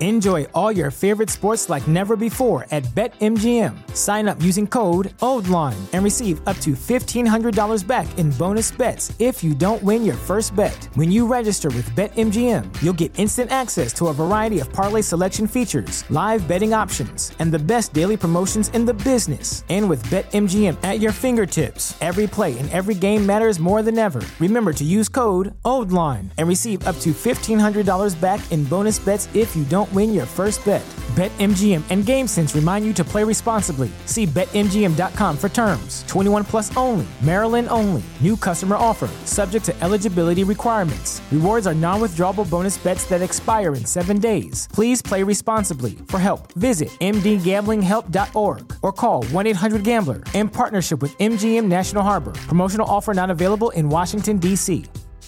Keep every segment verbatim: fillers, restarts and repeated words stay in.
Enjoy all your favorite sports like never before at BetMGM. Sign up using code OldLine and receive up to fifteen hundred dollars back in bonus bets if you don't win your first bet. When you register with BetMGM, you'll get instant access to a variety of parlay selection features, live betting options, and the best daily promotions in the business. And with BetMGM at your fingertips, every play and every game matters more than ever. Remember to use code OldLine and receive up to fifteen hundred dollars back in bonus bets if you don't win your first bet. BetMGM and GameSense remind you to play responsibly. See Bet M G M dot com for terms. twenty-one plus only. Maryland only. New customer offer. Subject to eligibility requirements. Rewards are non-withdrawable bonus bets that expire in seven days. Please play responsibly. For help, visit m d gambling help dot org or call one eight hundred gambler in partnership with M G M National Harbor. Promotional offer not available in Washington, D C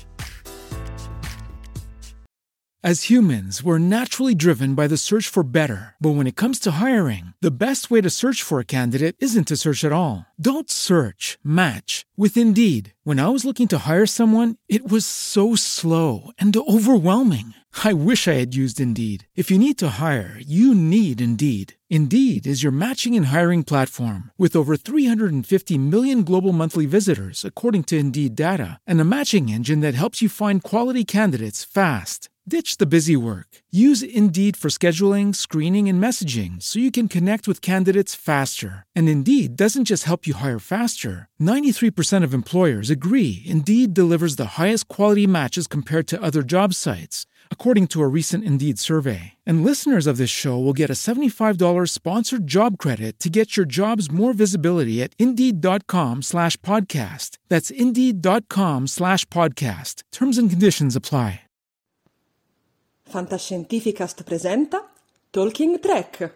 As humans, we're naturally driven by the search for better. But when it comes to hiring, the best way to search for a candidate isn't to search at all. Don't search, match with Indeed. When I was looking to hire someone, it was so slow and overwhelming. I wish I had used Indeed. If you need to hire, you need Indeed. Indeed is your matching and hiring platform with over three hundred fifty million global monthly visitors, according to Indeed data, and a matching engine that helps you find quality candidates fast. Ditch the busy work. Use Indeed for scheduling, screening, and messaging so you can connect with candidates faster. And Indeed doesn't just help you hire faster. ninety-three percent of employers agree Indeed delivers the highest quality matches compared to other job sites, according to a recent Indeed survey. And listeners of this show will get a seventy-five dollars sponsored job credit to get your jobs more visibility at Indeed.com slash podcast. That's Indeed.com slash podcast. Terms and conditions apply. Fantascientificast presenta Talking Trek.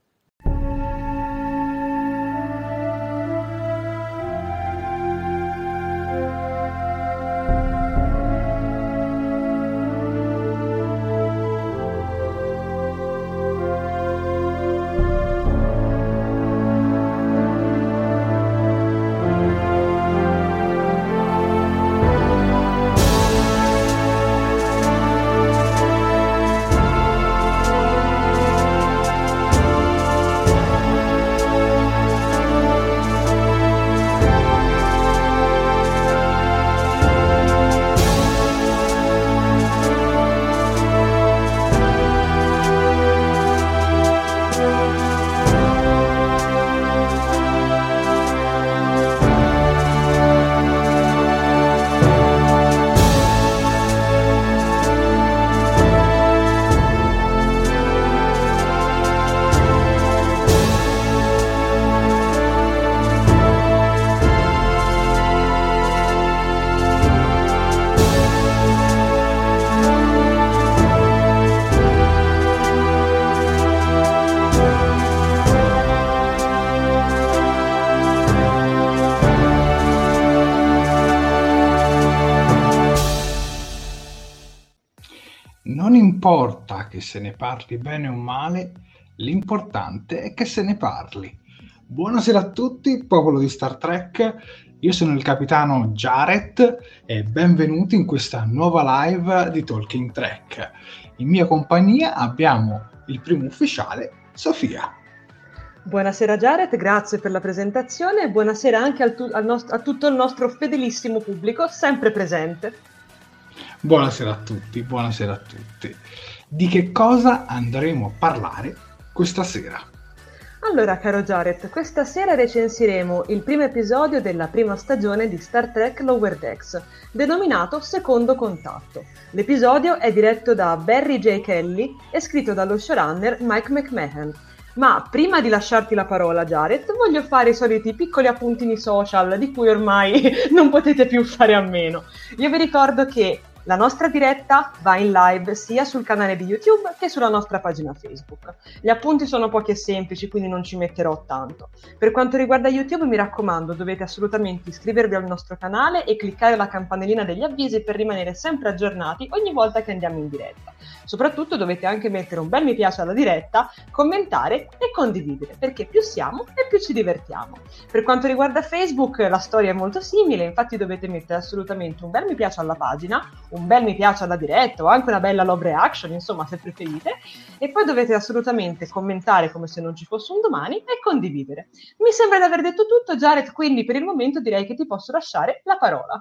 Non importa che se ne parli bene o male, l'importante è che se ne parli. Buonasera a tutti, popolo di Star Trek, io sono il capitano Jared e benvenuti in questa nuova live di Talking Trek. In mia compagnia abbiamo il primo ufficiale, Sofia. Buonasera Jared, grazie per la presentazione e buonasera anche al tu- al nost- a tutto il nostro fedelissimo pubblico, sempre presente. Buonasera a tutti, buonasera a tutti. Di che cosa andremo a parlare questa sera? Allora, caro Jared, questa sera recensiremo il primo episodio della prima stagione di Star Trek Lower Decks, denominato Secondo Contatto. L'episodio è diretto da Barry J. Kelly e scritto dallo showrunner Mike McMahon. Ma prima di lasciarti la parola, Jared, voglio fare i soliti piccoli appuntini social di cui ormai non potete più fare a meno. Io vi ricordo che la nostra diretta va in live sia sul canale di YouTube che sulla nostra pagina Facebook. Gli appunti sono pochi e semplici, quindi non ci metterò tanto. Per quanto riguarda YouTube, mi raccomando, dovete assolutamente iscrivervi al nostro canale e cliccare la campanellina degli avvisi per rimanere sempre aggiornati ogni volta che andiamo in diretta. Soprattutto dovete anche mettere un bel mi piace alla diretta, commentare e condividere, perché più siamo e più ci divertiamo. Per quanto riguarda Facebook la storia è molto simile, infatti dovete mettere assolutamente un bel mi piace alla pagina, un bel mi piace alla diretta o anche una bella love reaction, insomma, se preferite, e poi dovete assolutamente commentare come se non ci fosse un domani e condividere. Mi sembra di aver detto tutto, Jared, quindi per il momento direi che ti posso lasciare la parola.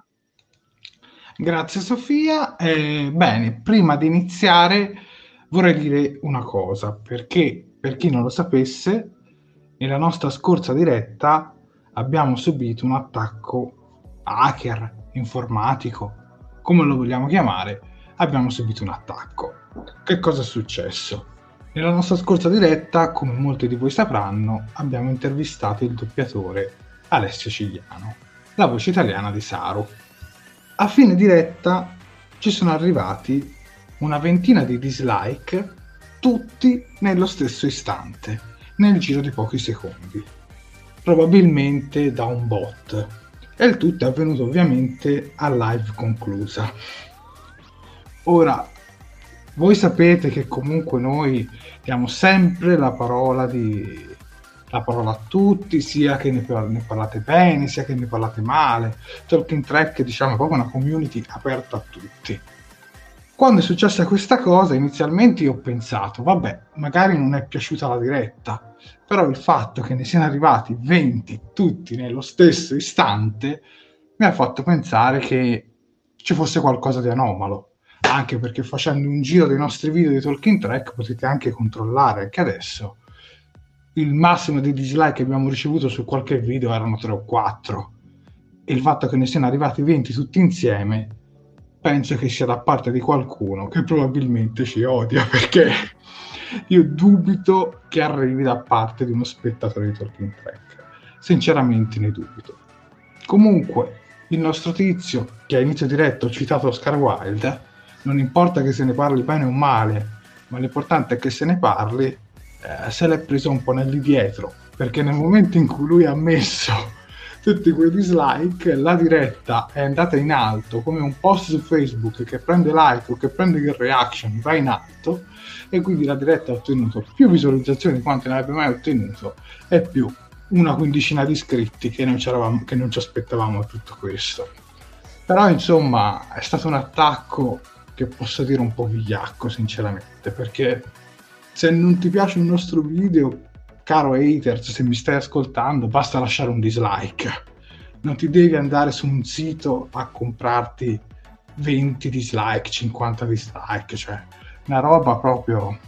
Grazie Sofia. Eh, bene, prima di iniziare vorrei dire una cosa, perché per chi non lo sapesse, nella nostra scorsa diretta abbiamo subito un attacco hacker, informatico, come lo vogliamo chiamare, abbiamo subito un attacco. Che cosa è successo? Nella nostra scorsa diretta, come molti di voi sapranno, abbiamo intervistato il doppiatore Alessio Cigliano, la voce italiana di Saru. A fine diretta ci sono arrivati una ventina di dislike, tutti nello stesso istante, nel giro di pochi secondi, probabilmente da un bot. E il tutto è avvenuto ovviamente a live conclusa. Ora, voi sapete che comunque noi diamo sempre la parola di la parola a tutti, sia che ne, ne parlate bene, sia che ne parlate male. Talking Track, diciamo, è proprio una community aperta a tutti. Quando è successa questa cosa, inizialmente io ho pensato, vabbè, magari non è piaciuta la diretta, però il fatto che ne siano arrivati venti tutti nello stesso istante mi ha fatto pensare che ci fosse qualcosa di anomalo, anche perché facendo un giro dei nostri video di Talking Track potete anche controllare anche adesso il massimo di dislike che abbiamo ricevuto su qualche video erano tre o quattro, e il fatto che ne siano arrivati venti tutti insieme penso che sia da parte di qualcuno che probabilmente ci odia, perché io dubito che arrivi da parte di uno spettatore di Talking Track, sinceramente ne dubito. Comunque il nostro tizio, che a inizio diretta ho citato Oscar Wilde, non importa che se ne parli bene o male, ma l'importante è che se ne parli, eh, se l'è preso un po' nel dietro, perché nel momento in cui lui ha messo tutti quei dislike, la diretta è andata in alto come un post su Facebook che prende like o che prende che reaction, va in alto, e quindi la diretta ha ottenuto più visualizzazioni di quante ne avrebbe mai ottenuto e più una quindicina di iscritti che non, c'eravamo, che non ci aspettavamo a tutto questo. Però insomma è stato un attacco che posso dire un po' vigliacco sinceramente, perché se non ti piace un nostro video, caro haters, se mi stai ascoltando, basta lasciare un dislike, non ti devi andare su un sito a comprarti venti dislike, cinquanta dislike, cioè una roba proprio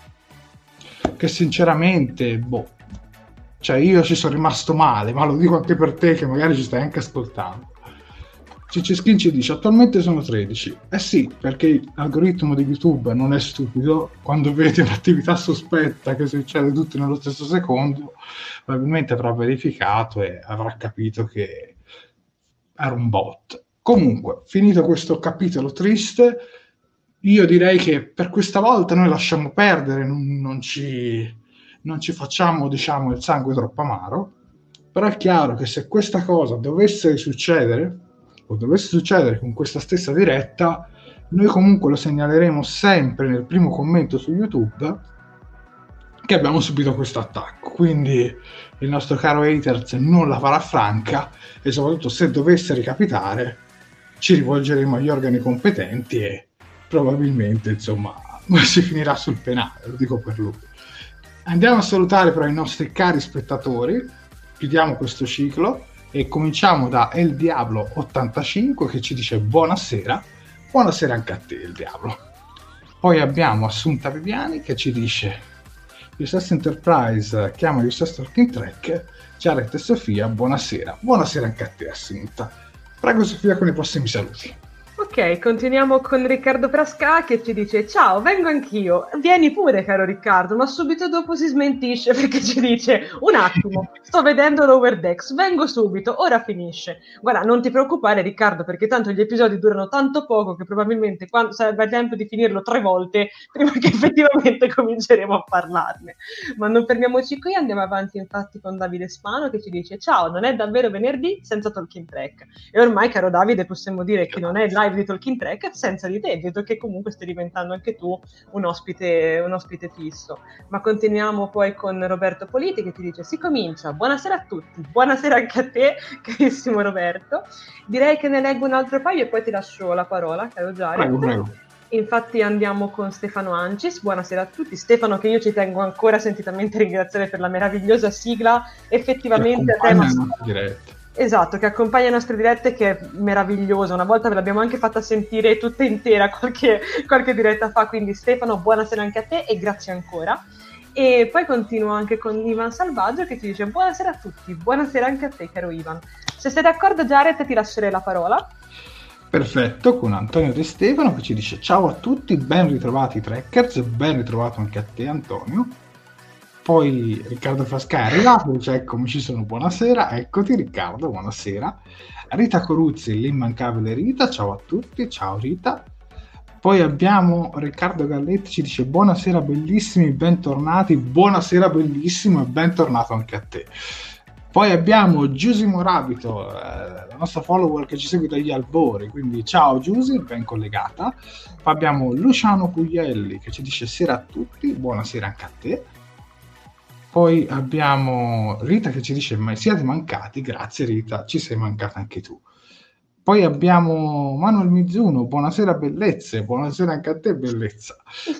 che sinceramente boh, cioè io ci sono rimasto male, ma lo dico anche per te che magari ci stai anche ascoltando. Cicci Skin ci dice attualmente sono tredici. Eh sì, perché l'algoritmo di YouTube non è stupido, quando vede un'attività sospetta che succede tutto nello stesso secondo, probabilmente avrà verificato e avrà capito che era un bot. Comunque, finito questo capitolo triste, io direi che per questa volta noi lasciamo perdere, non, non, ci, non ci facciamo, diciamo, il sangue troppo amaro, però è chiaro che se questa cosa dovesse succedere, o dovesse succedere con questa stessa diretta, noi comunque lo segnaleremo sempre nel primo commento su YouTube che abbiamo subito questo attacco, quindi il nostro caro haters non la farà franca, e soprattutto se dovesse ricapitare ci rivolgeremo agli organi competenti e probabilmente insomma si finirà sul penale, lo dico per lui. Andiamo a salutare però i nostri cari spettatori, chiudiamo questo ciclo e cominciamo da El Diablo ottantacinque che ci dice buonasera, buonasera anche a te El Diablo. Poi abbiamo Assunta Viviani che ci dice U S S Enterprise chiama U S S Talking Track, Jared e Sofia, buonasera, buonasera anche a te Assunta. Prego Sofia con i prossimi saluti. Ok, continuiamo con Riccardo Frasca che ci dice ciao, vengo anch'io, vieni pure caro Riccardo, ma subito dopo si smentisce perché ci dice un attimo, sto vedendo Lower Decks, vengo subito, ora finisce. Guarda, non ti preoccupare Riccardo, perché tanto gli episodi durano tanto poco che probabilmente quando sarebbe tempo di finirlo tre volte prima che effettivamente cominceremo a parlarne. Ma non fermiamoci qui, andiamo avanti infatti con Davide Spano che ci dice ciao, non è davvero venerdì senza Talking Track. E ormai caro Davide possiamo dire che non è il live di di Talking Track senza di te, vedo che comunque stai diventando anche tu un ospite, un ospite fisso. Ma continuiamo poi con Roberto Politi che ti dice: si comincia, buonasera a tutti, buonasera anche a te carissimo Roberto. Direi che ne leggo un altro paio e poi ti lascio la parola, caro Jared. Prego, prego. Infatti andiamo con Stefano Ancis, buonasera a tutti. Stefano, che io ci tengo ancora sentitamente a ringraziare per la meravigliosa sigla, effettivamente a tema diretta. Esatto, che accompagna le nostre dirette, che è meravigliosa. Una volta ve l'abbiamo anche fatta sentire tutta intera qualche, qualche diretta fa, quindi Stefano, buonasera anche a te e grazie ancora. E poi continuo anche con Ivan Salvaggio che ti dice: buonasera a tutti, buonasera anche a te caro Ivan. Se sei d'accordo Jared ti lascerei la parola. Perfetto, con Antonio De Stefano che ci dice: ciao a tutti, ben ritrovati Trekkers, ben ritrovato anche a te Antonio. Poi Riccardo Frasca è arrivato, dice: eccomi, ci sono, buonasera. Eccoti Riccardo, buonasera. Rita Coruzzi, l'immancabile Rita, ciao a tutti, ciao Rita. Poi abbiamo Riccardo Galletti, ci dice: buonasera bellissimi, bentornati, buonasera bellissimo e bentornato anche a te. Poi abbiamo Giusy Morabito, eh, la nostra follower che ci segue dagli albori, quindi ciao Giusy, ben collegata. Poi abbiamo Luciano Puglielli che ci dice: sera a tutti, buonasera anche a te. Poi abbiamo Rita che ci dice: ma siete mancati? Grazie Rita, ci sei mancata anche tu. Poi abbiamo Manuel Mizuno, buonasera bellezze, buonasera anche a te bellezza.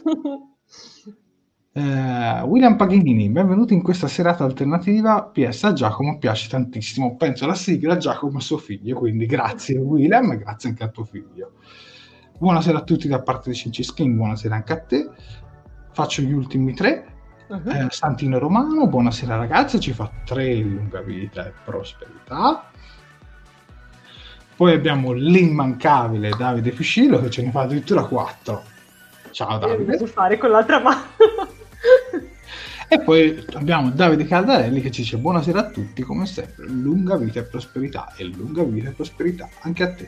eh, William Paghini, benvenuti in questa serata alternativa. P S a Giacomo piace tantissimo, penso alla sigla Giacomo e suo figlio, quindi grazie William e grazie anche a tuo figlio. Buonasera a tutti da parte di Cinciskin, buonasera anche a te. Faccio gli ultimi tre. Uh-huh. eh, Santino Romano, buonasera ragazzi, ci fa tre, lunga vita e prosperità. Poi abbiamo l'immancabile Davide Fiscillo che ce ne fa addirittura quattro. Ciao Davide. Devo fare con l'altra mano. E poi abbiamo Davide Caldarelli che ci dice: buonasera a tutti, come sempre, lunga vita e prosperità, e lunga vita e prosperità anche a te.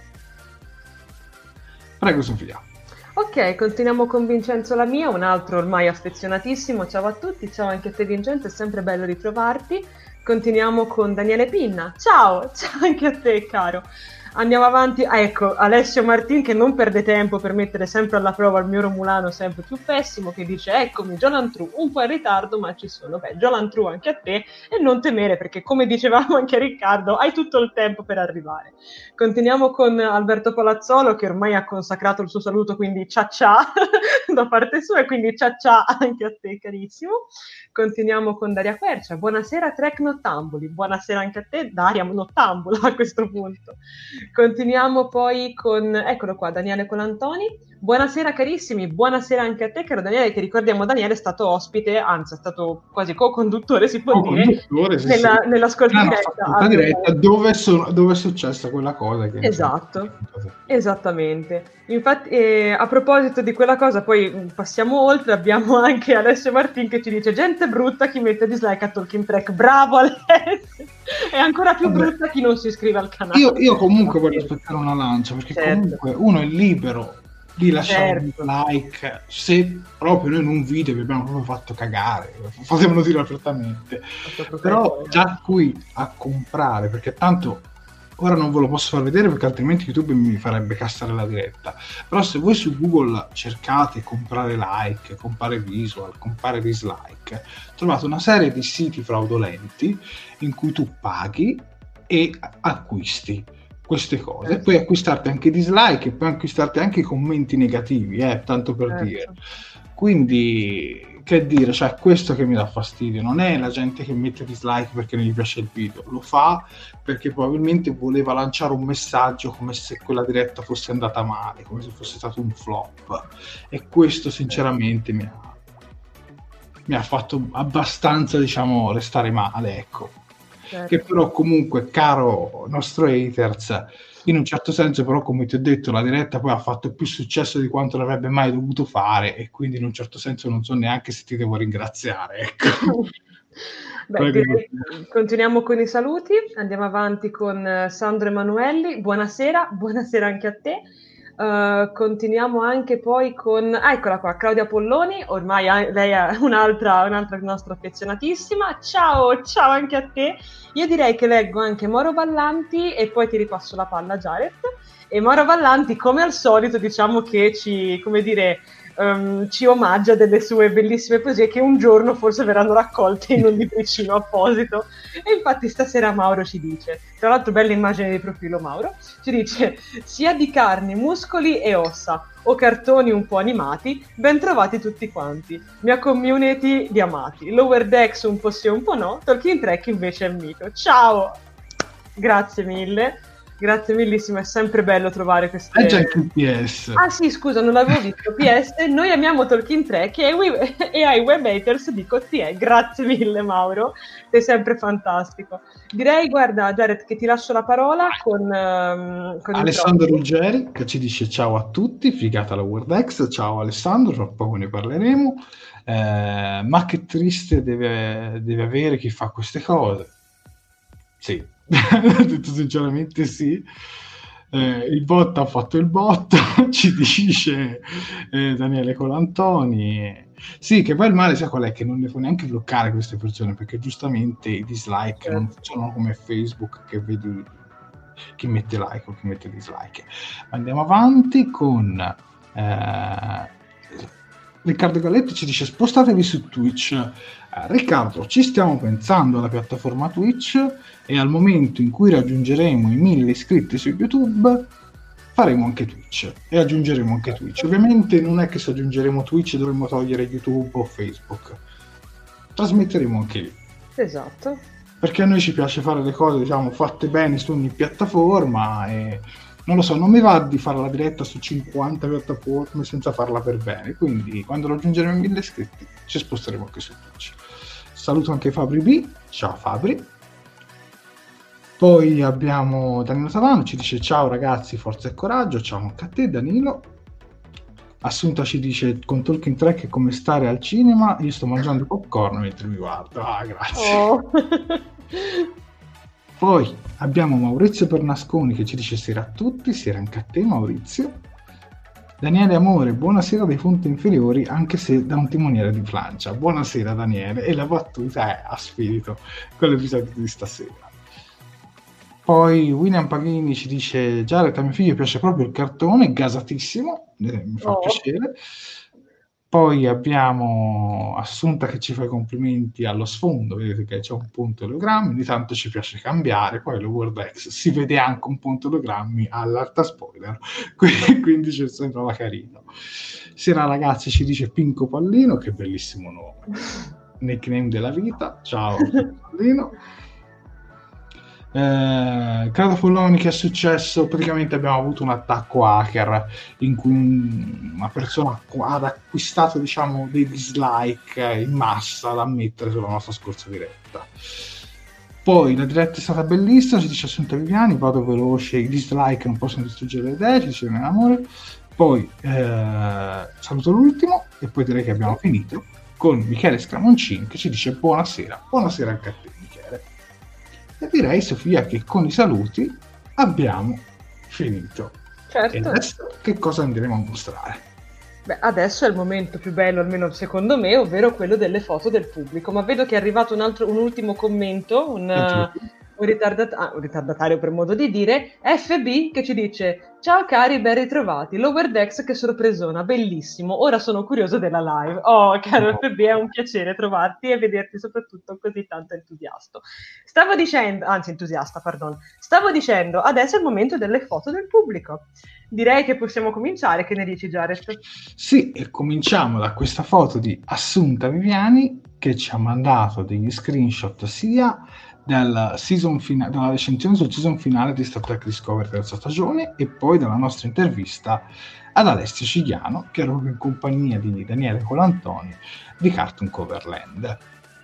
Prego Sofia. Ok, continuiamo con Vincenzo Lamia, un altro ormai affezionatissimo. Ciao a tutti, ciao anche a te Vincenzo, è sempre bello ritrovarti. Continuiamo con Daniele Pinna. Ciao, ciao anche a te caro. Andiamo avanti, ah, ecco, Alessio Martin che non perde tempo per mettere sempre alla prova il mio Romulano sempre più pessimo, che dice: eccomi Jolan True, un po' in ritardo ma ci sono. Beh, Jolan True anche a te, e non temere perché come dicevamo anche a Riccardo hai tutto il tempo per arrivare. Continuiamo con Alberto Palazzolo che ormai ha consacrato il suo saluto, quindi cia cia da parte sua, e quindi cia cia anche a te carissimo. Continuiamo con Daria Quercia, buonasera Trek Nottambuli, buonasera anche a te Daria Nottambula a questo punto. Continuiamo poi con, eccolo qua, Daniele Colantoni. Buonasera carissimi, buonasera anche a te caro Daniele, che ricordiamo Daniele è stato ospite, anzi è stato quasi co-conduttore si può dire, sì, nella, sì. nell'ascolto diretta, diretta dove, so, dove è successa quella cosa. Che esatto, esattamente. Infatti eh, a proposito di quella cosa, poi passiamo oltre, abbiamo anche Alessio Martin che ci dice: gente brutta chi mette dislike a Talking Track. Bravo Alessio, è ancora più Vabbè. brutta chi non si iscrive al canale. Io, io comunque voglio aspettare una lancia, perché certo. comunque uno è libero di lasciare certo. un like se proprio noi in un video vi abbiamo proprio fatto cagare, fatemelo dire apertamente, però già qui a comprare, perché tanto ora non ve lo posso far vedere perché altrimenti YouTube mi farebbe cassare la diretta, però se voi su Google cercate comprare like, comprare visual, comprare dislike, trovate una serie di siti fraudolenti in cui tu paghi e acquisti queste cose, e puoi acquistarti anche dislike e puoi acquistarti anche commenti negativi, eh, tanto per certo. dire. Quindi, che dire, cioè questo che mi dà fastidio, non è la gente che mette dislike perché non gli piace il video, lo fa perché probabilmente voleva lanciare un messaggio come se quella diretta fosse andata male, come se fosse stato un flop, e questo sinceramente mi ha, mi ha fatto abbastanza, diciamo, restare male, ecco. Certo. Che però comunque, caro nostro haters, in un certo senso però, come ti ho detto, la diretta poi ha fatto più successo di quanto l'avrebbe mai dovuto fare, e quindi in un certo senso non so neanche se ti devo ringraziare, ecco. Beh, direi, continuiamo con i saluti, andiamo avanti con Sandro Emanuelli, buonasera, buonasera anche a te. Uh, continuiamo anche poi con, ah, eccola qua, Claudia Polloni, ormai ha, lei è un'altra, un'altra nostra affezionatissima. Ciao, ciao anche a te. Io direi che leggo anche Moro Ballanti e poi ti ripasso la palla, Jared. E Mauro Vallanti, come al solito, diciamo che ci, come dire, um, ci omaggia delle sue bellissime poesie che un giorno forse verranno raccolte in un libricino apposito. E infatti stasera Mauro ci dice, tra l'altro bella immagine di profilo Mauro, ci dice sia di carni, muscoli e ossa o cartoni un po' animati, ben trovati tutti quanti, mia community di amati, Lower Decks un po' sì un po' no, Talking Trek invece è mito. Ciao! Grazie mille. Grazie millissimo, è sempre bello trovare queste... È già il P S. Ah sì, scusa, non l'avevo visto. P S, noi amiamo Talking Trek e, we... e ai web haters dico ti è. Grazie mille Mauro, sei sempre fantastico. Direi, guarda Jared, che ti lascio la parola con... Um, con Alessandro Ruggeri, che ci dice ciao a tutti, figata la Wordex, ciao Alessandro, tra poco ne parleremo. Eh, ma che triste deve, deve avere chi fa queste cose. Sì. Detto sinceramente sì, eh, il bot ha fatto il bot ci dice eh, Daniele Colantoni. Sì, che poi il male sa qual è, che non ne può neanche bloccare queste persone, perché giustamente i dislike non funzionano come Facebook, che vedi chi mette like o chi mette dislike. Andiamo avanti con eh, Riccardo Galletti ci dice spostatevi su Twitch. eh, Riccardo, ci stiamo pensando alla piattaforma Twitch e al momento in cui raggiungeremo i mille iscritti su YouTube faremo anche Twitch e aggiungeremo anche Twitch. Ovviamente non è che se aggiungeremo Twitch dovremo togliere YouTube o Facebook, trasmetteremo anche lì. Esatto. Perché a noi ci piace fare le cose, diciamo, fatte bene su ogni piattaforma e non lo so, non mi va di fare la diretta su cinquanta piattaforme senza farla per bene, quindi quando raggiungeremo i mille iscritti ci sposteremo anche su Twitch. Saluto anche Fabri B, ciao Fabri. Poi abbiamo Danilo Savano, ci dice ciao ragazzi, forza e coraggio, ciao anche a te Danilo. Assunta ci dice con Talking Trek è come stare al cinema, io sto mangiando popcorn mentre mi guardo, ah grazie. Oh. Poi abbiamo Maurizio Pernasconi che ci dice sera a tutti, sera anche a te Maurizio. Daniele Amore, buonasera dai punti inferiori anche se da un timoniere di Francia. Buonasera Daniele, e la battuta è a spirito con l'episodio di stasera. Poi William Paghini ci dice Jared, a mio figlio piace proprio il cartone, gasatissimo, eh, mi fa oh. piacere. Poi abbiamo Assunta che ci fa i complimenti allo sfondo, vedete che c'è un punto ologrammi, ogni tanto ci piace cambiare, poi lo Wordex si vede anche un punto ologrammi all'alta spoiler, quindi ci sembrava carino. Sera ragazzi ci dice Pinco Pallino, che bellissimo nome, nickname della vita, ciao Pallino. Eh, credo Folloni che è successo, praticamente abbiamo avuto un attacco hacker in cui una persona ha acquistato diciamo dei dislike in massa da mettere sulla nostra scorsa diretta. Poi la diretta è stata bellissima, ci dice Assunta Viviani, vado veloce, i dislike non possono distruggere le idee, ci dice amore. Poi eh, saluto l'ultimo e poi direi che abbiamo finito con Michele Scramoncin che ci dice buonasera, buonasera anche a te Michele. E direi Sofia che con i saluti abbiamo finito. Certo. E adesso che cosa andremo a mostrare? Beh, adesso è il momento più bello, almeno secondo me, ovvero quello delle foto del pubblico. Ma vedo che è arrivato un, altro, un ultimo commento, un, un, ritardat- ah, un ritardatario per modo di dire, F B che ci dice ciao cari, ben ritrovati, Lower Decks che sorpresona, bellissimo, ora sono curioso della live. Oh caro oh. F B, è un piacere trovarti e vederti soprattutto così tanto entusiasta. Stavo dicendo, anzi entusiasta, pardon, stavo dicendo, adesso è il momento delle foto del pubblico. Direi che possiamo cominciare, che ne dici Jared? Sì, e cominciamo da questa foto di Assunta Viviani che ci ha mandato degli screenshot sia dal season fina- dalla recensione sul season finale di Star Trek Discovery terza stagione e poi dalla nostra intervista ad Alessio Cigliano che era proprio in compagnia di Daniele Colantoni di Cartoon Coverland.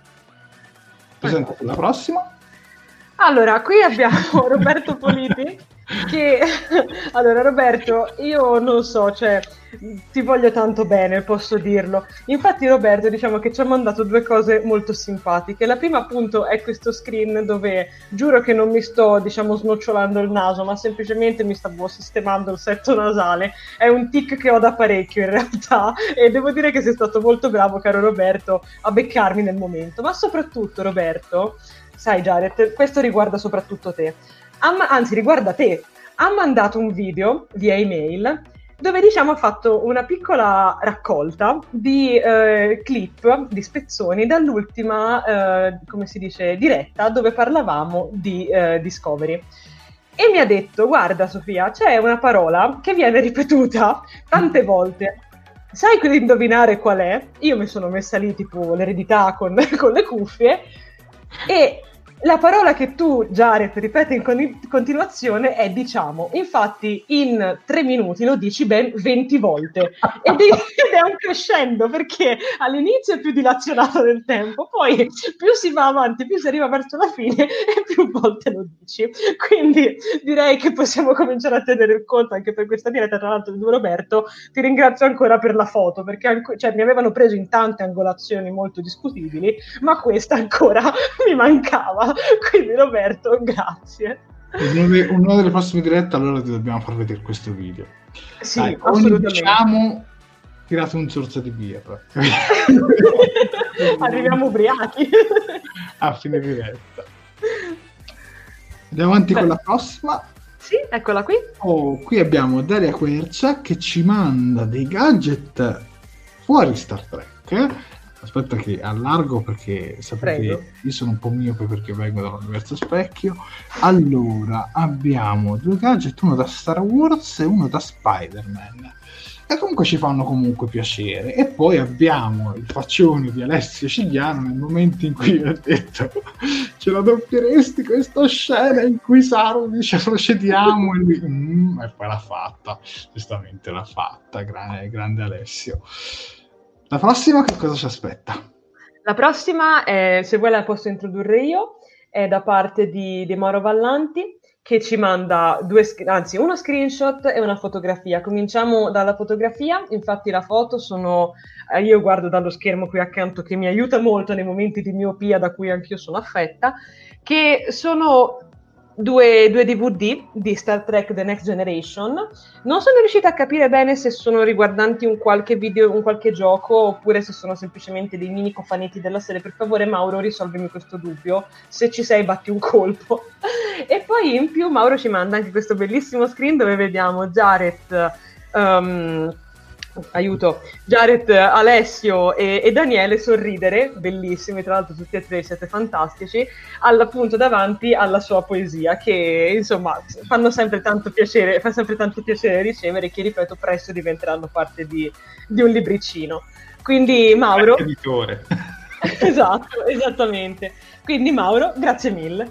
Presente la prossima? Allora, qui abbiamo Roberto Politi che allora Roberto, io non so, cioè ti voglio tanto bene, posso dirlo. Infatti Roberto diciamo che ci ha mandato due cose molto simpatiche. La prima appunto è questo screen dove giuro che non mi sto diciamo snocciolando il naso, ma semplicemente mi stavo sistemando il setto nasale. È un tic che ho da parecchio in realtà e devo dire che sei stato molto bravo caro Roberto a beccarmi nel momento. Ma soprattutto Roberto, sai Jared, questo riguarda soprattutto te. Am- anzi riguarda te, ha mandato un video via email dove diciamo ha fatto una piccola raccolta di eh, clip, di spezzoni dall'ultima, eh, come si dice, diretta dove parlavamo di eh, Discovery. E mi ha detto, guarda Sofia, c'è una parola che viene ripetuta tante volte. Sai indovinare qual è? Io mi sono messa lì tipo l'eredità con, con le cuffie e la parola che tu, Jared, ripeti in con- continuazione è diciamo. Infatti in tre minuti lo dici ben venti volte ed è, ed è un crescendo perché all'inizio è più dilazionato nel tempo, poi più si va avanti, più si arriva verso la fine e più volte lo dici. Quindi direi che possiamo cominciare a tenere conto anche per questa diretta. Tra l'altro di Roberto, ti ringrazio ancora per la foto perché anche, cioè, mi avevano preso in tante angolazioni molto discutibili, ma questa ancora mi mancava. Quindi Roberto, grazie. In una delle prossime dirette allora ti dobbiamo far vedere questo video. Sì, dai, assolutamente. Diciamo, tirate un sorso di birra. Arriviamo ubriachi. A fine diretta. Andiamo avanti Beh. con la prossima. Sì, eccola qui. Oh, qui abbiamo Daria Quercia che ci manda dei gadget fuori Star Trek. Aspetta che allargo perché sapete Prego. Io sono un po' miope perché vengo dall'universo specchio. Allora, abbiamo due gadget, uno da Star Wars e uno da Spider-Man. E comunque ci fanno comunque piacere. E poi abbiamo il faccione di Alessio Cigliano nel momento in cui ha detto ce la doppieresti questa scena in cui Saru dice procediamo e lui mm, e poi l'ha fatta. Giustamente l'ha fatta, grande, grande Alessio. La prossima che cosa ci aspetta? La prossima, è, se vuoi la posso introdurre io, è da parte di, di Mauro Vallanti che ci manda due, anzi uno screenshot e una fotografia. Cominciamo dalla fotografia, infatti la foto sono, io guardo dallo schermo qui accanto che mi aiuta molto nei momenti di miopia da cui anch'io sono affetta, che sono Due, due D V D di Star Trek The Next Generation. Non sono riuscita a capire bene se sono riguardanti un qualche video, un qualche gioco, oppure se sono semplicemente dei mini cofanetti della serie. Per favore Mauro, risolvimi questo dubbio, se ci sei batti un colpo. E poi in più Mauro ci manda anche questo bellissimo screen dove vediamo Jared um, aiuto, Jared, Alessio e, e Daniele sorridere, bellissimi, tra l'altro tutti e tre siete fantastici, all'appunto davanti alla sua poesia, che insomma fanno sempre tanto piacere, fa sempre tanto piacere ricevere, che ripeto presto diventeranno parte di, di un libricino. Quindi Mauro... Editore. Esatto, esattamente. Quindi Mauro, grazie mille.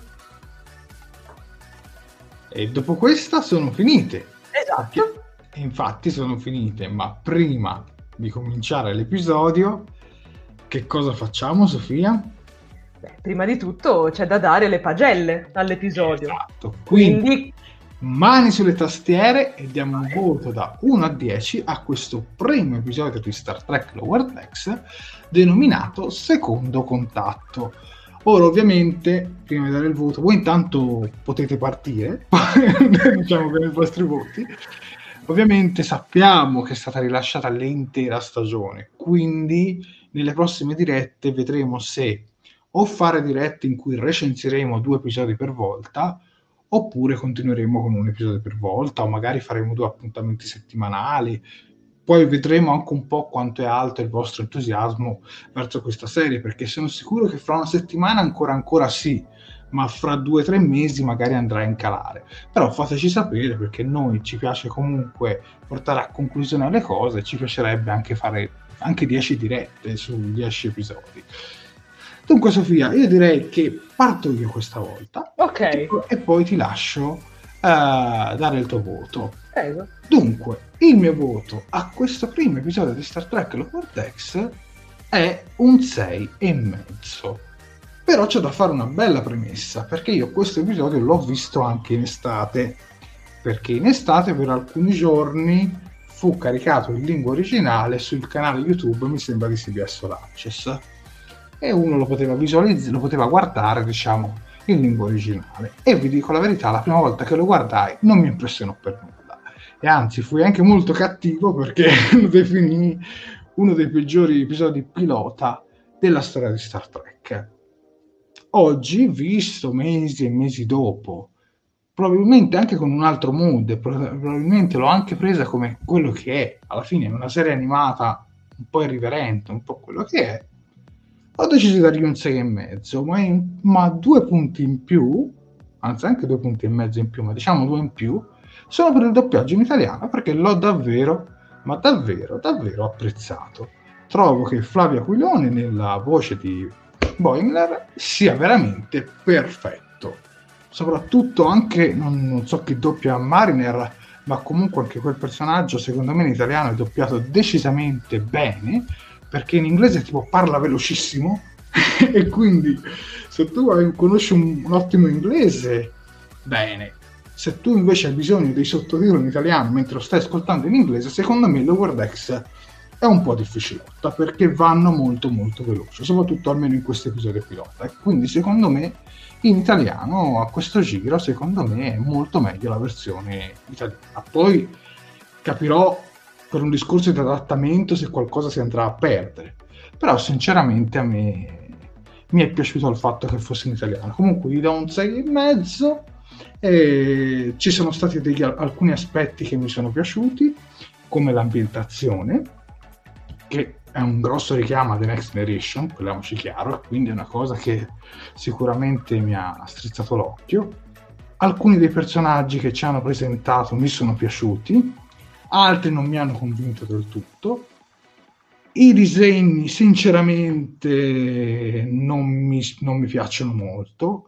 E dopo questa sono finite. Esatto. Perché... Infatti sono finite, ma prima di cominciare l'episodio, che cosa facciamo, Sofia? Beh, prima di tutto c'è da dare le pagelle all'episodio. Esatto, quindi, quindi mani sulle tastiere e diamo un voto da uno a dieci a questo primo episodio di Star Trek Lower Decks denominato Secondo Contatto. Ora ovviamente, prima di dare il voto, voi intanto potete partire, diciamo per i vostri voti. Ovviamente sappiamo che è stata rilasciata l'intera stagione, quindi nelle prossime dirette vedremo se o fare dirette in cui recensiremo due episodi per volta, oppure continueremo con un episodio per volta, o magari faremo due appuntamenti settimanali. Poi vedremo anche un po' quanto è alto il vostro entusiasmo verso questa serie, perché sono sicuro che fra una settimana ancora ancora sì, ma fra due o tre mesi magari andrà a incalare. Però fateci sapere, perché noi ci piace comunque portare a conclusione le cose, ci piacerebbe anche fare anche dieci dirette su dieci episodi. Dunque Sofia, io direi che parto io questa volta, ok, e poi ti lascio uh, dare il tuo voto. Prego. Dunque, il mio voto a questo primo episodio di Star Trek Lower Decks è un sei e mezzo. Però c'è da fare una bella premessa, perché io questo episodio l'ho visto anche in estate, perché in estate per alcuni giorni fu caricato in lingua originale sul canale YouTube, mi sembra di C B S All Access, e uno lo poteva visualizzare, lo poteva guardare, diciamo, in lingua originale. E vi dico la verità, la prima volta che lo guardai non mi impressionò per nulla, e anzi fui anche molto cattivo perché lo definii uno dei peggiori episodi pilota della storia di Star Trek. Oggi, visto mesi e mesi dopo, probabilmente anche con un altro mood, probabilmente l'ho anche presa come quello che è, alla fine è una serie animata un po' irriverente, un po' quello che è. Ho deciso di dargli un sei e mezzo, ma, in, ma due punti in più, anzi anche due punti e mezzo in più, ma diciamo due in più, sono per il doppiaggio in italiano, perché l'ho davvero, ma davvero, davvero apprezzato. Trovo che Flavio Aquilone nella voce di Boimler sia veramente perfetto, soprattutto anche, non, non so chi doppia Mariner, ma comunque anche quel personaggio secondo me in italiano è doppiato decisamente bene, perché in inglese tipo parla velocissimo e quindi se tu hai, conosci un, un ottimo inglese, bene. Se tu invece hai bisogno dei sottotitoli in italiano mentre lo stai ascoltando in inglese, secondo me Lower Decks è un po' difficilotta, perché vanno molto molto veloci, soprattutto almeno in questo episodio pilota, e quindi secondo me in italiano a questo giro secondo me è molto meglio la versione italiana. Poi capirò per un discorso di adattamento se qualcosa si andrà a perdere, però sinceramente a me mi è piaciuto il fatto che fosse in italiano. Comunque gli do un sei e mezzo. E ci sono stati degli, alcuni aspetti che mi sono piaciuti, come l'ambientazione, che è un grosso richiamo a The Next Generation, parliamoci chiaro, quindi è una cosa che sicuramente mi ha strizzato l'occhio. Alcuni dei personaggi che ci hanno presentato mi sono piaciuti, altri non mi hanno convinto del tutto. I disegni sinceramente non mi, non mi piacciono molto.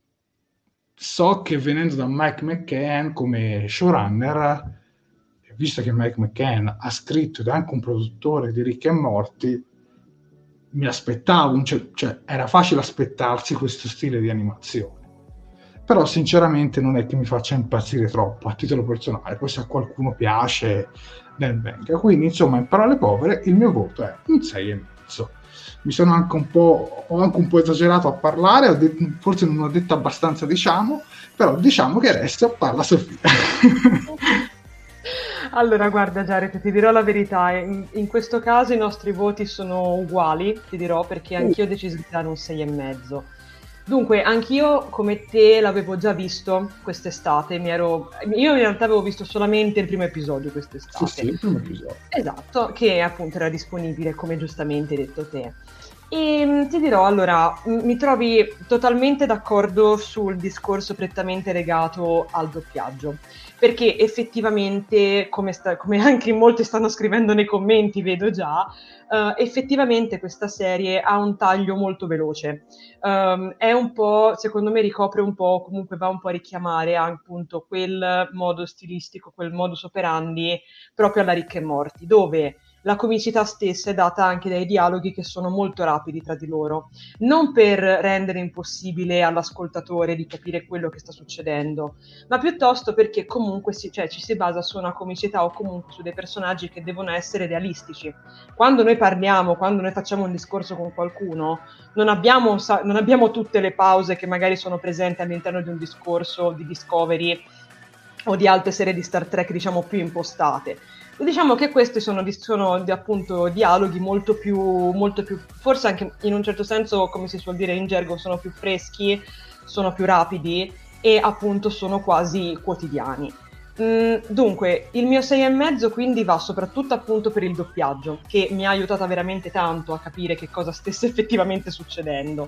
So che venendo da Mike McCann come showrunner, visto che Mike McCann ha scritto ed è anche un produttore di Rick and Morty, mi aspettavo, cioè, cioè era facile aspettarsi questo stile di animazione, però sinceramente non è che mi faccia impazzire troppo a titolo personale. Poi se a qualcuno piace ben venga. Quindi insomma, in parole povere, il mio voto è un sei e mezzo. Mi sono anche un po', ho anche un po' esagerato a parlare, ho detto, forse non ho detto abbastanza, diciamo, però diciamo che adesso parla Sofia. Allora, guarda Jared, ti dirò la verità, in, in questo caso i nostri voti sono uguali, ti dirò, perché anch'io ho deciso di dare un sei e mezzo. Dunque, anch'io come te l'avevo già visto quest'estate, mi ero... io in realtà avevo visto solamente il primo episodio quest'estate. Sì, sì, il primo episodio. Esatto, che appunto era disponibile, come giustamente hai detto te. E ti dirò, allora, m- mi trovi totalmente d'accordo sul discorso prettamente legato al doppiaggio, perché effettivamente, come, sta- come anche in molti stanno scrivendo nei commenti, vedo già, eh, effettivamente questa serie ha un taglio molto veloce. Um, è un po', secondo me ricopre un po', comunque va un po' a richiamare appunto quel modo stilistico, quel modus operandi proprio alla Rick e Morty, dove la comicità stessa è data anche dai dialoghi che sono molto rapidi tra di loro, non per rendere impossibile all'ascoltatore di capire quello che sta succedendo, ma piuttosto perché comunque si, cioè, ci si basa su una comicità o comunque su dei personaggi che devono essere realistici. Quando noi parliamo, quando noi facciamo un discorso con qualcuno, non abbiamo, non abbiamo tutte le pause che magari sono presenti all'interno di un discorso di Discovery o di altre serie di Star Trek, diciamo, più impostate. Diciamo che questi sono, sono appunto dialoghi molto più, molto più, forse anche in un certo senso, come si suol dire in gergo, sono più freschi, sono più rapidi e appunto sono quasi quotidiani. Mm, dunque, il mio sei e mezzo quindi va soprattutto appunto per il doppiaggio, che mi ha aiutata veramente tanto a capire che cosa stesse effettivamente succedendo.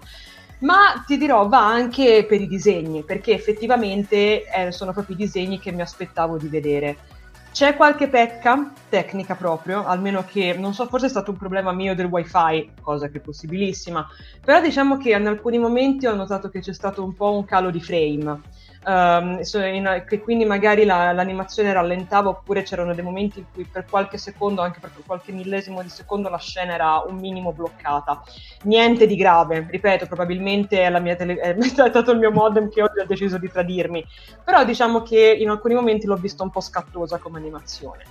Ma ti dirò, va anche per i disegni, perché effettivamente eh, sono proprio i disegni che mi aspettavo di vedere. C'è qualche pecca tecnica proprio, almeno che, non so, forse è stato un problema mio del wifi, cosa che è possibilissima, però diciamo che in alcuni momenti ho notato che c'è stato un po' un calo di frame, um, in, che quindi magari la, l'animazione rallentava, oppure c'erano dei momenti in cui per qualche secondo, anche per qualche millesimo di secondo, la scena era un minimo bloccata. Niente di grave, ripeto, probabilmente è, la mia tele- è stato il mio modem che oggi ha deciso di tradirmi, però diciamo che in alcuni momenti l'ho vista un po' scattosa come animazione.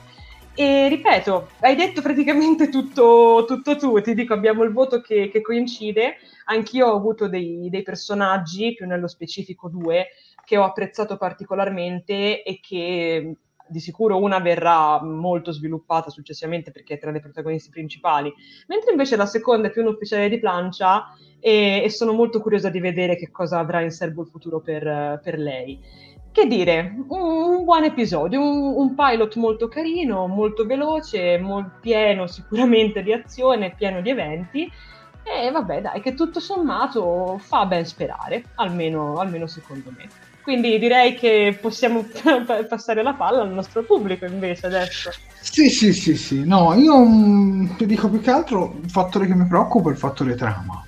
E ripeto, hai detto praticamente tutto, tutto tu, ti dico, abbiamo il voto che, che coincide. Anch'io ho avuto dei, dei personaggi, più nello specifico due, che ho apprezzato particolarmente e che di sicuro una verrà molto sviluppata successivamente perché è tra le protagoniste principali, mentre invece la seconda è più un ufficiale di plancia e, e sono molto curiosa di vedere che cosa avrà in serbo il futuro per, per lei. Che dire, un, un buon episodio, un, un pilot molto carino, molto veloce, mol- pieno sicuramente di azione, pieno di eventi, e vabbè dai, che tutto sommato fa ben sperare, almeno, almeno secondo me. Quindi direi che possiamo passare la palla al nostro pubblico invece adesso. Sì, sì, sì, sì, no, io mh, ti dico più che altro il fattore che mi preoccupa è il fattore trama,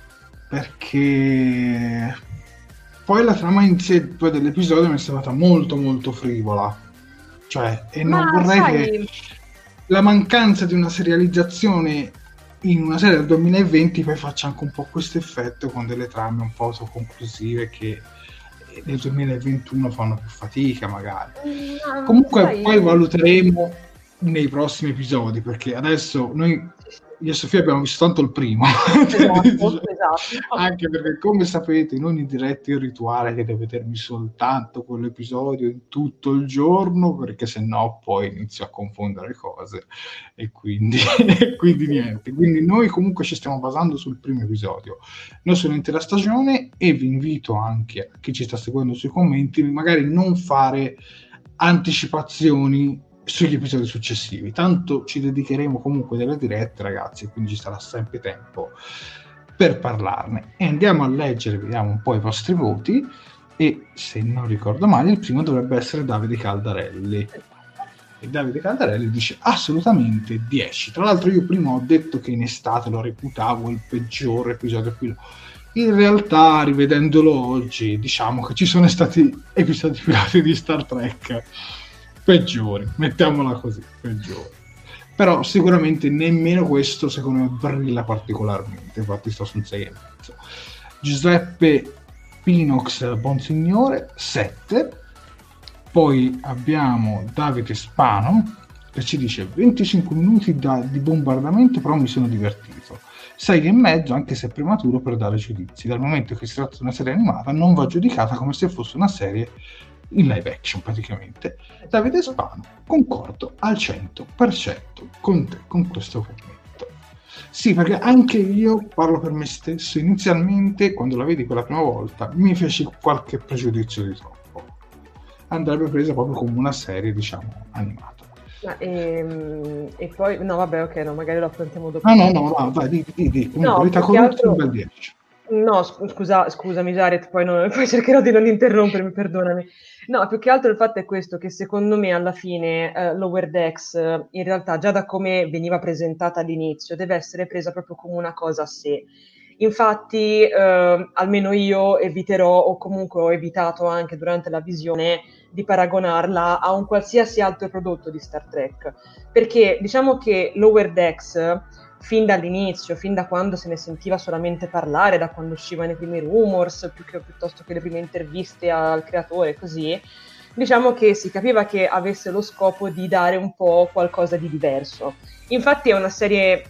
perché poi la trama in sé poi dell'episodio mi è sembrata molto molto frivola, cioè, e non Ma vorrei sai, che la mancanza di una serializzazione in una serie del duemilaventi poi faccia anche un po' questo effetto con delle trame un po' autoconclusive che nel duemilaventuno fanno più fatica magari. ma, Comunque sai, poi valuteremo nei prossimi episodi, perché adesso noi io e Sofia abbiamo visto tanto il primo. esatto, esatto. Anche perché, come sapete, in ogni diretta io ho il rituale che devo vedermi soltanto quell'episodio in tutto il giorno, perché sennò poi inizio a confondere le cose e quindi, e quindi niente. Quindi noi comunque ci stiamo basando sul primo episodio, non sull'intera stagione, e vi invito anche a chi ci sta seguendo sui commenti magari non fare anticipazioni sugli episodi successivi, tanto ci dedicheremo comunque delle dirette, ragazzi, quindi ci sarà sempre tempo per parlarne. E andiamo a leggere, vediamo un po' i vostri voti, e se non ricordo male il primo dovrebbe essere Davide Caldarelli, e Davide Caldarelli dice assolutamente dieci. Tra l'altro io prima ho detto che in estate lo reputavo il peggior episodio pilota. In realtà, rivedendolo oggi, diciamo che ci sono stati episodi piloti di Star Trek peggiori, mettiamola così, peggiori. Però sicuramente nemmeno questo secondo me brilla particolarmente, infatti sto sul sei e mezzo. Giuseppe Pinox Bonsignore sette. Poi abbiamo Davide Spano che ci dice venticinque minuti da, di bombardamento, però mi sono divertito. sei e mezzo, anche se è prematuro per dare giudizi, dal momento che si tratta di una serie animata non va giudicata come se fosse una serie in live action praticamente. Davide Spano, concordo al cento per cento con te, con questo commento. Sì, perché anche io parlo per me stesso, inizialmente quando la vedi per la prima volta mi feci qualche pregiudizio di troppo, andrebbe presa proprio come una serie, diciamo, animata. Ma, ehm, e poi, no vabbè, ok, no, magari lo affrontiamo dopo. No, no, no, no, vai, di, di, di. Comunque, No, Rita più che Coruzzi altro- un bel dieci. No, scu- scusa, scusami Jared, poi, non- poi cercherò di non interrompermi, perdonami. No, più che altro il fatto è questo, che secondo me alla fine eh, Lower Decks, eh, in realtà già da come veniva presentata all'inizio, deve essere presa proprio come una cosa a sé. Infatti, eh, almeno io eviterò, o comunque ho evitato anche durante la visione, di paragonarla a un qualsiasi altro prodotto di Star Trek. Perché diciamo che Lower Decks, fin dall'inizio, fin da quando se ne sentiva solamente parlare, da quando uscivano i primi rumors, più che, piuttosto che le prime interviste al creatore, così, diciamo che si capiva che avesse lo scopo di dare un po' qualcosa di diverso. Infatti è una serie,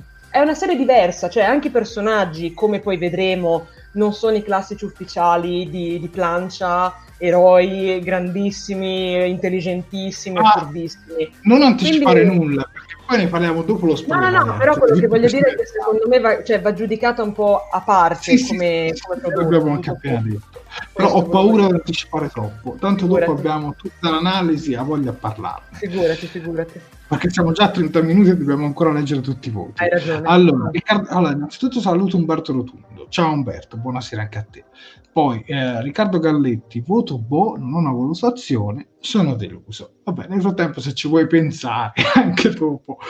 è una serie diversa, cioè anche i personaggi, come poi vedremo, non sono i classici ufficiali di, di plancia, eroi grandissimi, intelligentissimi e Ah, furbissimi. non anticipare Quindi- nulla, perché poi ne parliamo dopo lo No, spoiler. no, no, però quello che voglio dire è che secondo me va, cioè, va giudicata un po' a parte Sì, sì, come, sì, come sì, prodotto. l'abbiamo anche tutto appena qui. detto. Però Questo ho paura volevo di dire. anticipare troppo, tanto Figurati. dopo abbiamo tutta l'analisi, ha voglia a parlarne, Figurati, figurati. perché siamo già a trenta minuti e dobbiamo ancora leggere tutti i voti. Hai ragione. Allora, Riccardo, allora, innanzitutto saluto Umberto Rotundo. Ciao Umberto, buonasera anche a te. Poi eh, Riccardo Galletti, voto boh, non ho una valutazione, sono deluso. Vabbè, nel frattempo se ci vuoi pensare anche dopo.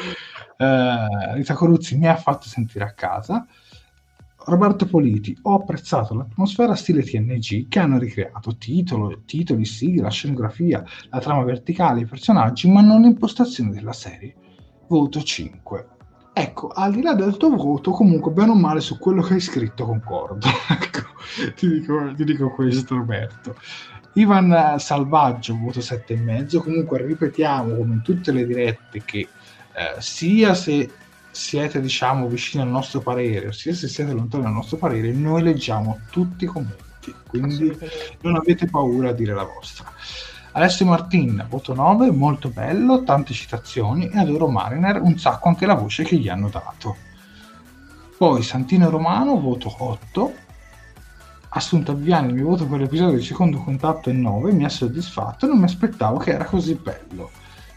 Eh, Rita Coruzzi mi ha fatto sentire a casa. Roberto Politi, ho apprezzato l'atmosfera stile T N G che hanno ricreato, titolo, titoli, sigla, scenografia, la trama verticale, i personaggi, ma non l'impostazione della serie. Voto cinque. Ecco, al di là del tuo voto, comunque bene o male su quello che hai scritto concordo. Ecco, ti dico, ti dico questo, Roberto. Ivan Salvaggio, voto sette e mezzo. Comunque ripetiamo, come in tutte le dirette, che eh, sia se siete, diciamo, vicini al nostro parere, sia se siete lontani dal nostro parere, noi leggiamo tutti i commenti, quindi non avete paura a dire la vostra. Alessio Martin, voto nove, molto bello, tante citazioni, e adoro Mariner, un sacco anche la voce che gli hanno dato. Poi Santino Romano, voto otto. Assunta Viviani, il mio voto per l'episodio di Secondo Contatto è nove, mi ha soddisfatto, non mi aspettavo che era così bello.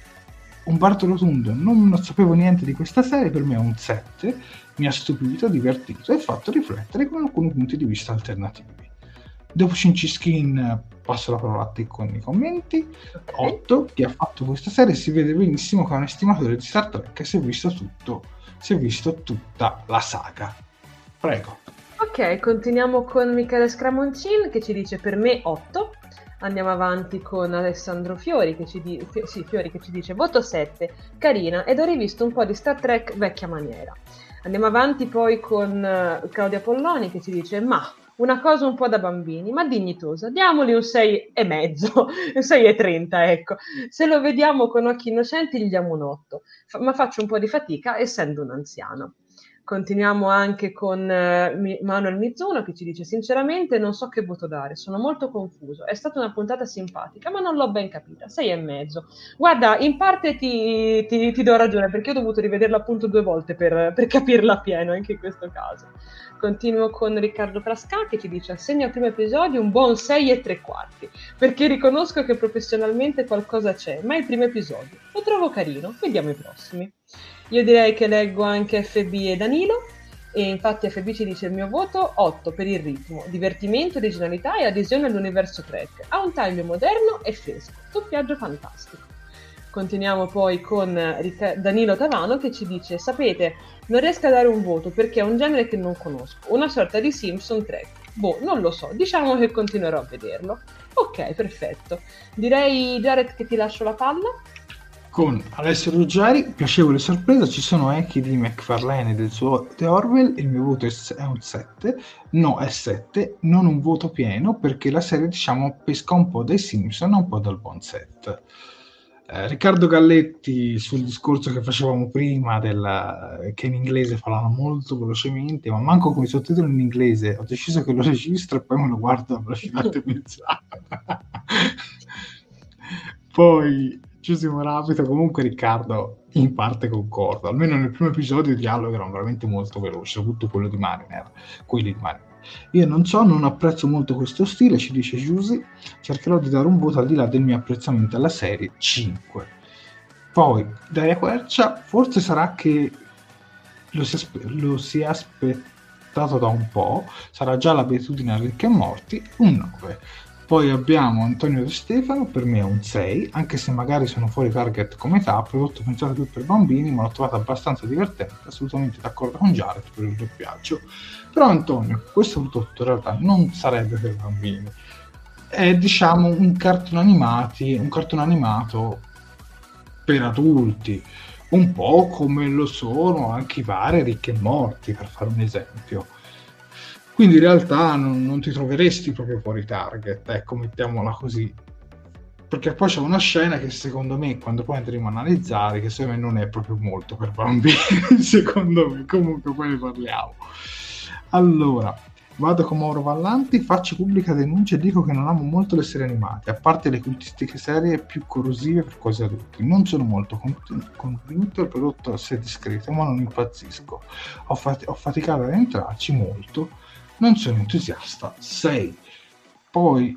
Umberto Rotundo, non, non sapevo niente di questa serie, per me è un sette, mi ha stupito, divertito e fatto riflettere con alcuni punti di vista alternativi. Dopo Cinciskin passo la parola a te con i commenti. Okay. otto, chi ha fatto questa serie si vede benissimo che è un estimatore di Star Trek e si è visto tutto, si è visto tutta la saga. Prego. Ok, continuiamo con Michele Scramoncin che ci dice per me otto. Andiamo avanti con Alessandro Fiori che ci, di- Fi- sì, Fiori che ci dice voto sette, carina, ed ho rivisto un po' di Star Trek vecchia maniera. Andiamo avanti poi con eh, Claudia Polloni che ci dice ma una cosa un po' da bambini, ma dignitosa, diamogli un sei e mezzo, un sei e trenta, ecco. Se lo vediamo con occhi innocenti gli diamo un otto, Fa- ma faccio un po' di fatica essendo un anziano. Continuiamo anche con eh, Mi- Manuel Mizuno che ci dice sinceramente non so che voto dare, sono molto confuso, è stata una puntata simpatica ma non l'ho ben capita, sei e mezzo. Guarda, in parte ti, ti- ti do ragione perché ho dovuto rivederla appunto due volte per, per capirla pieno anche in questo caso. Continuo con Riccardo Frasca che ci dice assegno al primo episodio un buon sei e tre quarti perché riconosco che professionalmente qualcosa c'è, ma è il primo episodio, lo trovo carino, vediamo i prossimi. Io direi che leggo anche F B e Danilo e infatti F B ci dice il mio voto otto per il ritmo, divertimento, originalità e adesione all'universo Trek. Ha un taglio moderno e fresco, doppiaggio fantastico. Continuiamo poi con Ric- Danilo Tavano che ci dice sapete, non riesco a dare un voto perché è un genere che non conosco, una sorta di Simpson Trek. Boh, non lo so, diciamo che continuerò a vederlo. Ok, perfetto. Direi Jared che ti lascio la palla. Con Alessio Ruggeri, piacevole sorpresa, ci sono echi di McFarlane e del suo The Orwell, il mio voto è s- è un sette, no è sette, non un voto pieno perché la serie diciamo pesca un po' dai Simpson e un po' dal buon set. Eh, Riccardo Galletti sul discorso che facevamo prima della, che in inglese parlano molto velocemente, ma manco con i sottotitoli in inglese, ho deciso che lo registro e poi me lo guardo a velocità dimezzata. Poi Giusimo Rapito, comunque Riccardo in parte concordo, almeno nel primo episodio i dialoghi erano veramente molto veloci, soprattutto quello di Mariner, quelli di Mariner. Io non so, non apprezzo molto questo stile, ci dice Giusy, cercherò di dare un voto al di là del mio apprezzamento alla serie cinque. Poi Daria Quercia, forse sarà che lo si, aspe- lo si è aspettato da un po', sarà già l'abitudine a Ricchi e Morti, un nove. Poi abbiamo Antonio De Stefano, per me è un sei, anche se magari sono fuori target come età, prodotto pensato più per bambini, ma l'ho trovato abbastanza divertente, assolutamente d'accordo con Jared per il doppiaggio. Però Antonio, questo prodotto in realtà non sarebbe per bambini, è diciamo un cartone animati, un cartone animato per adulti, un po' come lo sono anche i vari Ricchi e Morti, per fare un esempio. Quindi in realtà non, non ti troveresti proprio fuori target, ecco, mettiamola così. Perché poi c'è una scena che secondo me, quando poi andremo a analizzare, che secondo me non è proprio molto per bambini, secondo me, comunque poi ne parliamo. Allora, vado con Mauro Vallanti, faccio pubblica denuncia e dico che non amo molto le serie animate, a parte le cultistiche serie più corrosive per quasi adulti. Non sono molto convinto, il prodotto sia discreto, ma non impazzisco. Ho, fat- ho faticato ad entrarci molto, non sono entusiasta. sei. Poi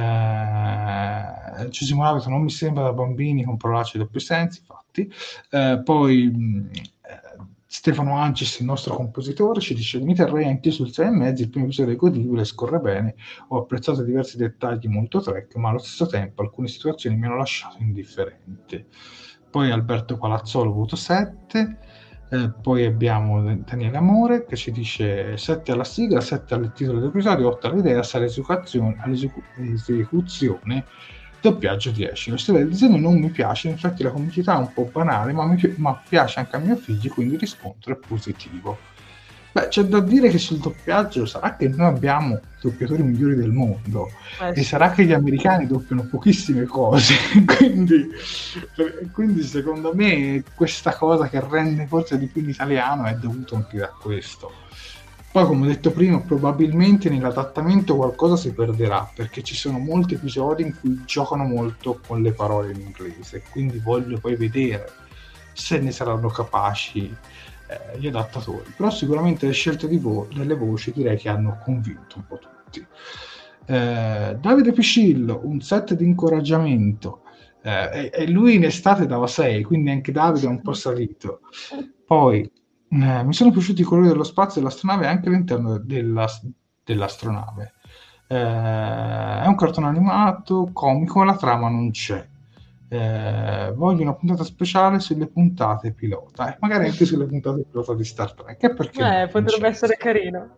eh, Giuseppe Moravito non mi sembra da bambini con parolacce e doppi sensi, infatti. Eh, poi mh, eh, Stefano Ancis, il nostro compositore, ci dice mi terrei anche sul sei e mezzo, il primo episodio è godibile, scorre bene, ho apprezzato diversi dettagli molto Trek, ma allo stesso tempo alcune situazioni mi hanno lasciato indifferente. Poi Alberto Palazzolo, voto sette. Eh, poi abbiamo Daniele Amore che ci dice sette alla sigla, sette al titolo dell'episodio, otto all'idea, sei all'esecuzione, all'esecuzione, doppiaggio dieci. Lo stile del disegno non mi piace, infatti la comicità è un po' banale, ma mi pi- ma piace anche a mio figlio, quindi il riscontro è positivo. Beh, c'è da dire che sul doppiaggio sarà che noi abbiamo i doppiatori migliori del mondo Eh, e sì. sarà che gli americani doppiano pochissime cose, quindi, quindi secondo me questa cosa che rende forse di più l'italiano è dovuto anche da questo. Poi, come ho detto prima, probabilmente nell'adattamento qualcosa si perderà, perché ci sono molti episodi in cui giocano molto con le parole in inglese, quindi voglio poi vedere se ne saranno capaci eh, gli adattatori. Però sicuramente le scelte di vo- delle voci direi che hanno convinto un po' tutti. tutti. Eh, Davide Piscillo, un set di incoraggiamento, eh, e, e lui in estate dava sei, quindi anche Davide è un po' salito. Poi eh, mi sono piaciuti i colori dello spazio dell'astronave anche all'interno della, dell'astronave. Eh, è un cartone animato, comico, la trama non c'è. Eh, voglio una puntata speciale sulle puntate pilota e magari anche sulle puntate pilota di Star Trek, e perché Eh, no, potrebbe Vincenzo? essere carino.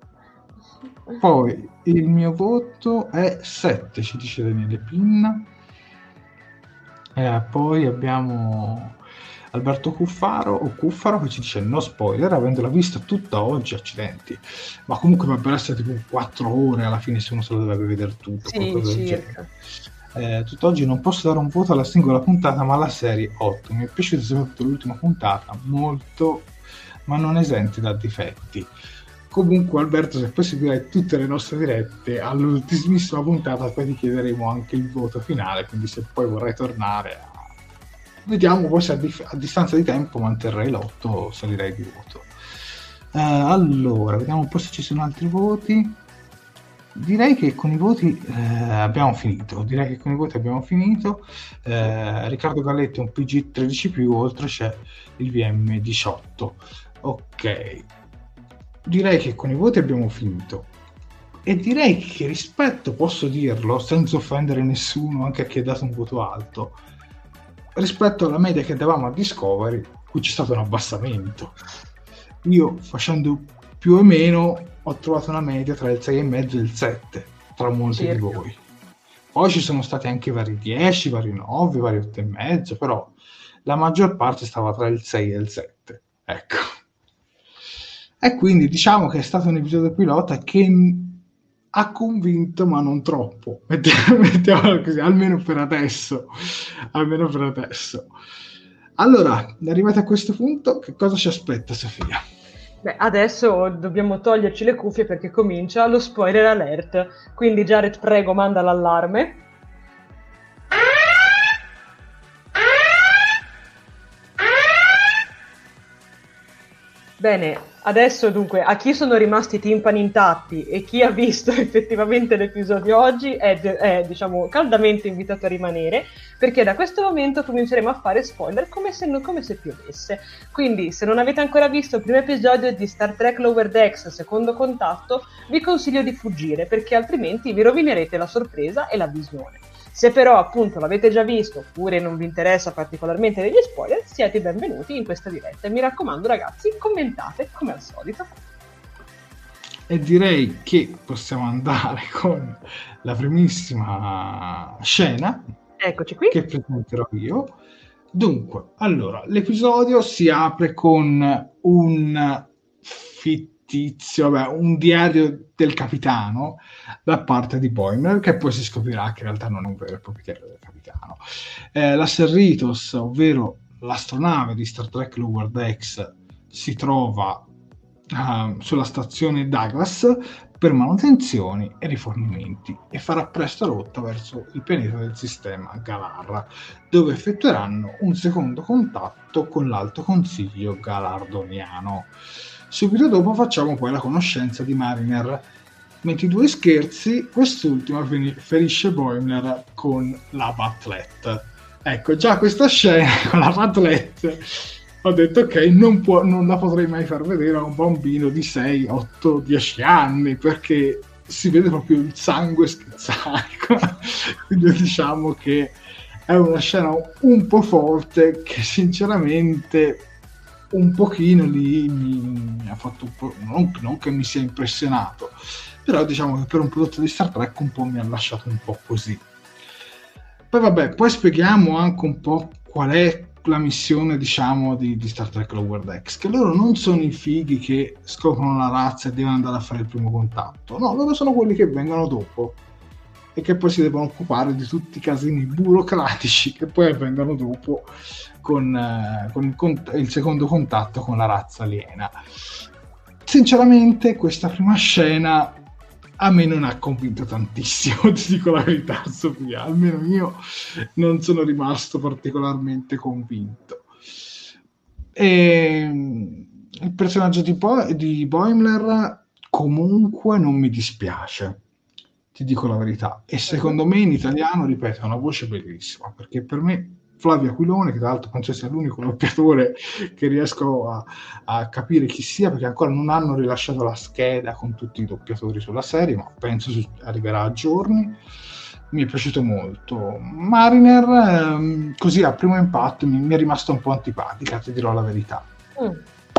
Poi il mio voto è sette, ci dice Daniele Pinna. Eh, poi abbiamo Alberto Cuffaro o Cuffaro che ci dice no spoiler, avendola vista tutta oggi, accidenti. Ma comunque potrebbero essere tipo quattro ore alla fine se uno se lo deve vedere tutto, Sì, qualcosa del circa. genere. Eh, tutt'oggi non posso dare un voto alla singola puntata, ma alla serie otto. Mi è piaciuta soprattutto l'ultima puntata, molto, ma non esente da difetti. Comunque Alberto, se poi seguirai tutte le nostre dirette, all'ultimissima puntata poi ti chiederemo anche il voto finale, quindi se poi vorrai tornare a... vediamo poi se a, dif- a distanza di tempo manterrei l'otto, salirei di voto. Eh, allora, vediamo un po' se ci sono altri voti. Direi che con i voti eh, abbiamo finito. Direi che con i voti abbiamo finito. Eh, Riccardo Galletti è un P G tredici più, oltre c'è il V M diciotto. Ok. Direi che con i voti abbiamo finito. E direi che rispetto, posso dirlo, senza offendere nessuno, anche a chi ha dato un voto alto, rispetto alla media che davamo a Discovery, qui c'è stato un abbassamento. Io, facendo più o meno, ho trovato una media tra il sei e mezzo e il sette, tra molti Circa. di voi. Poi ci sono stati anche vari dieci, vari nove, vari otto e mezzo, però la maggior parte stava tra il sei e il sette. Ecco. E quindi diciamo che è stato un episodio pilota che ha convinto, ma non troppo. Mettiamolo così, almeno per adesso. Almeno per adesso. Allora, arrivati a questo punto, che cosa ci aspetta, Sofia? Beh, adesso dobbiamo toglierci le cuffie perché comincia lo spoiler alert. Quindi Jared, prego, manda l'allarme. Bene, adesso dunque, a chi sono rimasti i timpani intatti e chi ha visto effettivamente l'episodio oggi è, è diciamo caldamente invitato a rimanere, perché da questo momento cominceremo a fare spoiler come se, come se piovesse. Quindi se non avete ancora visto il primo episodio di Star Trek Lower Decks Secondo Contatto, vi consiglio di fuggire, perché altrimenti vi rovinerete la sorpresa e la visione. Se però appunto l'avete già visto oppure non vi interessa particolarmente degli spoiler, siete benvenuti in questa diretta e mi raccomando ragazzi, commentate come al solito. E direi che possiamo andare con la primissima scena. Eccoci qui. Che presenterò io. Dunque, allora, l'episodio si apre con un fittizio, vabbè, un diario del capitano da parte di Boimler, che poi si scoprirà che in realtà non è un vero e proprio diario del capitano. Eh, la Cerritos, ovvero l'astronave di Star Trek Lower Decks, si trova uh, sulla stazione Douglas per manutenzioni e rifornimenti e farà presto rotta verso il pianeta del sistema Galar, dove effettueranno un secondo contatto con l'Alto Consiglio galardoniano. Subito dopo facciamo poi la conoscenza di Mariner. ventidue scherzi, quest'ultima ferisce Boimler con la Batlet. Ecco, già questa scena con la Batlet ho detto ok, non, può, non la potrei mai far vedere a un bambino di sei, otto, dieci anni, perché si vede proprio il sangue schizzare. Quindi diciamo che è una scena un po' forte che sinceramente un pochino lì mi, mi ha fatto un po', non, non che mi sia impressionato, però diciamo che per un prodotto di Star Trek un po' mi ha lasciato un po' così. Poi vabbè, poi spieghiamo anche un po' qual è la missione, diciamo, di, di Star Trek Lower Decks, che loro non sono i fighi che scoprono la razza e devono andare a fare il primo contatto, no, loro sono quelli che vengono dopo e che poi si devono occupare di tutti i casini burocratici che poi avvengono dopo con, eh, con il, cont- il secondo contatto con la razza aliena. Sinceramente questa prima scena a me non ha convinto tantissimo, ti dico la verità, Sofia, almeno io non sono rimasto particolarmente convinto. E il personaggio di, Bo- di Boimler comunque non mi dispiace, ti dico la verità. E secondo me in italiano, ripeto, è una voce bellissima, perché per me Flavio Aquilone, che tra l'altro penso sia l'unico doppiatore che riesco a, a capire chi sia, perché ancora non hanno rilasciato la scheda con tutti i doppiatori sulla serie, ma penso arriverà a giorni. Mi è piaciuto molto. Mariner, ehm, così a primo impatto mi, mi è rimasta un po' antipatica, ti dirò la verità. Mm.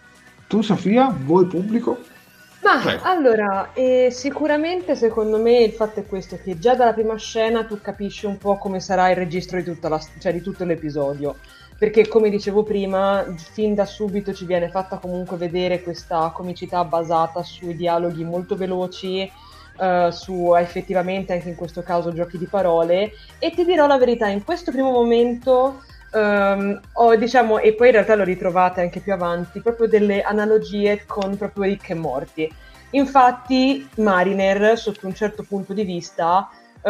Tu, Sofia, voi pubblico? Ma Prego. Allora, eh, sicuramente secondo me il fatto è questo, che già dalla prima scena tu capisci un po' come sarà il registro di, tutta la, cioè di tutto l'episodio, perché come dicevo prima, fin da subito ci viene fatta comunque vedere questa comicità basata sui dialoghi molto veloci, uh, su effettivamente anche in questo caso giochi di parole, e ti dirò la verità, in questo primo momento... Um, ho, diciamo, e poi in realtà lo ritrovate anche più avanti, proprio delle analogie con proprio Rick e Morty. Infatti Mariner, sotto un certo punto di vista,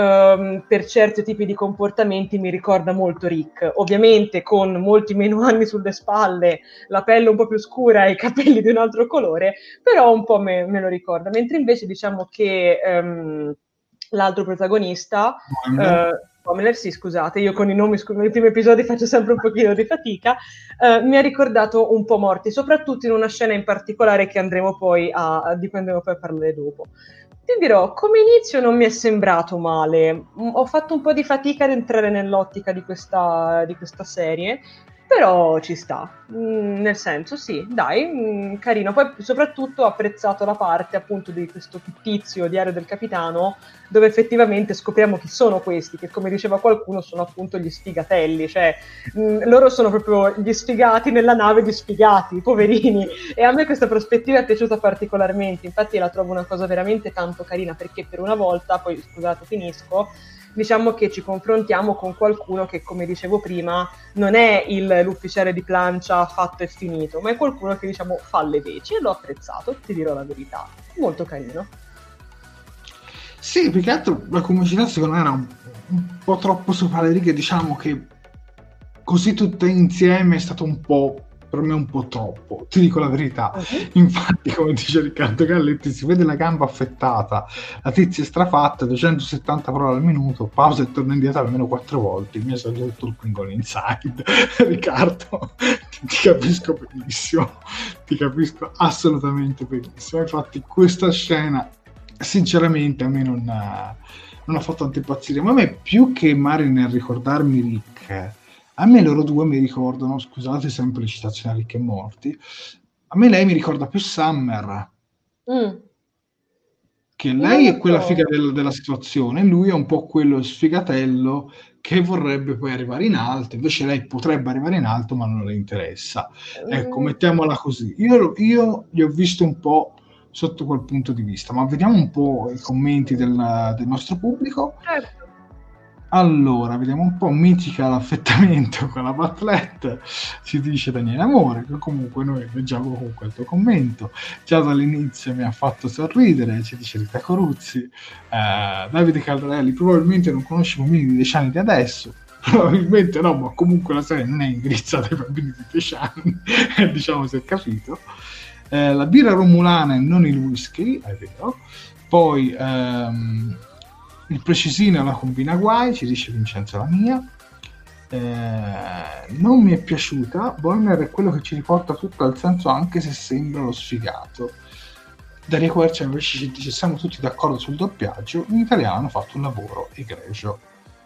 um, per certi tipi di comportamenti mi ricorda molto Rick, ovviamente con molti meno anni sulle spalle, la pelle un po' più scura e i capelli di un altro colore, però un po' me, me lo ricorda, mentre invece diciamo che um, l'altro protagonista uh, Homeler, sì, scusate, io con i nomi scu- nei primi episodi faccio sempre un pochino di fatica, uh, mi ha ricordato un po' Morty, soprattutto in una scena in particolare che andremo poi a, a di cui andremo poi a parlare dopo. Ti dirò, come inizio non mi è sembrato male, M- ho fatto un po' di fatica ad entrare nell'ottica di questa, di questa serie, però ci sta, mm, nel senso sì, dai, mm, carino. Poi soprattutto ho apprezzato la parte appunto di questo fittizio diario del capitano, dove effettivamente scopriamo chi sono questi, che come diceva qualcuno sono appunto gli sfigatelli, cioè mh, loro sono proprio gli sfigati nella nave di sfigati, poverini, e a me questa prospettiva è piaciuta particolarmente, infatti la trovo una cosa veramente tanto carina, perché per una volta, poi scusate finisco, diciamo che ci confrontiamo con qualcuno che, come dicevo prima, non è il, l'ufficiale di plancia fatto e finito, ma è qualcuno che diciamo fa le veci, e l'ho apprezzato, ti dirò la verità, molto carino. Sì, più che altro la comicità secondo me era un, un po' troppo sopra le righe, diciamo che così tutte insieme è stato un po', per me un po' troppo, ti dico la verità. Uh-huh. Infatti, come dice Riccardo Galletti, si vede la gamba affettata, la tizia è strafatta, duecentosettanta parole al minuto, pausa e torna indietro almeno quattro volte, mi ha salito tutto il Klingon Inside. Riccardo, ti, ti capisco benissimo, ti capisco assolutamente benissimo. Infatti questa scena sinceramente a me non ha, non ha fatto tanto impazzire, ma a me più che Mariner ricordarmi Rick, a me loro due mi ricordano, scusate sempre le citazioni a Rick e Morty, a me lei mi ricorda più Summer, mm. che lei è quella figa del, della situazione, lui è un po' quello sfigatello che vorrebbe poi arrivare in alto, invece lei potrebbe arrivare in alto ma non le interessa, mm. ecco, mettiamola così. Io, io gli ho visto un po' sotto quel punto di vista, ma vediamo un po' i commenti del, del nostro pubblico. Certo. Allora, vediamo un po', mitica l'affettamento con la Batlet, ci dice Daniele Amore, che comunque noi leggiamo comunque il tuo commento, già dall'inizio mi ha fatto sorridere, ci dice Rita Coruzzi, eh, Davide Caldarelli, probabilmente non conosce i bambini di dieci anni di adesso, probabilmente no, ma comunque la serie non è indirizzata ai bambini di dieci anni, diciamo si è capito. Eh, la birra romulana e non il whisky, è vero. Poi ehm, il precisino e la combina guai, ci dice Vincenzo la mia. Eh, non mi è piaciuta. Boimler è quello che ci riporta tutto al senso, anche se sembra lo sfigato. Daria Quercia invece ci dice siamo tutti d'accordo sul doppiaggio, in italiano hanno fatto un lavoro egregio.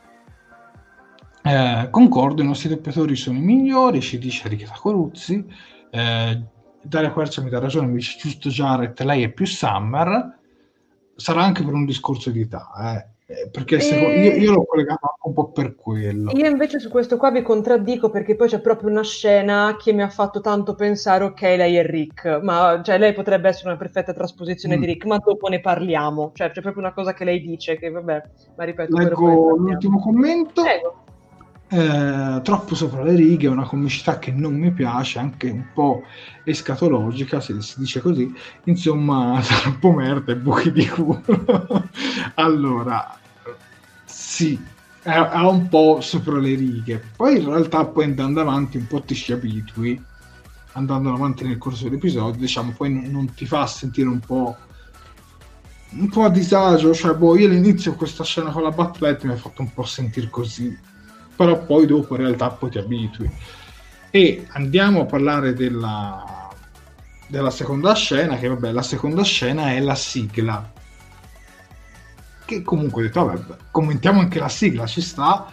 Eh, concordo, i nostri doppiatori sono i migliori, ci dice Rita Coruzzi. eh, Daria Quercia mi dà ragione, mi dice giusto Jared, lei è più Summer, sarà anche per un discorso di età, eh, perché secondo, e... io, io l'ho collegato anche un po' per quello. Io invece su questo qua vi contraddico, perché poi c'è proprio una scena che mi ha fatto tanto pensare, ok, lei è Rick, ma cioè lei potrebbe essere una perfetta trasposizione mm. di Rick, ma dopo ne parliamo, cioè c'è proprio una cosa che lei dice, che vabbè, ma ripeto... Leggo l'ultimo commento. Prego. Eh, troppo sopra le righe, una comicità che non mi piace, anche un po' escatologica, se si dice così, insomma troppo merda e buchi di culo. Allora sì, ha un po' sopra le righe, poi in realtà poi andando avanti un po' ti ci abitui, andando avanti nel corso dell'episodio, diciamo, poi non ti fa sentire un po' un po' a disagio, cioè boh, io all'inizio questa scena con la Batplate mi ha fatto un po' sentire così, però poi dopo in realtà poi ti abitui. E andiamo a parlare della, della seconda scena, che vabbè, la seconda scena è la sigla, che comunque ho detto vabbè, commentiamo anche la sigla, ci sta.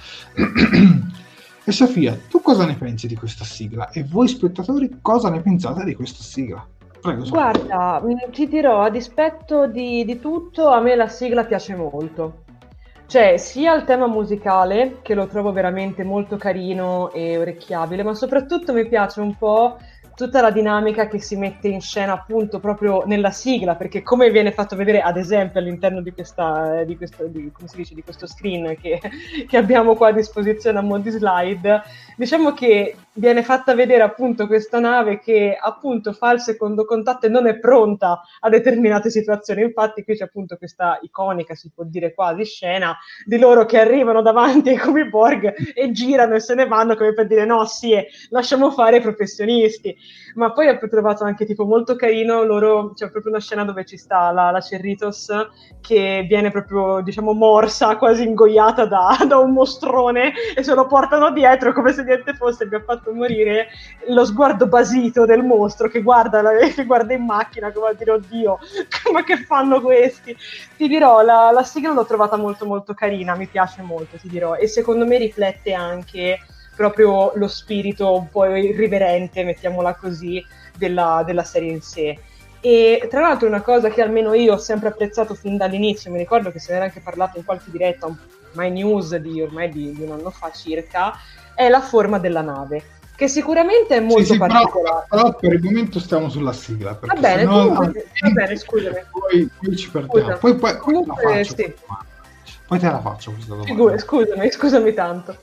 E Sofia, tu cosa ne pensi di questa sigla? E voi spettatori cosa ne pensate di questa sigla? Prego, Sofia. Guarda, ti dirò, a dispetto di, di tutto, a me la sigla piace molto. Cioè, sia il tema musicale, che lo trovo veramente molto carino e orecchiabile, ma soprattutto mi piace un po' tutta la dinamica che si mette in scena appunto proprio nella sigla, perché come viene fatto vedere ad esempio all'interno di questa di questo di, come si dice, di questo screen che, che abbiamo qua a disposizione a mo' di slide, diciamo che viene fatta vedere appunto questa nave che appunto fa il secondo contatto e non è pronta a determinate situazioni. Infatti qui c'è appunto questa iconica, si può dire quasi, scena di loro che arrivano davanti ai cubiborg e girano e se ne vanno come per dire no sì, lasciamo fare i professionisti. Ma poi ho trovato anche tipo molto carino loro, c'è proprio una scena dove ci sta la, la Cerritos che viene proprio diciamo morsa, quasi ingoiata da, da un mostrone e se lo portano dietro come se niente fosse. Mi ha fatto morire lo sguardo basito del mostro che guarda, la, che guarda in macchina come a dire oddio ma che fanno questi. Ti dirò, la, la sigla l'ho trovata molto molto carina, mi piace molto, ti dirò, e secondo me riflette anche proprio lo spirito un po' irriverente, mettiamola così, della, della serie in sé. E tra l'altro una cosa che almeno io ho sempre apprezzato fin dall'inizio, mi ricordo che se ne era anche parlato in qualche diretta, My News di ormai di, di un anno fa circa, è la forma della nave, che sicuramente è molto sì, sì, particolare. Però, però per il momento stiamo sulla sigla. Va bene, sennò, comunque, va bene, scusami. Poi, poi ci perdiamo. Scusa. Poi, poi, Comunque, poi, te la faccio, sì. poi te la faccio questa domanda. Figu- scusami, scusami tanto.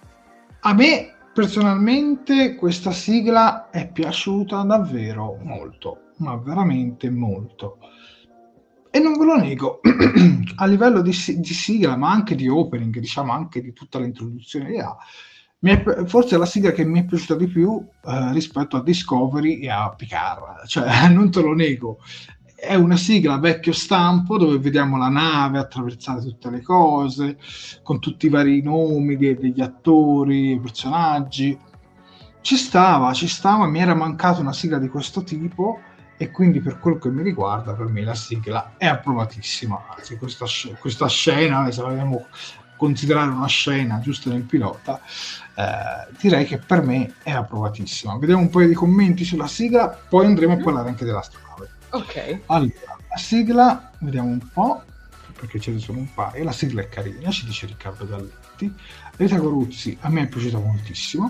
A me personalmente questa sigla è piaciuta davvero molto, ma veramente molto. E non ve lo nego, a livello di, di sigla, ma anche di opening, diciamo anche di tutta l'introduzione che ha, mi è, forse è la sigla che mi è piaciuta di più eh, rispetto a Discovery e a Picard, cioè non te lo nego. È una sigla vecchio stampo dove vediamo la nave attraversare tutte le cose, con tutti i vari nomi dei, degli attori, i personaggi. Ci stava, ci stava, mi era mancata una sigla di questo tipo e quindi per quello che mi riguarda, per me la sigla è approvatissima. Anzi, questa, questa scena, se la vogliamo considerare una scena giusto nel pilota, eh, direi che per me è approvatissima. Vediamo un paio di commenti sulla sigla, poi andremo a parlare anche dell'astronave. Ok. Allora, la sigla, vediamo un po', perché ce ne sono un paio. La sigla è carina, ci dice Riccardo Galletti. Rita Coruzzi, a me è piaciuta moltissimo.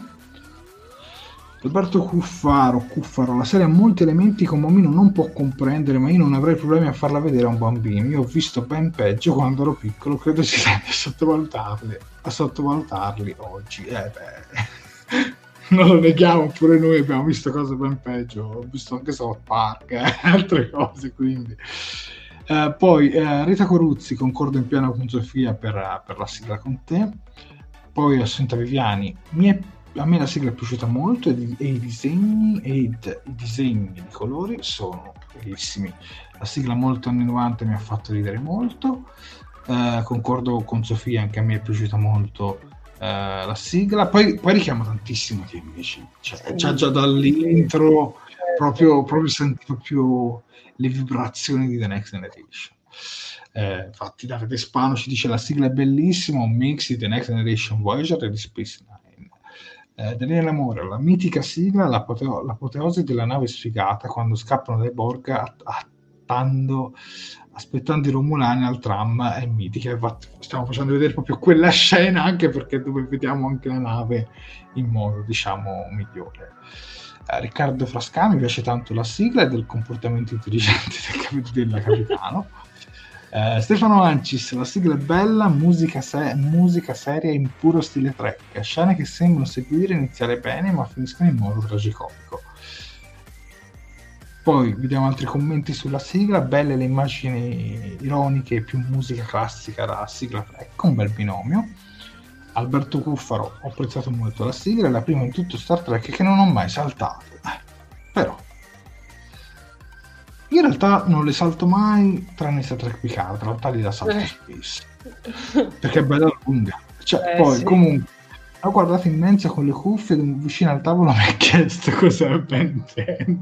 Alberto Cuffaro, Cuffaro, la serie ha molti elementi che un bambino non può comprendere, ma io non avrei problemi a farla vedere a un bambino. Io ho visto ben peggio quando ero piccolo, credo si tende a sottovalutarli, a sottovalutarli oggi. Eh beh, non lo neghiamo, pure noi abbiamo visto cose ben peggio, ho visto anche South Park e eh, altre cose, quindi. Eh, poi eh, Rita Coruzzi, concordo in pieno con Sofia per, per la sigla con te. Poi Assunta Viviani, mi è a me la sigla è piaciuta molto e, e i disegni e i, i disegni di colori sono bellissimi. La sigla molto anni novanta mi ha fatto ridere molto. Eh, concordo con Sofia, anche a me è piaciuta molto eh, la sigla. Poi, poi richiama tantissimo T M C, cioè, già, già dall'intro proprio, proprio senti proprio le vibrazioni di The Next Generation. Eh, infatti Davide Spano ci dice la sigla è bellissima, un mix di The Next Generation, Voyager e di Space Nine. Eh, Daniele Amore, la mitica sigla, l'apoteo- l'apoteosi della nave sfigata quando scappano dai Borg att- attando, aspettando i Romulani al tram è mitica. Infatti stiamo facendo vedere proprio quella scena, anche perché dove vediamo anche la nave in modo diciamo migliore. eh, Riccardo Frascani, mi piace tanto la sigla e del comportamento intelligente del, cap- del capitano. Uh, Stefano Ancis, la sigla è bella, musica, se- musica seria in puro stile Trek, scene che sembrano seguire e iniziare bene ma finiscono in modo tragicomico. Poi vediamo altri commenti sulla sigla, belle le immagini ironiche, più musica classica da sigla Trek, un bel binomio. Alberto Cuffaro, ho apprezzato molto la sigla, è la prima in tutto Star Trek che non ho mai saltato, eh, però Io in realtà non le salto mai tranne Star Trek Picard, in realtà li la salto Eh. spesso perché è bella lunga, cioè Eh, poi sì. comunque ho guardato in mensa con le cuffie vicino al tavolo, mi ha chiesto cos'è Ben dieci.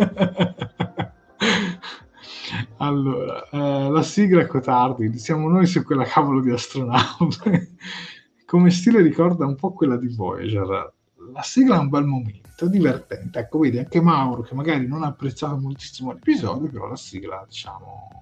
Allora, eh, la sigla è Cotardi, siamo noi su quella cavolo di astronave. Come stile ricorda un po' quella di Voyager. La sigla è un bel momento, divertente. Ecco, vedi, anche Mauro, che magari non ha apprezzato moltissimo l'episodio, però la sigla, diciamo,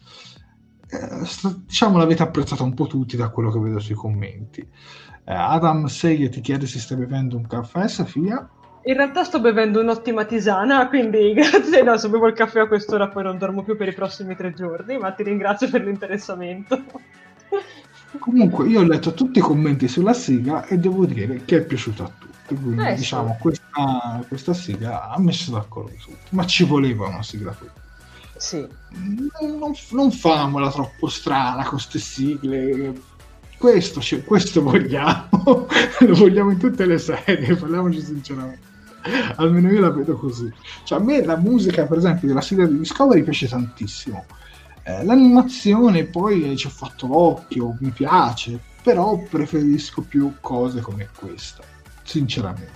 eh, st- diciamo l'avete apprezzata un po' tutti da quello che vedo sui commenti. Eh, Adam Seie ti chiede se stai bevendo un caffè, Sofia. In realtà sto bevendo un'ottima tisana, quindi grazie. No, se bevo il caffè a quest'ora poi non dormo più per i prossimi tre giorni, ma ti ringrazio per l'interessamento. Comunque io ho letto tutti i commenti sulla sigla e devo dire che è piaciuta a tutti, quindi Eh, diciamo sì. questa, questa sigla ha messo d'accordo tutti, ma ci voleva una sigla così. Sì. Non, non famola troppo strana con queste sigle, questo, questo vogliamo, lo vogliamo in tutte le serie, parliamoci sinceramente. Almeno io la vedo così. Cioè, a me la musica, per esempio, della sigla di Discovery piace tantissimo. Eh, l'animazione poi ci ho fatto l'occhio, mi piace, però preferisco più cose come questa, sinceramente.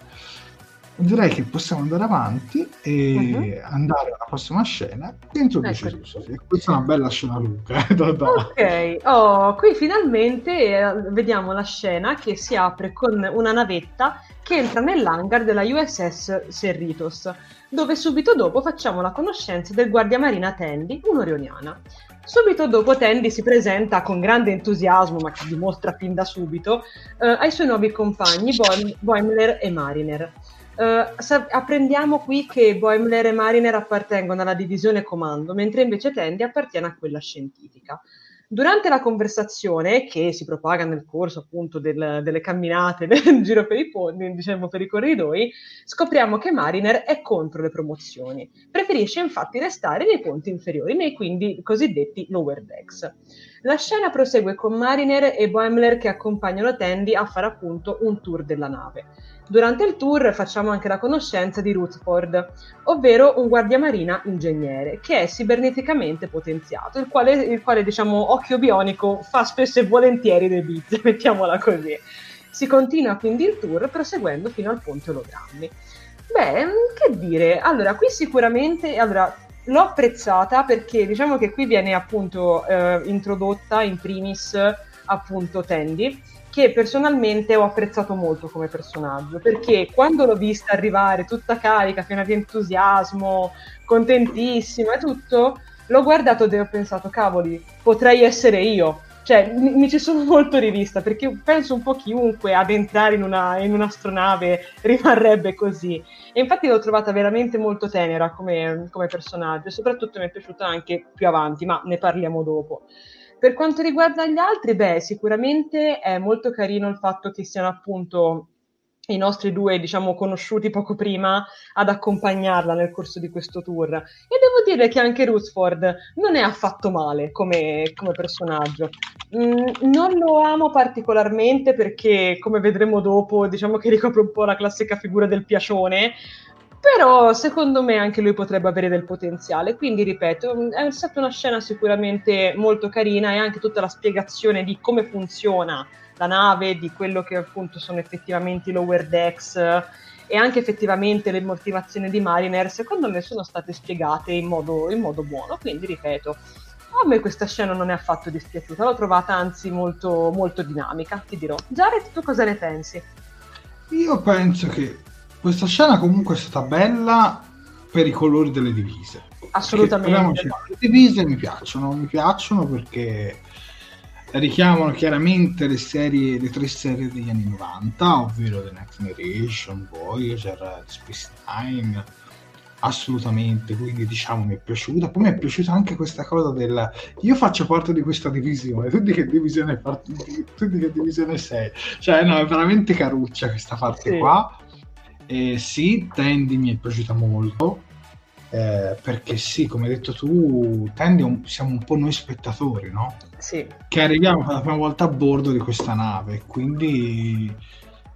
Direi che possiamo andare avanti e uh-huh. andare alla prossima scena che introduce ecco. Susi. Questa è una bella scena lunga. Eh, da, da. Ok, oh, qui finalmente eh, vediamo la scena che si apre con una navetta che entra nell'hangar della U S S Cerritos, dove subito dopo facciamo la conoscenza del guardiamarina Tandy, un'orioniana. Subito dopo Tandy si presenta con grande entusiasmo, ma che dimostra fin da subito, eh, ai suoi nuovi compagni Boim- Boimler e Mariner. Uh, sa- apprendiamo qui che Boimler e Mariner appartengono alla divisione comando, mentre invece Tandy appartiene a quella scientifica. Durante la conversazione, che si propaga nel corso appunto del, delle camminate in giro per i ponti, diciamo per i corridoi, scopriamo che Mariner è contro le promozioni. Preferisce infatti restare nei ponti inferiori, nei quindi cosiddetti lower decks. La scena prosegue con Mariner e Boimler che accompagnano Tandy a fare appunto un tour della nave. Durante il tour facciamo anche la conoscenza di Rutherford, ovvero un guardiamarina ingegnere che è ciberneticamente potenziato, il quale, il quale diciamo occhio bionico fa spesso e volentieri le bizze, mettiamola così. Si continua quindi il tour proseguendo fino al ponte ologrammi. Beh, che dire, allora qui sicuramente allora, l'ho apprezzata perché diciamo che qui viene appunto eh, introdotta in primis appunto Tandy, che personalmente ho apprezzato molto come personaggio, perché quando l'ho vista arrivare tutta carica, piena di entusiasmo, contentissima e tutto, l'ho guardato e ho pensato, cavoli, potrei essere io. Cioè, mi, mi ci sono molto rivista, perché penso un po' chiunque ad entrare in, una, in un'astronave rimarrebbe così. E infatti l'ho trovata veramente molto tenera come, come personaggio, e soprattutto mi è piaciuta anche più avanti, ma ne parliamo dopo. Per quanto riguarda gli altri, beh, sicuramente è molto carino il fatto che siano appunto i nostri due, diciamo, conosciuti poco prima ad accompagnarla nel corso di questo tour. E devo dire che anche Rutherford non è affatto male come, come personaggio. Mm, non lo amo particolarmente perché, come vedremo dopo, diciamo che ricopre un po' la classica figura del piacione, però secondo me anche lui potrebbe avere del potenziale, quindi ripeto, è stata una scena sicuramente molto carina e anche tutta la spiegazione di come funziona la nave, di quello che appunto sono effettivamente i lower decks e anche effettivamente le motivazioni di Mariner, secondo me sono state spiegate in modo, in modo buono, quindi ripeto, a me questa scena non è affatto dispiaciuta, l'ho trovata anzi molto, molto dinamica, ti dirò. Jared, tu cosa ne pensi? Io penso che questa scena comunque è stata bella per i colori delle divise. Assolutamente. Le divise mi piacciono, mi piacciono perché richiamano chiaramente le serie, le tre serie degli anni novanta, ovvero The Next Generation, Voyager, Space Time, assolutamente, quindi diciamo mi è piaciuta. Poi mi è piaciuta anche questa cosa del io faccio parte di questa divisione, tu di che divisione parti, tu di che divisione sei? Cioè no, è veramente caruccia questa parte sì. qua. Eh, sì, Tandy mi è piaciuta molto eh, perché sì, come hai detto tu, Tandy un, siamo un po' noi spettatori, no? Sì. Che arriviamo per la prima volta a bordo di questa nave, quindi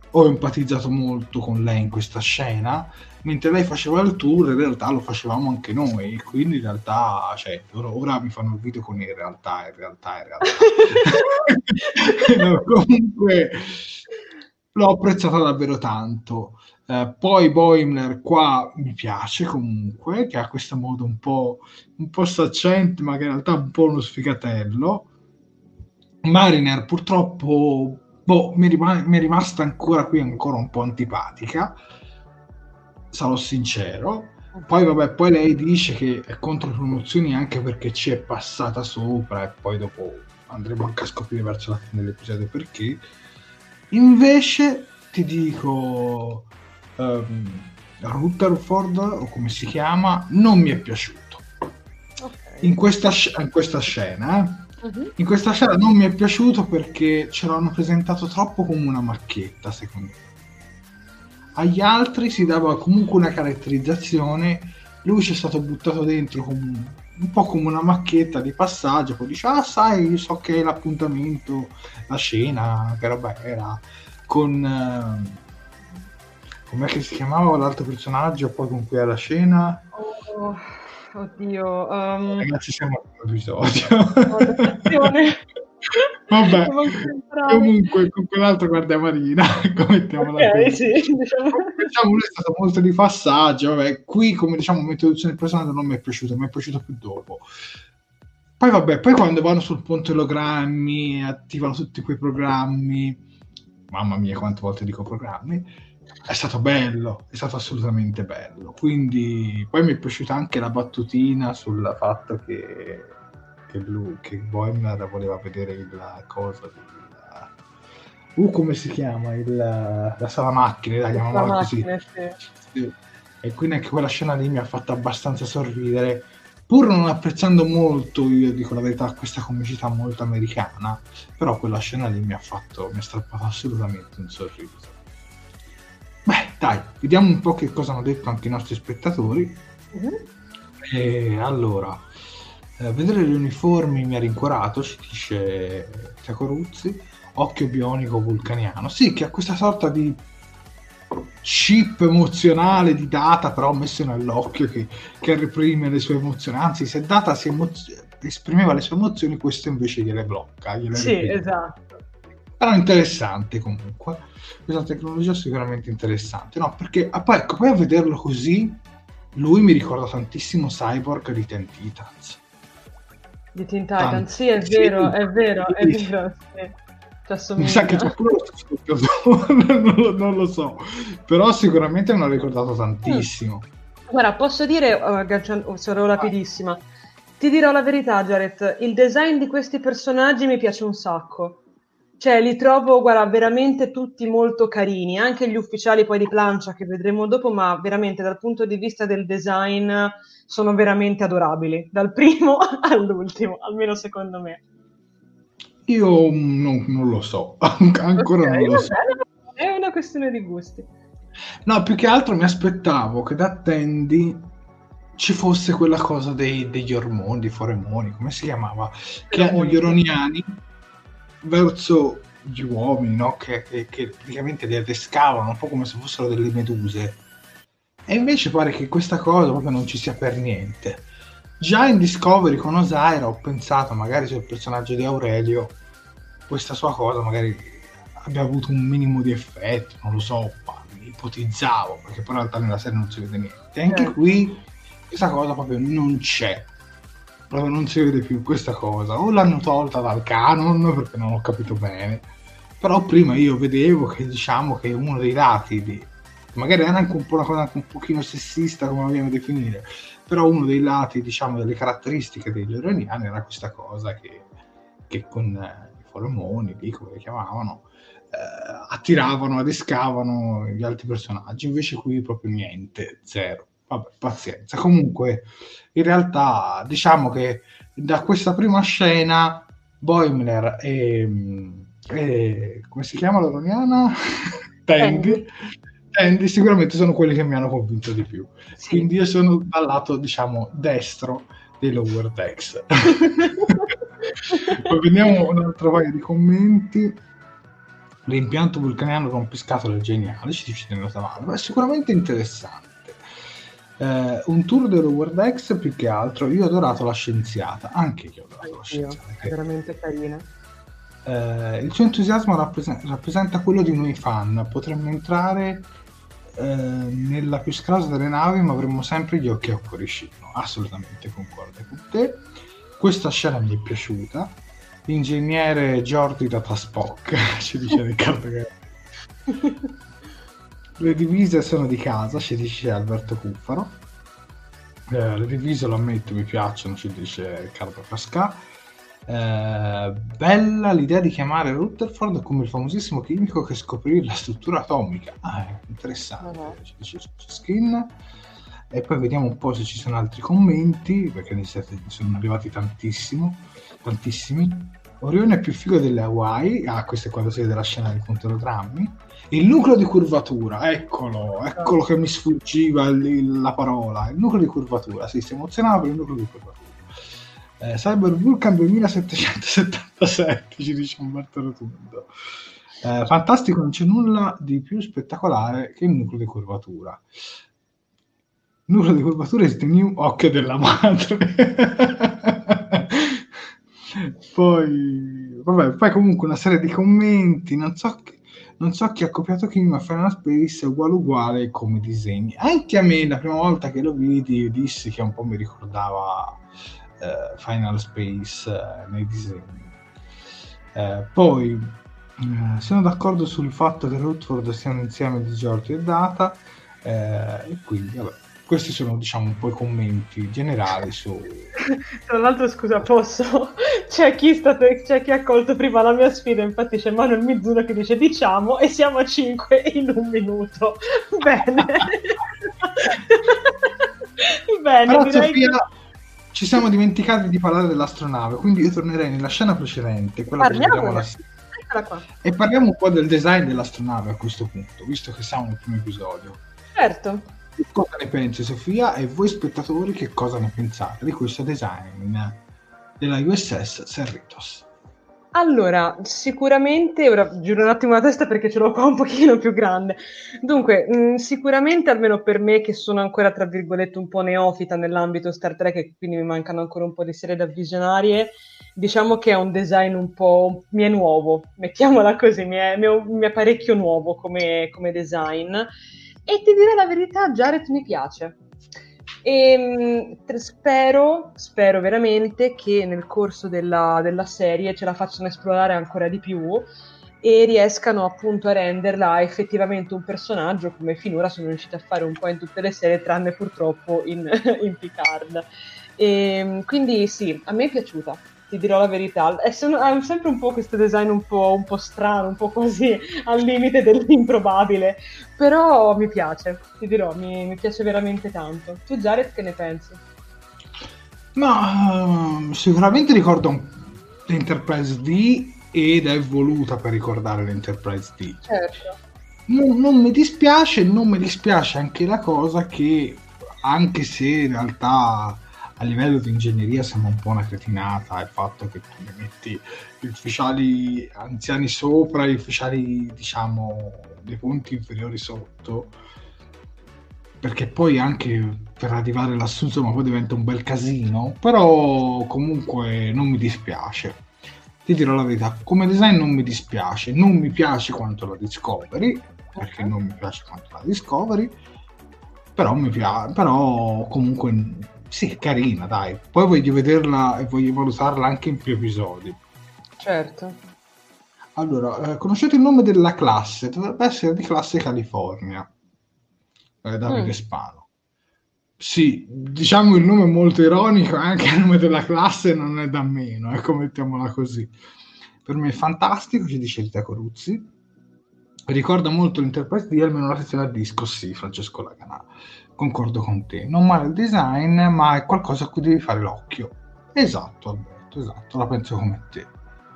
ho empatizzato molto con lei in questa scena, mentre lei faceva il tour, in realtà lo facevamo anche noi, quindi in realtà, cioè, ora, ora mi fanno il video con in realtà, in realtà, in realtà. No, comunque l'ho apprezzata davvero tanto. Uh, poi Boimler qua mi piace comunque, che ha questo modo un po', un po' saccente, ma che in realtà è un po' uno sfigatello. Mariner purtroppo boh, mi, rim- mi è rimasta ancora qui ancora un po' antipatica, sarò sincero. Poi vabbè, poi lei dice che è contro le promozioni anche perché ci è passata sopra, e poi dopo andremo anche a scoprire verso la fine dell'episodio perché. Invece ti dico um, Rutherford, o come si chiama, non mi è piaciuto. Okay. In questa, sc- in questa scena eh Uh-huh. In questa scena non mi è piaciuto perché ce l'hanno presentato troppo come una macchietta, secondo me. Agli altri si dava comunque una caratterizzazione, lui ci è stato buttato dentro come, un po' come una macchietta di passaggio, poi dice ah sai, io so che è l'appuntamento, la scena, che roba era, con uh, com'è che si chiamava l'altro personaggio poi con cui è la scena? Oh. Oddio, um... ragazzi, siamo all'episodio. Vabbè, comunque con quell'altro guardiamarina, mettiamola okay, così. Sì, diciamo. diciamo lui è stato molto di passaggio. Vabbè, qui come diciamo l'introduzione del personaggio non mi è piaciuto, mi è piaciuto più dopo. Poi vabbè, poi quando vanno sul ponte ologrammi, attivano tutti quei programmi, mamma mia quante volte dico programmi, è stato bello, è stato assolutamente bello. Quindi poi mi è piaciuta anche la battutina sul fatto che che lui, che Boimler voleva vedere il cosa il, uh come si chiama il, la sala macchine, la chiamiamola così. Sì. Sì. E quindi anche quella scena lì mi ha fatto abbastanza sorridere, pur non apprezzando molto, io dico la verità, questa comicità molto americana, però quella scena lì mi ha fatto, mi ha strappato assolutamente un sorriso. Beh, dai, vediamo un po' che cosa hanno detto anche i nostri spettatori. Mm-hmm. E allora, eh, vedere gli uniformi mi ha rincuorato, ci dice Tacoruzzi, occhio bionico vulcaniano. Sì, che ha questa sorta di chip emozionale di Data, però messo nell'occhio, che, che reprime le sue emozioni. Anzi, se Data si emozio- esprimeva le sue emozioni, questo invece gliele blocca. Gliele sì, reprime. Esatto. Però interessante comunque, questa tecnologia è sicuramente interessante, no? Perché ah, poi, ecco, poi a vederlo così, lui mi ricorda tantissimo Cyborg di Teen Titans. Di Teen Titans, Tant- sì, è vero, è vero, è vero, sì. Mi sa che c'è pure lo stesso non, lo, non lo so, però sicuramente me l'ha ricordato tantissimo. Mm. Guarda, posso dire, uh, sarò rapidissima, ti dirò la verità, Jared, il design di questi personaggi mi piace un sacco. Cioè, li trovo, guarda, veramente tutti molto carini, anche gli ufficiali poi di plancia che vedremo dopo, ma veramente dal punto di vista del design sono veramente adorabili, dal primo all'ultimo, almeno secondo me. Io non, non lo so, ancora okay, non lo vabbè, so. È una questione di gusti. No, più che altro mi aspettavo che da Tandy ci fosse quella cosa dei, degli ormoni, foremoni, come si chiamava? Che hanno gli oroniani verso gli uomini, no? Che, che, che praticamente li adescavano un po' come se fossero delle meduse, e invece pare che questa cosa proprio non ci sia per niente. Già in Discovery con Osaira ho pensato magari sul personaggio di Aurelio questa sua cosa magari abbia avuto un minimo di effetto, non lo so, ipotizzavo, perché poi in realtà nella serie non si vede niente, e anche eh. qui questa cosa proprio non c'è, proprio non si vede più questa cosa, o l'hanno tolta dal canon perché non ho capito bene, però prima io vedevo che diciamo che uno dei lati di, magari era anche un po' una cosa anche un pochino sessista come la vogliamo definire, però uno dei lati diciamo delle caratteristiche degli oraniani era questa cosa che, che con eh, i foremoni lì come li chiamavano eh, attiravano, adescavano gli altri personaggi, invece qui proprio niente, zero. Vabbè, pazienza. Comunque, in realtà, diciamo che da questa prima scena, Boimler e, e come si chiama l'oroniana? Tandy. Tandy sicuramente sono quelli che mi hanno convinto di più. Sì. Quindi io sono dal lato, diciamo, destro dei Lower Decks. Poi vediamo un altro paio di commenti. l'impianto vulcaniano rompiscatole è geniale, ci dice nella tavola, ma è sicuramente interessante. Eh, un tour dello Wordex più che altro. Io ho adorato la scienziata, anche io ho adorato la scienziata, è veramente carina. Eh, il suo entusiasmo rappresen- rappresenta quello di noi fan. Potremmo entrare eh, nella più scrausa delle navi, ma avremmo sempre gli occhi a cuoricino. Assolutamente concordo con te. Questa scena mi è piaciuta. L'ingegnere Jordi Data Spock ci dice Riccardo che le divise sono di casa, ci dice Alberto Cuffaro. Eh, le divise, lo ammetto, mi piacciono, ci dice Riccardo Cascà. Eh, bella l'idea di chiamare Rutherford come il famosissimo chimico che scoprì la struttura atomica. Ah, è interessante, uh-huh. ci dice Skin. E poi vediamo un po' se ci sono altri commenti, perché ne sono arrivati tantissimo, tantissimi. Orione è più figo delle Hawaii. Ah, questo è quando si vede la scena dei contrologrammi. Il nucleo di curvatura, eccolo, eccolo che mi sfuggiva il, la parola. Il nucleo di curvatura, sì, si emozionava per il nucleo di curvatura. Eh, Cyber Vulcan duemilasettecentosettantasette, ci dice Umberto Rotundo. Eh, fantastico, non c'è nulla di più spettacolare che il nucleo di curvatura. Il nucleo di curvatura è il new occhio della madre. Poi, vabbè, poi comunque una serie di commenti, non so, che, non so chi ha copiato chi, ma Final Space è uguale uguale come disegni. Anche a me, la prima volta che lo vidi, dissi che un po' mi ricordava eh, Final Space eh, nei disegni. Eh, poi, eh, sono d'accordo sul fatto che Rutherford sia un insieme di George e Data, eh, e quindi, vabbè. Questi sono, diciamo, un po' i commenti generali su... Tra l'altro, scusa, posso? C'è chi, stato, c'è chi ha colto prima la mia sfida, infatti c'è Manuel Mizuno che dice diciamo, e siamo a cinque in un minuto. Bene. Bene, Però, direi Sofia, che... ci siamo dimenticati di parlare dell'astronave, quindi io tornerei nella scena precedente, quella che vediamo la... qua. E parliamo un po' del design dell'astronave a questo punto, visto che siamo nel primo episodio. Certo. Cosa ne pensi, Sofia, e voi spettatori che cosa ne pensate di questo design della U S S Cerritos? Allora, sicuramente, ora giro un attimo la testa perché ce l'ho qua un pochino più grande. Dunque, mh, sicuramente, almeno per me che sono ancora, tra virgolette, un po' neofita nell'ambito Star Trek e quindi mi mancano ancora un po' di serie da visionarie, diciamo che è un design un po' mi è nuovo, mettiamola così, mi è, mi è, mi è parecchio nuovo come, come design. E ti dirò la verità, Jared mi piace. E mh, spero, spero veramente che nel corso della, della serie ce la facciano esplorare ancora di più e riescano appunto a renderla effettivamente un personaggio come finora sono riusciti a fare un po' in tutte le serie, tranne purtroppo in, in Picard. E, quindi sì, a me è piaciuta. Ti dirò la verità, è sempre un po' questo design un po', un po' strano, un po' così al limite dell'improbabile, però mi piace, ti dirò, mi, mi piace veramente tanto. Tu Jared che ne pensi? No, sicuramente ricordo l'Enterprise D ed è voluta per ricordare l'Enterprise D. Certo. Non, non mi dispiace, non mi dispiace anche la cosa che, anche se in realtà a livello di ingegneria sembra un po' una cretinata il fatto che tu ne metti gli ufficiali anziani sopra e gli ufficiali, diciamo, dei punti inferiori sotto, perché poi anche per arrivare lassù insomma poi diventa un bel casino, però comunque non mi dispiace, ti dirò la verità, come design non mi dispiace, non mi piace quanto la Discovery, perché non mi piace quanto la Discovery, però mi piace, però comunque sì, carina, dai. Poi voglio vederla e voglio valutarla anche in più episodi. Certo. Allora, eh, conoscete il nome della classe? Dovrebbe essere di classe California. Eh, Davide mm. Spano. Sì, diciamo il nome è molto ironico, anche il nome della classe non è da meno, ecco, mettiamola così. Per me è fantastico, ci dice Rita Coruzzi. Ricorda molto l'Enterprise D, almeno la sezione a disco, sì, Francesco Laganà. Concordo con te, non male il design, ma è qualcosa a cui devi fare l'occhio. Esatto, Alberto, esatto, la penso come te.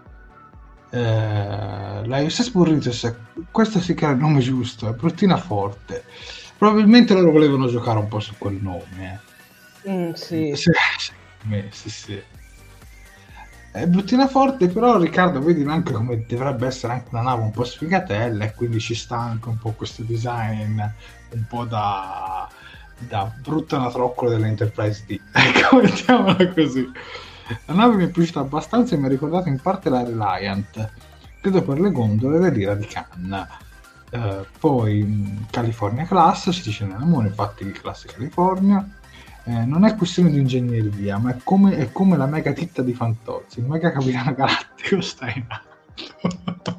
Eh, la U S S Burritos, questo sì che è il nome giusto, è bruttina forte. Probabilmente loro volevano giocare un po' su quel nome. Eh. Mm, sì. Sì, sì, sì, sì. È bruttina forte, però Riccardo vedi anche come dovrebbe essere anche una nave un po' sfigatella, e quindi ci sta anche un po' questo design un po' da, da brutta anatroccolo dell'Enterprise D, ecco, mettiamola così. La nave mi è piaciuta abbastanza e mi ha ricordato in parte la Reliant, credo per le gondole dell'ira di Khan. Uh, poi California Class, si dice nel nome, infatti di classe California. Eh, non è questione di ingegneria, ma è come, è come la mega titta di Fantozzi, il mega capitano galattico sta in alto.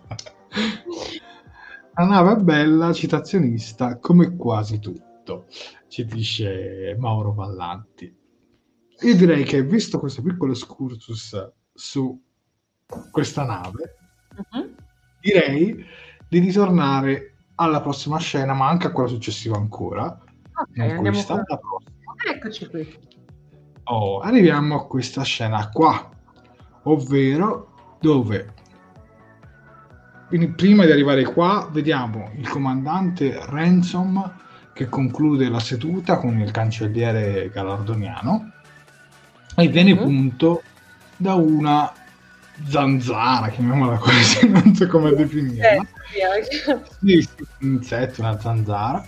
La nave è bella, citazionista, come quasi tutto, ci dice Mauro Vallanti. Io direi che, visto questo piccolo excursus su questa nave, uh-huh. direi di ritornare alla prossima scena, ma anche a quella successiva ancora. Ok, andiamo sta la prossima. Eccoci qui. Oh, arriviamo a questa scena qua, ovvero dove prima di arrivare qua vediamo il comandante Ransom che conclude la seduta con il cancelliere galardoniano e viene mm-hmm. punto da una zanzara, chiamiamola così, non so come definirla. Eh, sì, sì, un insetto, una zanzara.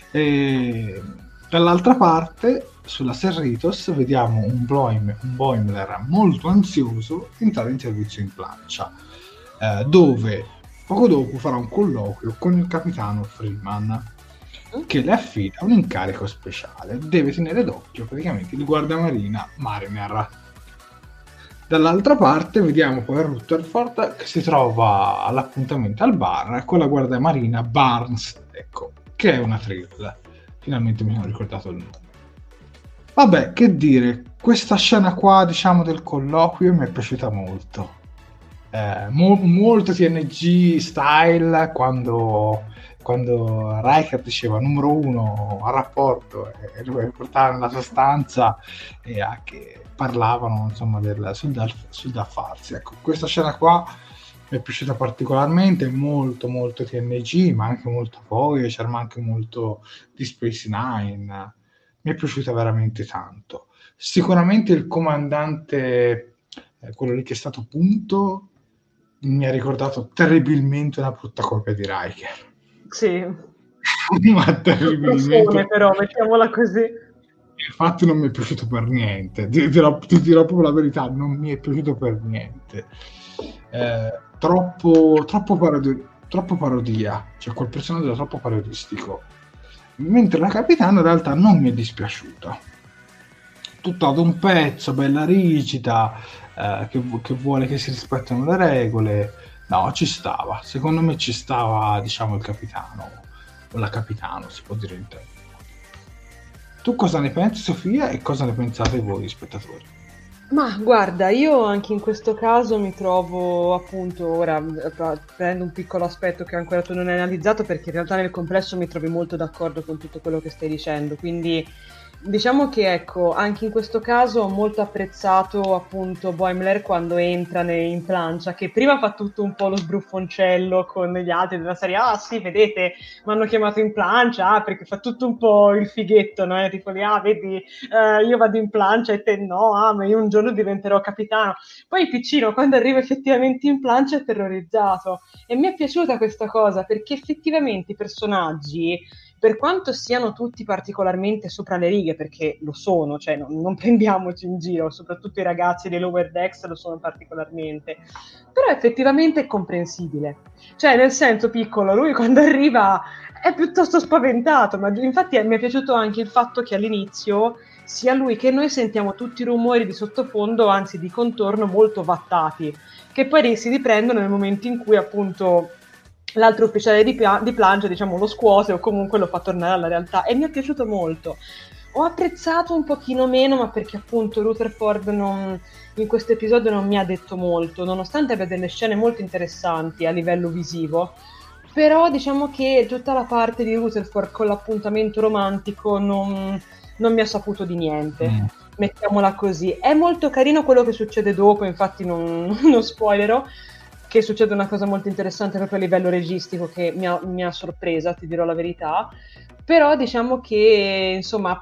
E dall'altra parte, sulla Cerritos, vediamo un, Bloim, un Boimler molto ansioso entrare in servizio in plancia, eh, dove poco dopo farà un colloquio con il capitano Freeman, che le affida un incarico speciale. Deve tenere d'occhio praticamente il guardamarina Mariner. Dall'altra parte vediamo poi Rutherford che si trova all'appuntamento al bar con la guardamarina Barnes, ecco, che è una Trill. Finalmente mi sono ricordato il nome. Vabbè, che dire, questa scena qua, diciamo, del colloquio mi è piaciuta molto. Eh, mo- molto T N G style, quando, quando Riker diceva numero uno a rapporto e, e doveva portare nella sua stanza e a che parlavano, insomma, del, sul, da, sul da farsi. Ecco, questa scena qua mi è piaciuta particolarmente, molto molto T N G, ma anche molto Voyager, ma anche molto di Space Nine. Mi è piaciuta veramente tanto. Sicuramente il comandante, eh, quello lì che è stato punto, mi ha ricordato terribilmente una brutta copia di Riker. Sì. Ma terribilmente. Però, mettiamola così. Infatti non mi è piaciuto per niente. Ti dirò, ti dirò proprio la verità, non mi è piaciuto per niente. Eh, troppo, troppo, parodi- troppo parodia. Cioè, quel personaggio era troppo parodistico. Mentre la capitana in realtà non mi è dispiaciuta, tutta ad un pezzo, bella rigida, eh, che, che vuole che si rispettino le regole. No, ci stava, secondo me ci stava, diciamo, il capitano o la capitano, si può dire in tempo. Tu cosa ne pensi, Sofia, e cosa ne pensate voi spettatori? Ma guarda, io anche in questo caso mi trovo, appunto, ora prendo un piccolo aspetto che ancora tu non hai analizzato, perché in realtà nel complesso mi trovi molto d'accordo con tutto quello che stai dicendo, quindi diciamo che, ecco, anche in questo caso ho molto apprezzato appunto Boimler quando entra in plancia, che prima fa tutto un po' lo sbruffoncello con gli altri della serie, ah sì, vedete, mi hanno chiamato in plancia, ah, perché fa tutto un po' il fighetto, no? Tipo lì, ah, vedi, eh, io vado in plancia e te no, ah, ma io un giorno diventerò capitano. Poi Piccino, quando arriva effettivamente in plancia, è terrorizzato, e mi è piaciuta questa cosa, perché effettivamente i personaggi, per quanto siano tutti particolarmente sopra le righe, perché lo sono, cioè non, non prendiamoci in giro, soprattutto i ragazzi dei Lower Decks lo sono particolarmente, però effettivamente è comprensibile. Cioè, nel senso, Piccolo, lui quando arriva è piuttosto spaventato, ma infatti mi è piaciuto anche il fatto che all'inizio sia lui che noi sentiamo tutti i rumori di sottofondo, anzi di contorno, molto vattati, che poi si riprendono nel momento in cui appunto l'altro ufficiale di, pia- di plancia, diciamo, lo scuote o comunque lo fa tornare alla realtà, e mi è piaciuto molto. Ho apprezzato un pochino meno, ma perché appunto Rutherford non, in questo episodio non mi ha detto molto, nonostante abbia delle scene molto interessanti a livello visivo, però diciamo che tutta la parte di Rutherford con l'appuntamento romantico non, non mi ha saputo di niente. Mm. Mettiamola così. È molto carino quello che succede dopo, infatti non, non spoilerò, che succede una cosa molto interessante proprio a livello registico che mi ha, mi ha sorpresa, ti dirò la verità, però diciamo che insomma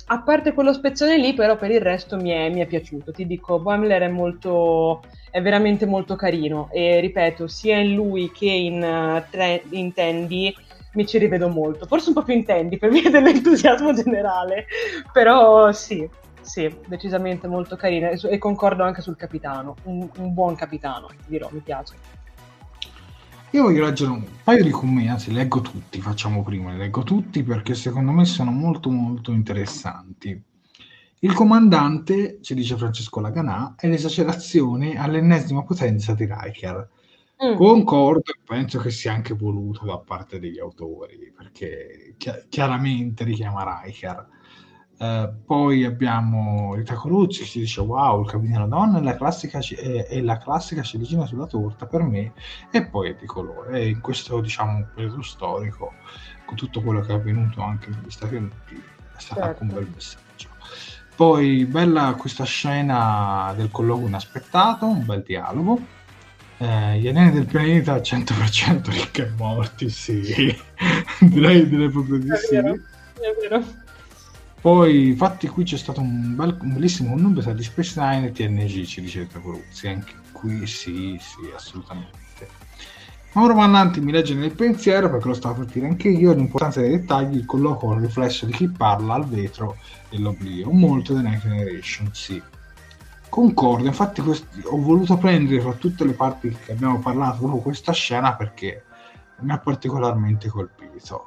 A parte quello spezzone lì, però per il resto mi è, mi è piaciuto. Ti dico, Boimler è molto, è veramente molto carino e ripeto, sia in lui che in, uh, tre, in Tandy mi ci rivedo molto. Forse un po' più in Tandy per via dell'entusiasmo generale, però sì, sì, decisamente molto carino e, e concordo anche sul capitano, un, un buon capitano, dirò, mi piace. Io voglio leggere un paio di commenti, anzi leggo tutti, facciamo prima, li leggo tutti perché secondo me sono molto molto interessanti. Il comandante, ci dice Francesco Laganà, è l'esagerazione all'ennesima potenza di Riker. Mm. Concordo, penso che sia anche voluto da parte degli autori, perché chi- chiaramente richiama Riker. Uh, poi abbiamo Rita Coruzzi che ci dice wow, il capitano donna è la classica, è, è la classica ciliegina sulla torta per me, e poi è di colore, e in questo diciamo periodo storico con tutto quello che è avvenuto anche negli Stati Uniti è stato certo. Anche un bel messaggio. Poi bella questa scena del colloquio inaspettato, un bel dialogo. Eh, gli alieni del pianeta al cento per cento ricchi e morti, sì. direi, direi proprio di è sì vero, è vero. Poi, infatti, qui c'è stato un, bel, un bellissimo connubio tra di Space Nine e T N G, ci dice Coruzzi. Anche qui sì, sì, assolutamente. Mauro Mannanti mi legge nel pensiero, perché lo stavo per dire anche io, l'importanza dei dettagli, il colloquio il riflesso di chi parla al vetro dell'oblio. Molto The Next Generation, sì. Concordo, infatti questi, ho voluto prendere fra tutte le parti che abbiamo parlato proprio questa scena perché mi ha particolarmente colpito.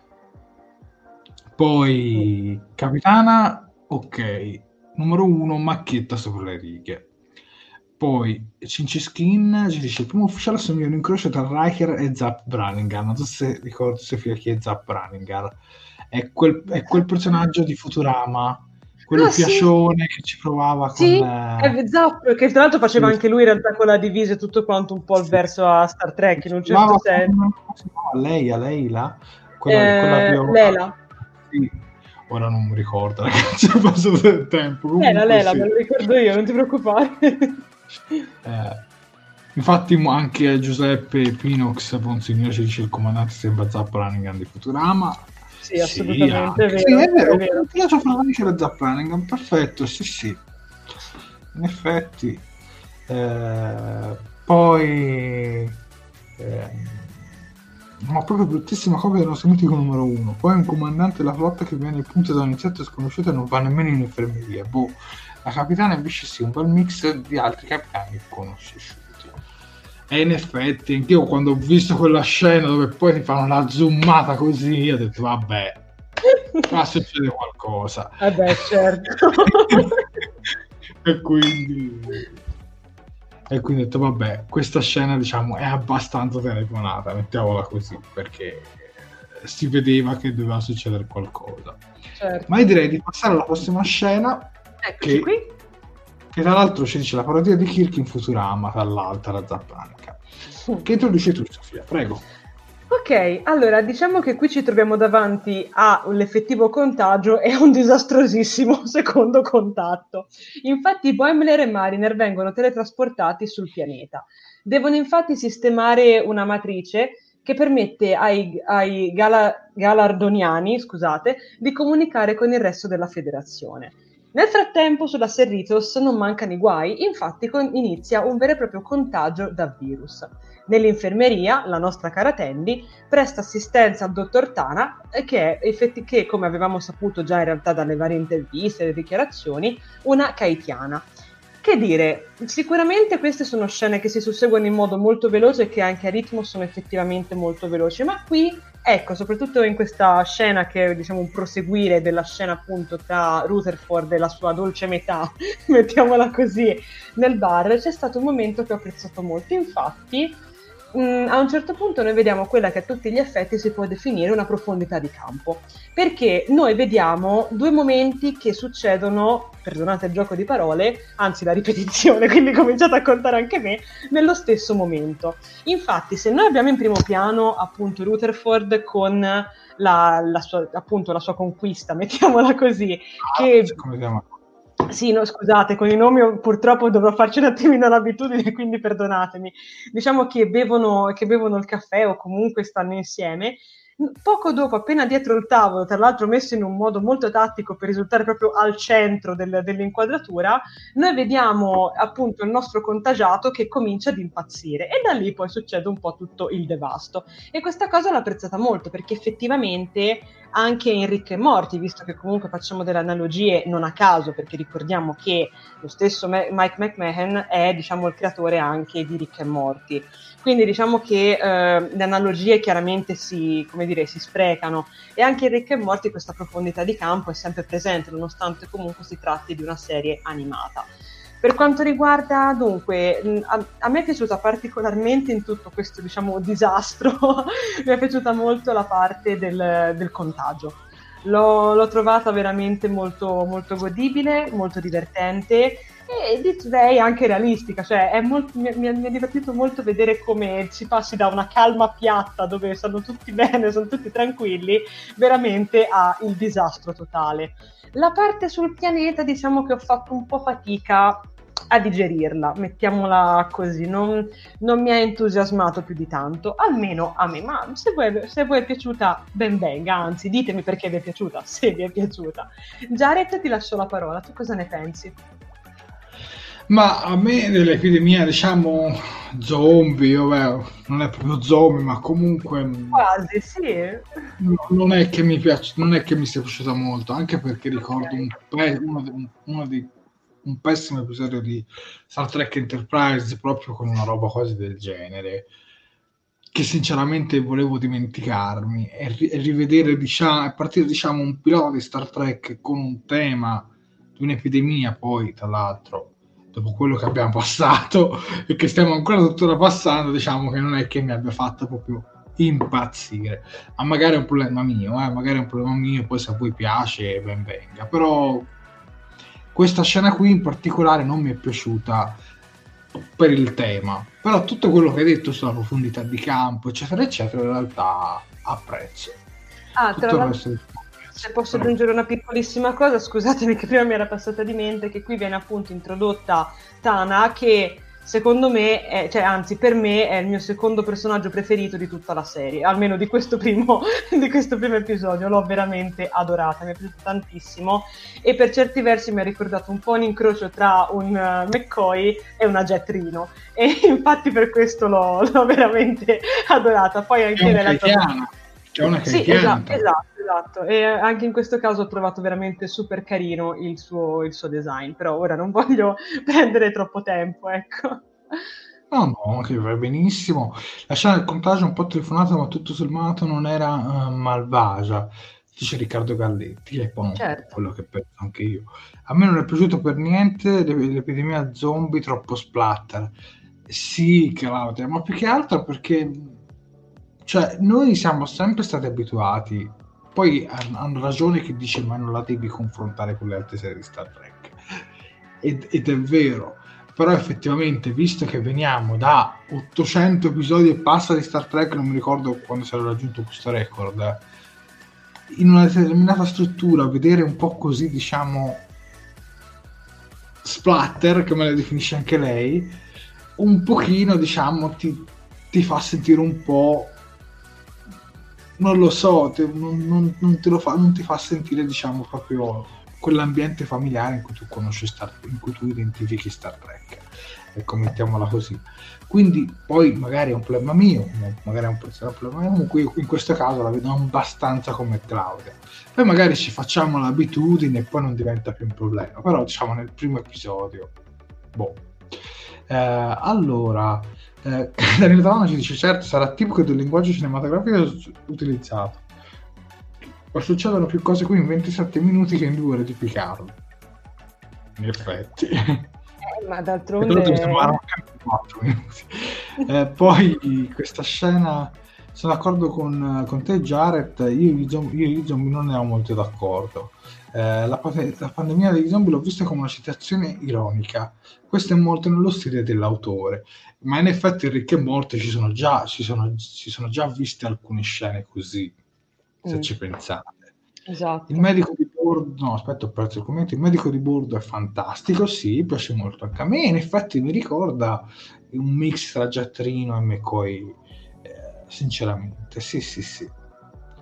Poi capitana, ok, numero uno, macchietta sopra le righe. Poi Cinciskin ci dice il primo ufficiale assomiglia un incrocio tra Riker e Zap Brannigan. Non so se ricordi Sofia chi è Zap Brannigan. È quel, è quel personaggio di Futurama, quello ah, piacione sì. Che ci provava sì, con è Zap, che tra l'altro faceva sì. Anche lui in realtà con la divisa e tutto quanto un po' il sì. Verso a Star Trek in un certo no, senso. No, no, lei, a lei là, quella, eh, quella più... Lela. Sì. Ora non mi ricordo, ragazzi, è passato del tempo. Comunque, Lela, Lela, sì. me lo ricordo io, non ti preoccupare. Eh, infatti anche Giuseppe Pinox Bonsignore ci dice il comandante sembra Zap Brannigan di Futurama. Sì, assolutamente, sì, è vero. Sì, è vero, è vero. Io so che era Zap Brannigan, perfetto, sì, sì. In effetti. Eh, poi... Eh, ma proprio bruttissima copia del nostro mitico numero uno. Poi un comandante della flotta che viene punto da un insetto sconosciuto e non va nemmeno in infermeria. Boh, la capitana invece sì, un bel mix di altri capitani conosciuti. E in effetti anch'io quando ho visto quella scena dove poi ti fanno la zoomata così, ho detto vabbè, qua succede qualcosa. Vabbè, certo. E quindi... E quindi ho detto vabbè, questa scena diciamo è abbastanza telefonata, mettiamola così, perché si vedeva che doveva succedere qualcosa. Certo. Ma io direi di passare alla prossima scena. Eccoci che, qui. Che tra l'altro ci dice la parodia di Kirk in Futurama, tra l'altro la Zappanica. Mm. Che introduci tu, Sofia, prego. Ok, allora diciamo che qui ci troviamo davanti all'effettivo contagio e a un disastrosissimo secondo contatto. Infatti Boimler e Mariner vengono teletrasportati sul pianeta. Devono infatti sistemare una matrice che permette ai, ai Gala, Galardoniani, scusate, di comunicare con il resto della federazione. Nel frattempo sulla Cerritos non mancano i guai, infatti con, inizia un vero e proprio contagio da virus. Nell'infermeria, la nostra cara Tandy presta assistenza al dottor Tana, che è, effetti, che, come avevamo saputo già in realtà dalle varie interviste e dichiarazioni, una kaitiana. Che dire, sicuramente queste sono scene che si susseguono in modo molto veloce e che anche a ritmo sono effettivamente molto veloci, ma qui, ecco, soprattutto in questa scena che è diciamo un proseguire della scena appunto tra Rutherford e la sua dolce metà, mettiamola così, nel bar, c'è stato un momento che ho apprezzato molto, infatti mh, a un certo punto noi vediamo quella che a tutti gli effetti si può definire una profondità di campo, perché noi vediamo due momenti che succedono, perdonate il gioco di parole, anzi la ripetizione, quindi cominciate a contare anche me, nello stesso momento. Infatti se noi abbiamo in primo piano appunto Rutherford con la, la, sua, appunto, la sua conquista, mettiamola così, ah, che... come chiama? Sì, no, scusate, con i nomi purtroppo dovrò farci un attimino l'abitudine, quindi perdonatemi. Diciamo che bevono, che bevono il caffè o comunque stanno insieme. Poco dopo, appena dietro il tavolo, tra l'altro messo in un modo molto tattico per risultare proprio al centro del, dell'inquadratura, noi vediamo appunto il nostro contagiato che comincia ad impazzire e da lì poi succede un po' tutto il devasto. E questa cosa l'ho apprezzata molto perché effettivamente anche in Rick e Morty, visto che comunque facciamo delle analogie non a caso, perché ricordiamo che lo stesso Mike McMahon è, diciamo, il creatore anche di Rick e Morty. Quindi diciamo che eh, le analogie chiaramente si, come dire, si sprecano, e anche in Rick e Morty questa profondità di campo è sempre presente, nonostante comunque si tratti di una serie animata. Per quanto riguarda, dunque, a, a me è piaciuta particolarmente in tutto questo, diciamo, disastro, mi è piaciuta molto la parte del, del contagio. L'ho, l'ho trovata veramente molto, molto godibile, molto divertente e direi anche realistica, cioè è molto, mi, mi è divertito molto vedere come si passi da una calma piatta dove stanno tutti bene, sono tutti tranquilli, veramente a il disastro totale. La parte sul pianeta, diciamo che ho fatto un po' fatica a digerirla, mettiamola così, non, non mi ha entusiasmato più di tanto, almeno a me, ma se voi, se voi è piaciuta ben venga, anzi ditemi perché vi è piaciuta, se vi è piaciuta. Jared, ti lascio la parola, tu cosa ne pensi? Ma a me dell'epidemia, diciamo, zombie, vabbè, non è proprio zombie, ma comunque quasi, sì. Non è che mi piace, non è che mi sia piaciuta molto, anche perché ricordo okay. un, uno, un, uno di un pessimo episodio di Star Trek Enterprise proprio con una roba quasi del genere, che sinceramente volevo dimenticarmi e, ri- e rivedere, diciamo, a partire diciamo un pilota di Star Trek con un tema di un'epidemia, poi tra l'altro dopo quello che abbiamo passato e che stiamo ancora tuttora passando, diciamo che non è che mi abbia fatto proprio impazzire, ma magari è un problema mio, eh? magari è un problema mio, poi se a voi piace ben venga, però questa scena qui in particolare non mi è piaciuta per il tema, però tutto quello che hai detto sulla profondità di campo eccetera eccetera in realtà apprezzo. Ah, tutto tra il resto di... Se posso aggiungere una piccolissima cosa, scusatemi che prima mi era passata di mente, che qui viene appunto introdotta Tana, che secondo me, è, cioè anzi per me è il mio secondo personaggio preferito di tutta la serie, almeno di questo primo, di questo primo episodio, l'ho veramente adorata, mi è piaciuta tantissimo e per certi versi mi ha ricordato un po' un incrocio tra un uh, McCoy e una Jet Reno e infatti per questo l'ho, l'ho veramente adorata. Poi anche nella c'è una che sì, esatto, esatto, esatto. E anche in questo caso ho trovato veramente super carino il suo, il suo design, però ora non voglio prendere troppo tempo, ecco. No, no, che va benissimo. La scena del contagio è un po' telefonata, ma tutto sommato non era uh, malvagia, dice Riccardo Galletti, e poi certo. Quello che penso anche io. A me non è piaciuto per niente l'epidemia zombie troppo splatter. Sì, Claudia, ma più che altro perché... Cioè, noi siamo sempre stati abituati, poi hanno ragione chi dice ma non la devi confrontare con le altre serie di Star Trek, ed, ed è vero, però effettivamente, visto che veniamo da ottocento episodi e passa di Star Trek, non mi ricordo quando si era raggiunto questo record, in una determinata struttura, vedere un po' così, diciamo, splatter, come la definisce anche lei, un pochino, diciamo, ti, ti fa sentire un po'... non lo so, te, non, non, non te lo fa, non ti fa sentire, diciamo, proprio quell'ambiente familiare in cui tu conosci Star, in cui tu identifichi Star Trek, ecco, mettiamola così. Quindi poi magari è un problema mio, magari è un, è un problema mio, comunque in questo caso la vedo abbastanza come Claudia. Poi magari ci facciamo l'abitudine e poi non diventa più un problema, però diciamo nel primo episodio, boh. Eh, allora Eh, Daniele Tavano ci dice certo sarà tipico del linguaggio cinematografico utilizzato, ma succedono più cose qui in ventisette minuti che in due ore di Picard, in effetti. Eh, ma d'altronde quattro minuti. Eh, poi questa scena, sono d'accordo con, con te Jared, io e gli zombie non ne ero molto d'accordo. Eh, la, la pandemia degli zombie l'ho vista come una citazione ironica, questo è molto nello stile dell'autore, ma in effetti in Rick e Morty ci sono già, ci sono, ci sono già viste alcune scene così, se mm. ci pensate. Esatto. Il medico di bordo, no aspetta ho perso il commento, il medico di bordo è fantastico, sì, piace molto anche a me, in effetti mi ricorda un mix tra Jet Reno e McCoy, eh, sinceramente, sì sì sì.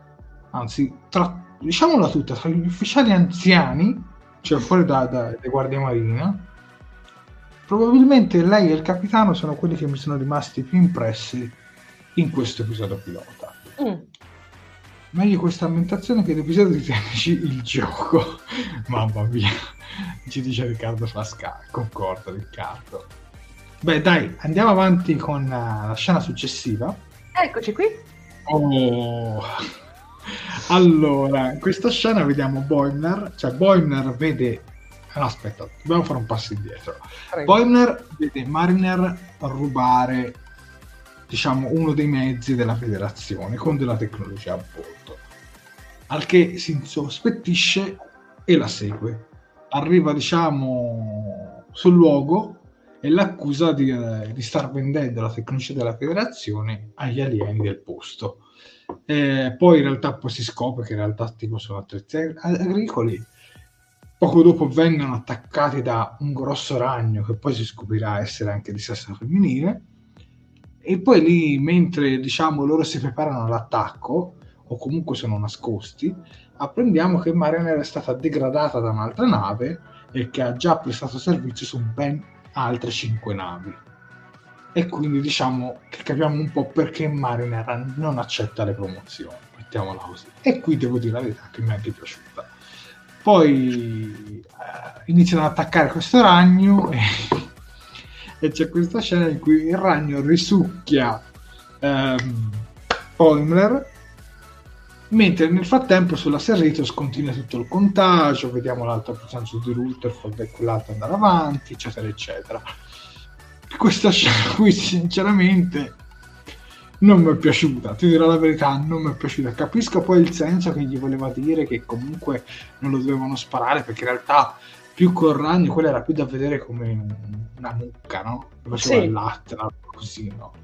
anzi, tra, diciamola tutta, tra gli ufficiali anziani, cioè fuori da, da, dai guardia marina, probabilmente lei e il capitano sono quelli che mi sono rimasti più impressi in questo episodio pilota. Mm. Meglio questa ambientazione che l'episodio di Temici il gioco. Mamma mia, ci dice Riccardo Flasca, concordo Riccardo. Beh dai, andiamo avanti con uh, la scena successiva. Eccoci qui. Oh. Allora, in questa scena vediamo Boimler, cioè Boimler vede... No, aspetta, dobbiamo fare un passo indietro. Prego. Boimler vede Mariner rubare, diciamo, uno dei mezzi della federazione con della tecnologia a bordo, al che si insospettisce e la segue. Arriva, diciamo, sul luogo e l'accusa di, eh, di star vendendo la tecnologia della federazione agli alieni del posto. Eh, poi in realtà poi si scopre che in realtà tipo sono attrezzi agricoli. Poco dopo vengono attaccati da un grosso ragno che poi si scoprirà essere anche di sesso femminile, e poi lì mentre diciamo loro si preparano all'attacco o comunque sono nascosti, apprendiamo che Mariner è stata degradata da un'altra nave e che ha già prestato servizio su ben altre cinque navi, e quindi diciamo che capiamo un po' perché Mariner non accetta le promozioni, mettiamola così. E qui devo dire la verità che mi è anche piaciuta. Poi eh, iniziano ad attaccare questo ragno e, e c'è questa scena in cui il ragno risucchia ehm, Boimler, mentre nel frattempo sulla Cerritos continua tutto il contagio, vediamo l'altro personaggio di Rutherford e quell'altro andare avanti, eccetera eccetera. Questa scena qui sinceramente non mi è piaciuta, ti dirò la verità, non mi è piaciuta. Capisco poi il senso che gli voleva dire, che comunque non lo dovevano sparare, perché in realtà più col ragno quella era più da vedere come una mucca, no? Che faceva sì. il latte, così, no?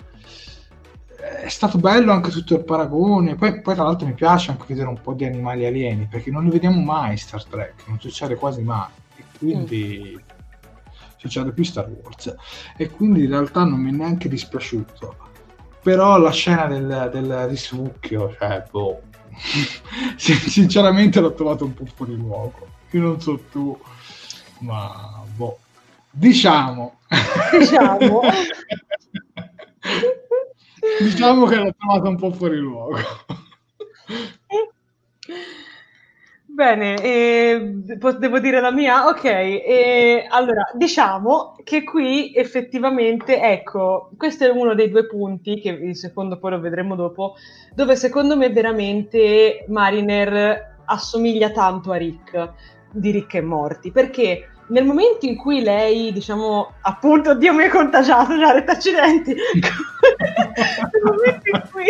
È stato bello anche tutto il paragone. Poi, poi tra l'altro mi piace anche vedere un po' di animali alieni, perché non li vediamo mai in Star Trek, non succede quasi mai, e quindi mm. succede più Star Wars, e quindi in realtà non mi è neanche dispiaciuto. Però la scena del, del risucchio, cioè, boh, sinceramente l'ho trovato un po' fuori luogo. Io non so tu, ma boh, diciamo, diciamo, diciamo che l'ho trovato un po' fuori luogo. Bene, eh, devo dire la mia? Ok, eh, allora diciamo che qui effettivamente, ecco, questo è uno dei due punti, che il secondo poi lo vedremo dopo, dove secondo me veramente Mariner assomiglia tanto a Rick, di Rick e Morty, perché nel momento in cui lei, diciamo, appunto, Dio mi è contagiato, Jared, accidenti, nel momento in cui...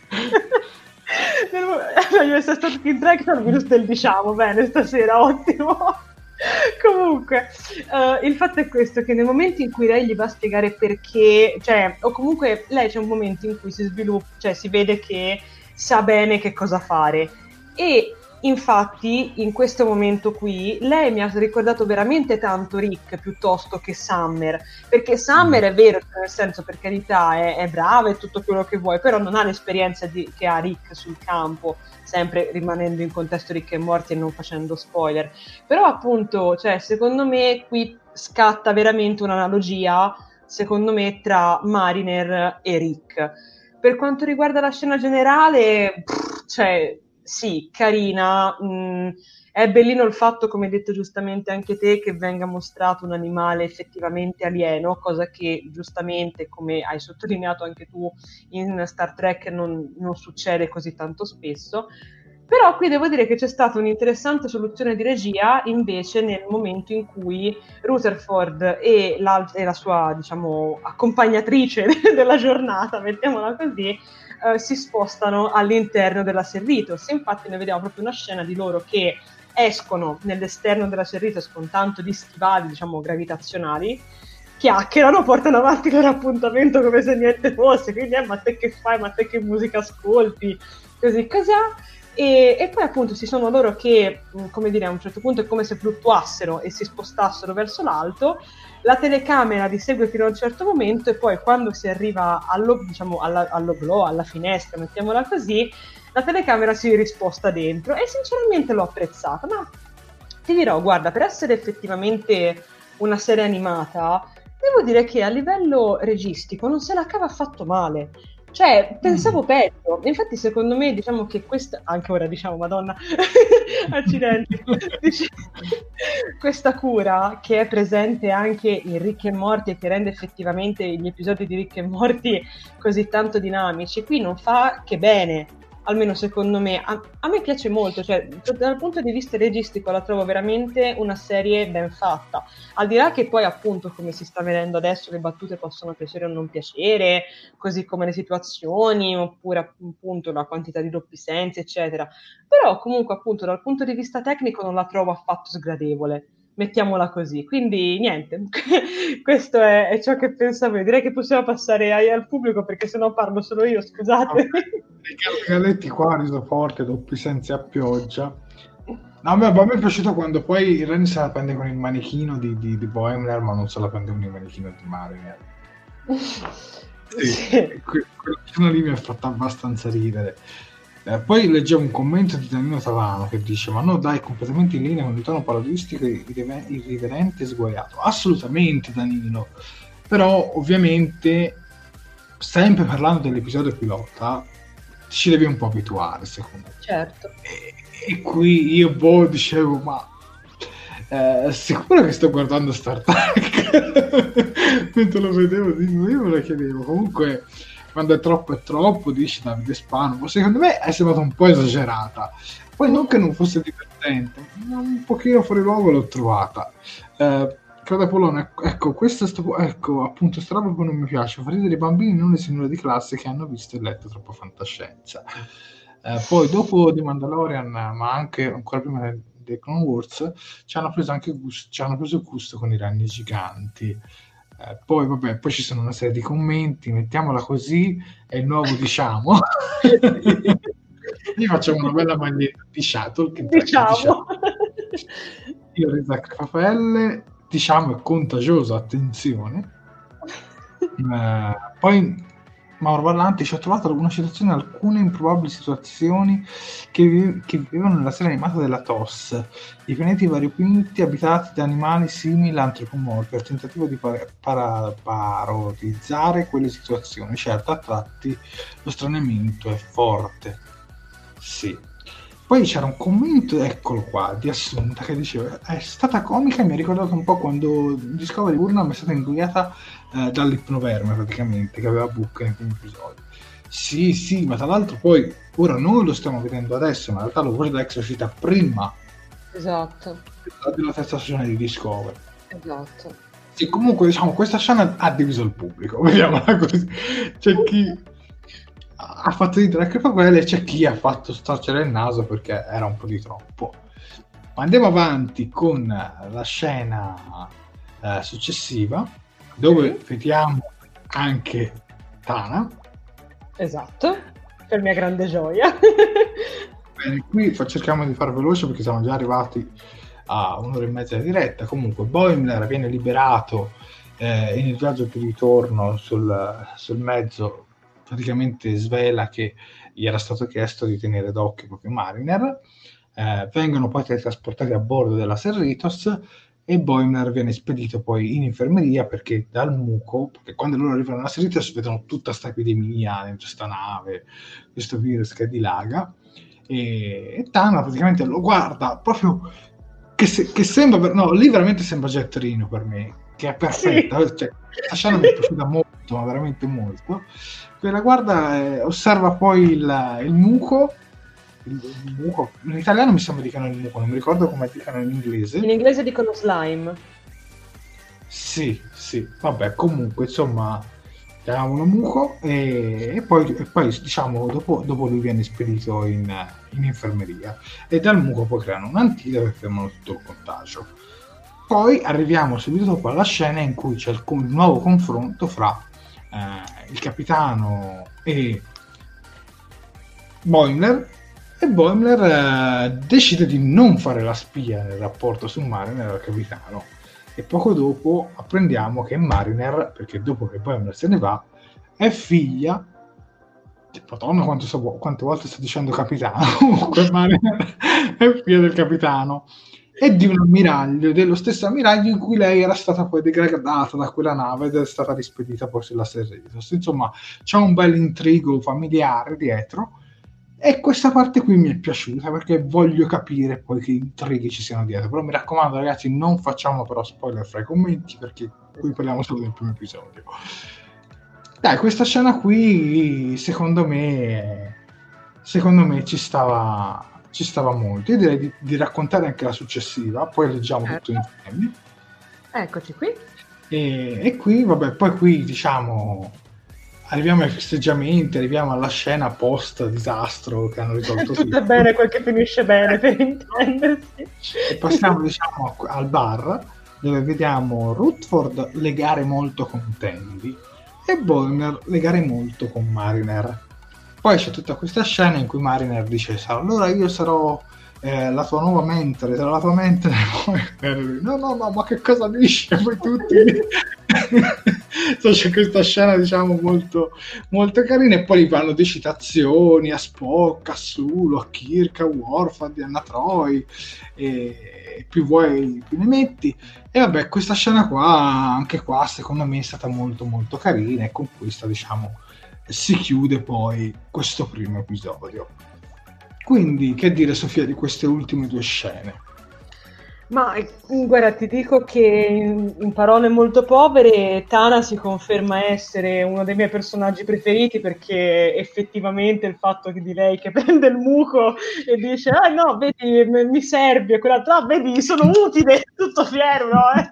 Io essere stato in track al virus del diciamo bene stasera, ottimo. Comunque uh, il fatto è questo, che nel momento in cui lei gli va a spiegare perché, cioè, o comunque lei c'è un momento in cui si sviluppa, cioè si vede che sa bene che cosa fare, e infatti in questo momento qui lei mi ha ricordato veramente tanto Rick piuttosto che Summer, perché Summer è vero, nel senso, per carità, è, è brava e tutto quello che vuoi, però non ha l'esperienza di, che ha Rick sul campo, sempre rimanendo in contesto Rick e Morty e non facendo spoiler. Però appunto, cioè, secondo me qui scatta veramente un'analogia, secondo me, tra Mariner e Rick. Per quanto riguarda la scena generale, pff, cioè sì, carina, mh, è bellino il fatto, come hai detto giustamente anche te, che venga mostrato un animale effettivamente alieno, cosa che giustamente, come hai sottolineato anche tu, in Star Trek non, non succede così tanto spesso. Però qui devo dire che c'è stata un'interessante soluzione di regia invece nel momento in cui Rutherford e la, e la sua, diciamo, accompagnatrice della giornata, mettiamola così, Uh, si spostano all'interno della Cerritos. Infatti noi vediamo proprio una scena di loro che escono nell'esterno della Cerritos con tanto di stivali, diciamo, gravitazionali, chiacchierano, portano avanti il loro appuntamento come se niente fosse, quindi eh, ma te che fai, ma te che musica ascolti, così così, E, e poi appunto ci sono loro che, come dire, a un certo punto è come se fluttuassero e si spostassero verso l'alto, la telecamera li segue fino a un certo momento e poi quando si arriva allo, diciamo, alla, all'oblò, alla finestra, mettiamola così, la telecamera si risposta dentro e sinceramente l'ho apprezzata, ma ti dirò, guarda, per essere effettivamente una serie animata, devo dire che a livello registico non se la cava affatto male. Cioè, pensavo peggio. Infatti, secondo me, diciamo che questa... Anche ora, diciamo, madonna, accidenti. Questa cura, che è presente anche in Rick e Morty e che rende effettivamente gli episodi di Rick e Morty così tanto dinamici, qui non fa che bene. Almeno secondo me, a, a me piace molto, cioè dal punto di vista registico la trovo veramente una serie ben fatta, al di là che poi appunto come si sta vedendo adesso le battute possono piacere o non piacere, così come le situazioni oppure appunto la quantità di doppi sensi eccetera, però comunque appunto dal punto di vista tecnico non la trovo affatto sgradevole, mettiamola così, quindi niente, questo è, è ciò che pensavo io. Direi che possiamo passare ai, al pubblico perché sennò parlo solo io, scusate. I Galetti qua riso forte, doppi sensi a pioggia. No, a me, a me è piaciuto quando poi Ren se la prende con il manichino di, di, di Boimler, ma non se la prende con il manichino di Mariner. Sì, sì. Que- quella scena lì mi ha fatto abbastanza ridere. Eh, poi leggevo un commento di Danilo Tavano che dice: ma no dai, completamente in linea con il tono parodistico irriverente e sguaiato. Assolutamente Danilo, però ovviamente sempre parlando dell'episodio pilota ci devi un po' abituare, secondo me. Certo. E, e qui io boh dicevo ma eh, sicuro che sto guardando Star Trek mentre lo vedevo, io me lo chiedevo. Comunque quando è troppo è troppo, dice Davide Spano, ma secondo me è sembrata un po' esagerata. Poi non che non fosse divertente, ma un pochino fuori luogo l'ho trovata. Eh, Credo Polone, ecco, questo sto, ecco, appunto, sta roba che non mi piace, fa ridere i bambini non le signore di classe che hanno visto e letto troppa fantascienza. Eh, poi dopo di Mandalorian, ma anche ancora prima dei Clone Wars, ci hanno preso anche gusto, ci hanno preso gusto con i ragni giganti. Eh, poi vabbè, poi ci sono una serie di commenti, mettiamola così, è il nuovo diciamo. Gli facciamo una bella maglietta di Shuttle che diciamo. diciamo. Io Rizak Raffaele, diciamo è contagioso, attenzione. Eh, poi Mauro Vallanti ci ha trovato alguna citazione, alcune improbabili situazioni che, vi- che vivevano nella serie animata della T O S, i pianeti variopinti abitati da animali simili antropomorfi, al tentativo di par- para- parodizzare quelle situazioni. Certo, a tratti lo stranamento è forte, sì. Poi c'era un commento, eccolo qua, di Assunta che diceva: è stata comica e mi ha ricordato un po' quando Discovery Burnham è stata ingoiata eh, dall'ipnoverme praticamente, che aveva Book nei primi episodi. Sì, sì, ma tra l'altro poi, ora noi lo stiamo vedendo adesso, ma in realtà lo Vortex è uscita prima. Esatto. Della terza stagione di Discovery. Esatto. Sì, comunque diciamo, questa scena ha diviso il pubblico, vediamola così. C'è chi ha fatto ridere anche per quelle, c'è chi ha fatto storcere il naso perché era un po' di troppo. Ma andiamo avanti con la scena eh, successiva, dove vediamo anche Tana. Esatto, per mia grande gioia. Bene, qui cerchiamo di far veloce perché siamo già arrivati a un'ora e mezza di diretta. Comunque Boimler viene liberato eh, e nel viaggio di ritorno sul, sul mezzo praticamente svela che gli era stato chiesto di tenere d'occhio proprio Mariner. Eh, vengono poi trasportati a bordo della Cerritos e Boimler viene spedito poi in infermeria perché dal muco, perché quando loro arrivano alla Cerritos vedono tutta sta epidemia dentro sta nave, questo virus che dilaga, e, e Tana praticamente lo guarda proprio che, se, che sembra per, no, lì veramente sembra Jet Reno per me, che è perfetta. Sì. Cioè, questa scena mi è piaciuta molto, ma veramente molto. Quella guarda, eh, osserva poi il, il muco, il, il muco, in italiano mi sembra dicano il muco, non mi ricordo come dicano in inglese. In inglese dicono slime. Sì, sì, vabbè, comunque, insomma, chiamavano muco e, e, poi, e poi, diciamo, dopo, dopo lui viene spedito in, in infermeria e dal muco poi creano un antidoto e fermano tutto il contagio. Poi arriviamo subito dopo alla scena in cui c'è il, il nuovo confronto fra eh, il capitano e Boimler, e Boimler eh, decide di non fare la spia nel rapporto su Mariner al capitano, e poco dopo apprendiamo che Mariner, perché dopo che Boimler se ne va, è figlia, madonna quanto so, quante volte sto dicendo capitano, comunque Mariner è figlia del capitano e di un ammiraglio, dello stesso ammiraglio in cui lei era stata poi degradata da quella nave ed è stata rispedita poi sulla Cerritos. Insomma, c'è un bel intrigo familiare dietro, e questa parte qui mi è piaciuta perché voglio capire poi che intrighi ci siano dietro. Però mi raccomando ragazzi, non facciamo però spoiler fra i commenti, perché qui parliamo solo del primo episodio. Dai, questa scena qui secondo me secondo me ci stava ci stava molto. Io direi di, di raccontare anche la successiva, poi leggiamo certo. tutto insieme. Eccoci qui. E, e qui, vabbè, poi qui diciamo arriviamo ai festeggiamenti, arriviamo alla scena post disastro che hanno risolto tutto è bene quel che finisce bene, per intendersi. E passiamo diciamo al bar, dove vediamo Rutherford legare molto con Tandy e Boimler legare molto con Mariner. Poi c'è tutta questa scena in cui Mariner dice: allora io sarò eh, la tua nuova mentore, sarò la tua mentore. no no no, ma che cosa dici? Voi tutti so, c'è questa scena diciamo molto molto carina, e poi gli fanno due citazioni a Spock, a Sulu, a Kirk, a Worf, a Diana Troy, e più vuoi più ne metti. E vabbè, questa scena qua, anche qua secondo me è stata molto molto carina, e con questa diciamo si chiude poi questo primo episodio. Quindi che dire Sofia di queste ultime due scene? Ma guarda, ti dico che in, in parole molto povere Tana si conferma essere uno dei miei personaggi preferiti, perché effettivamente il fatto che di lei che prende il muco e dice ah no vedi mi serve, e quell'altro ah vedi sono utile, tutto fiero, no? Eh?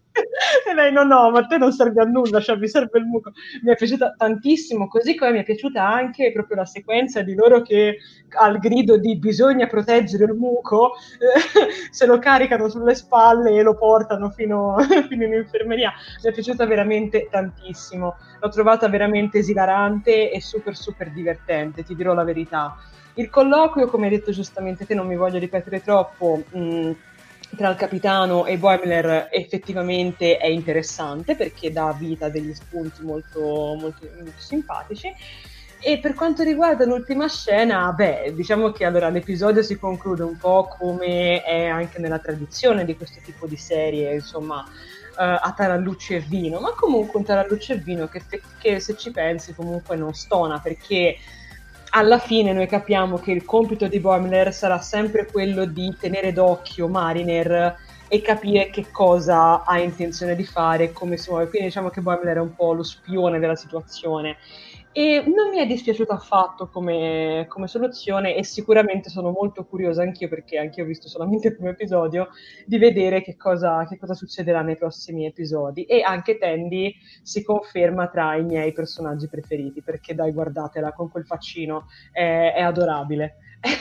E lei no no, ma a te non serve a nulla, cioè mi serve il muco. Mi è piaciuta tantissimo, così come mi è piaciuta anche proprio la sequenza di loro che al grido di bisogna proteggere il muco eh, se lo caricano sulle spalle e lo portano fino, fino in infermeria. Mi è piaciuta veramente tantissimo, l'ho trovata veramente esilarante e super super divertente, ti dirò la verità. Il colloquio, come hai detto giustamente te, non mi voglio ripetere troppo, mh, tra il capitano e Boimler effettivamente è interessante, perché dà vita a degli spunti molto, molto, molto simpatici. E per quanto riguarda l'ultima scena, beh, diciamo che allora l'episodio si conclude un po' come è anche nella tradizione di questo tipo di serie, insomma, uh, a tarallucci e vino, ma comunque un tarallucci e vino che, che se ci pensi comunque non stona, perché alla fine noi capiamo che il compito di Boimler sarà sempre quello di tenere d'occhio Mariner e capire che cosa ha intenzione di fare e come si muove. Quindi diciamo che Boimler è un po' lo spione della situazione. E non mi è dispiaciuto affatto come, come soluzione, e sicuramente sono molto curiosa anch'io, perché anch'io ho visto solamente il primo episodio, di vedere che cosa, che cosa succederà nei prossimi episodi. E anche Tandy si conferma tra i miei personaggi preferiti, perché dai, guardatela con quel faccino, è, è adorabile.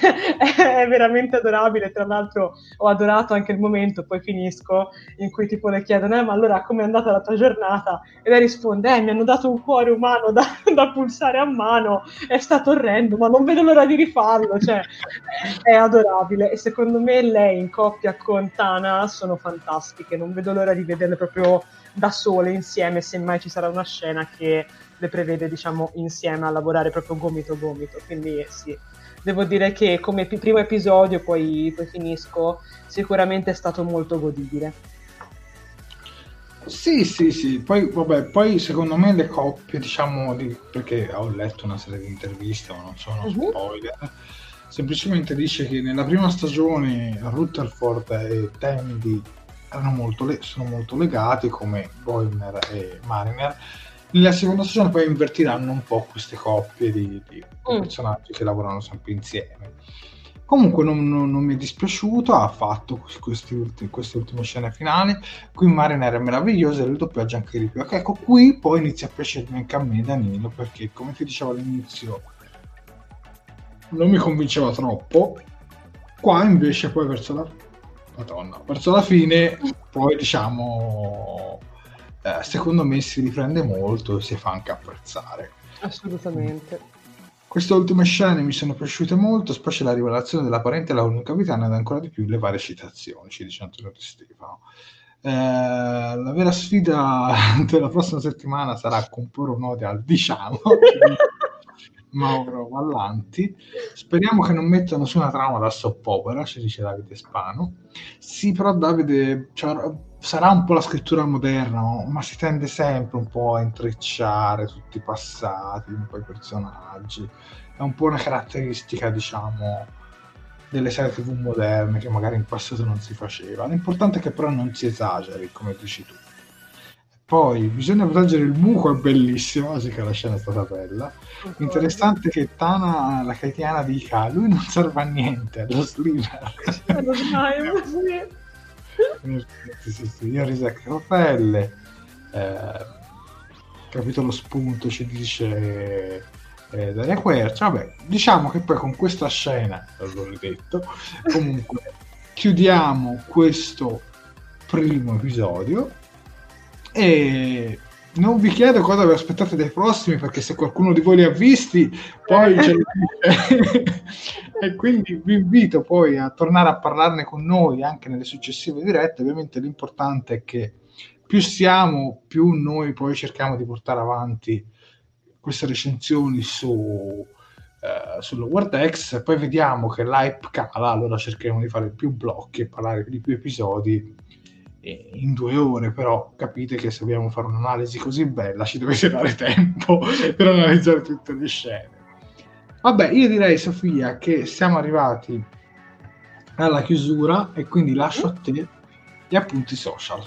È veramente adorabile. Tra l'altro ho adorato anche il momento, poi finisco, in cui tipo le chiedono eh, ma allora com'è andata la tua giornata, e lei risponde eh, mi hanno dato un cuore umano da, da pulsare a mano, è stato orrendo ma non vedo l'ora di rifarlo. Cioè è adorabile, e secondo me lei in coppia con Tana sono fantastiche, non vedo l'ora di vederle proprio da sole insieme, semmai ci sarà una scena che le prevede diciamo insieme a lavorare proprio gomito a gomito. Quindi sì, devo dire che come p- primo episodio, poi, poi finisco, sicuramente è stato molto godibile. Sì, sì, sì. Poi, vabbè, poi secondo me le coppie, diciamo, di, perché ho letto una serie di interviste, ma non sono uh-huh. spoiler, semplicemente dice che nella prima stagione Rutherford e Tandy erano molto le- sono molto legati, come Boimler e Mariner. Nella seconda stagione poi invertiranno un po' queste coppie di, di mm. personaggi che lavorano sempre insieme. Comunque non, non, non mi è dispiaciuto, ha fatto questi ultimi, queste ultime scene finali. Qui Mariner è meraviglioso e il doppiaggio anche di più. Ecco, qui poi inizia a piacermi anche a me Danilo, perché come ti dicevo all'inizio non mi convinceva troppo. Qua invece poi verso la Madonna, verso la fine poi diciamo eh, secondo me si riprende molto e si fa anche apprezzare. Assolutamente. Queste ultime scene mi sono piaciute molto, specie la rivelazione della parente della Union Capitana ed ancora di più le varie citazioni, ci dice Antonio Di Stefano. Eh, la vera sfida della prossima settimana sarà comporre un'ode al diciamo Mauro Vallanti. Speriamo che non mettano su una trama da soap opera, ci dice Davide Spano. Sì, però Davide, cioè, sarà un po' la scrittura moderna, ma si tende sempre un po' a intrecciare tutti i passati, un po' i personaggi. È un po' una caratteristica, diciamo, delle serie tivù moderne che magari in passato non si faceva. L'importante è che però non si esageri, come dici tu. Poi bisogna proteggere il buco, è bellissimo, sì che la scena è stata bella. Interessante che Tana, la Kaitiana, dica lui non serve a niente, è lo Slimer. È lo Slime, sì. Sì, sì, sì. Io risecco la pelle. Eh, capito lo spunto, ci dice eh, Daria Quercia. Vabbè, diciamo che poi con questa scena, l'ho detto, comunque chiudiamo questo primo episodio. E non vi chiedo cosa vi aspettate dai prossimi, perché se qualcuno di voi li ha visti poi ce e quindi vi invito poi a tornare a parlarne con noi anche nelle successive dirette. Ovviamente l'importante è che più siamo, più noi poi cerchiamo di portare avanti queste recensioni su Uh, sullo Wordex. Poi vediamo che l'hype cala, allora cercheremo di fare più blocchi e parlare di più episodi in due ore. Però capite che se dobbiamo fare un'analisi così bella ci dovete dare tempo per analizzare tutte le scene. Vabbè, io direi, Sofia, che siamo arrivati alla chiusura e quindi lascio a te gli appunti social.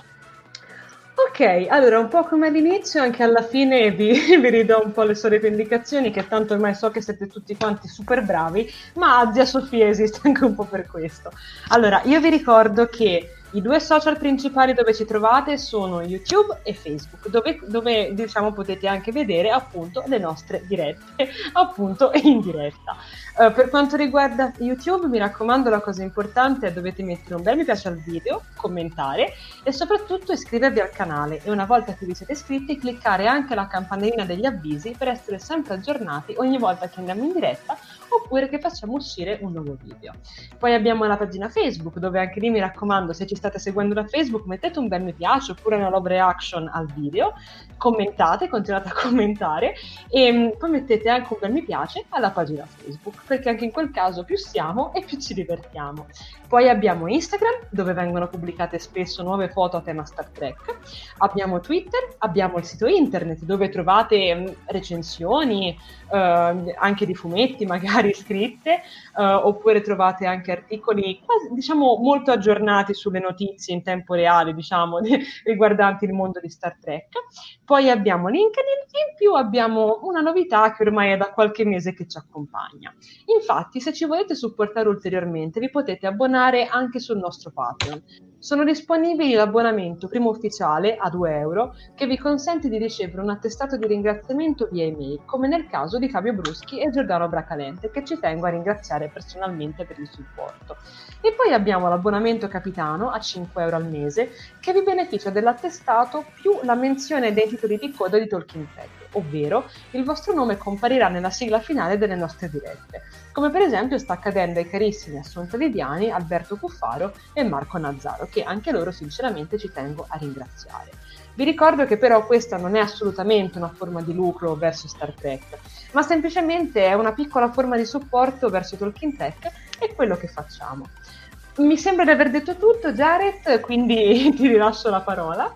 Ok, allora un po' come all'inizio, anche alla fine vi, vi ridò un po' le solite indicazioni, che tanto ormai so che siete tutti quanti super bravi, ma zia Sofia esiste anche un po' per questo. Allora, io vi ricordo che i due social principali dove ci trovate sono YouTube e Facebook, dove, dove diciamo potete anche vedere appunto le nostre dirette, appunto in diretta. Uh, per quanto riguarda YouTube, mi raccomando, la cosa importante è dovete mettere un bel mi piace al video, commentare e soprattutto iscrivervi al canale, e una volta che vi siete iscritti cliccare anche la campanellina degli avvisi per essere sempre aggiornati ogni volta che andiamo in diretta oppure che facciamo uscire un nuovo video. Poi abbiamo la pagina Facebook, dove anche lì mi raccomando, se ci state seguendo da Facebook, mettete un bel mi piace oppure una love reaction al video, commentate, continuate a commentare e poi mettete anche un bel mi piace alla pagina Facebook, perché anche in quel caso più siamo e più ci divertiamo. Poi abbiamo Instagram, dove vengono pubblicate spesso nuove foto a tema Star Trek, abbiamo Twitter, abbiamo il sito internet dove trovate mh, recensioni eh, anche di fumetti magari scritte, eh, oppure trovate anche articoli quasi, diciamo, molto aggiornati sulle notizie in tempo reale, diciamo, riguardanti il mondo di Star Trek. Poi abbiamo LinkedIn e in più abbiamo una novità che ormai è da qualche mese che ci accompagna. Infatti, se ci volete supportare ulteriormente, vi potete abbonare anche sul nostro Patreon. Sono disponibili l'abbonamento primo ufficiale a due euro, che vi consente di ricevere un attestato di ringraziamento via email, come nel caso di Fabio Bruschi e Giordano Bracalente, che ci tengo a ringraziare personalmente per il supporto. E poi abbiamo l'abbonamento capitano a cinque euro al mese, che vi beneficia dell'attestato più la menzione dei titoli di coda di Talking Tech, ovvero il vostro nome comparirà nella sigla finale delle nostre dirette, come per esempio sta accadendo ai carissimi Assunta Viviani, Alberto Cuffaro e Marco Nazzaro, che anche loro sinceramente ci tengo a ringraziare. Vi ricordo che però questa non è assolutamente una forma di lucro verso Star Trek, ma semplicemente è una piccola forma di supporto verso Talking Tech e quello che facciamo. Mi sembra di aver detto tutto, Jared, quindi ti rilascio la parola.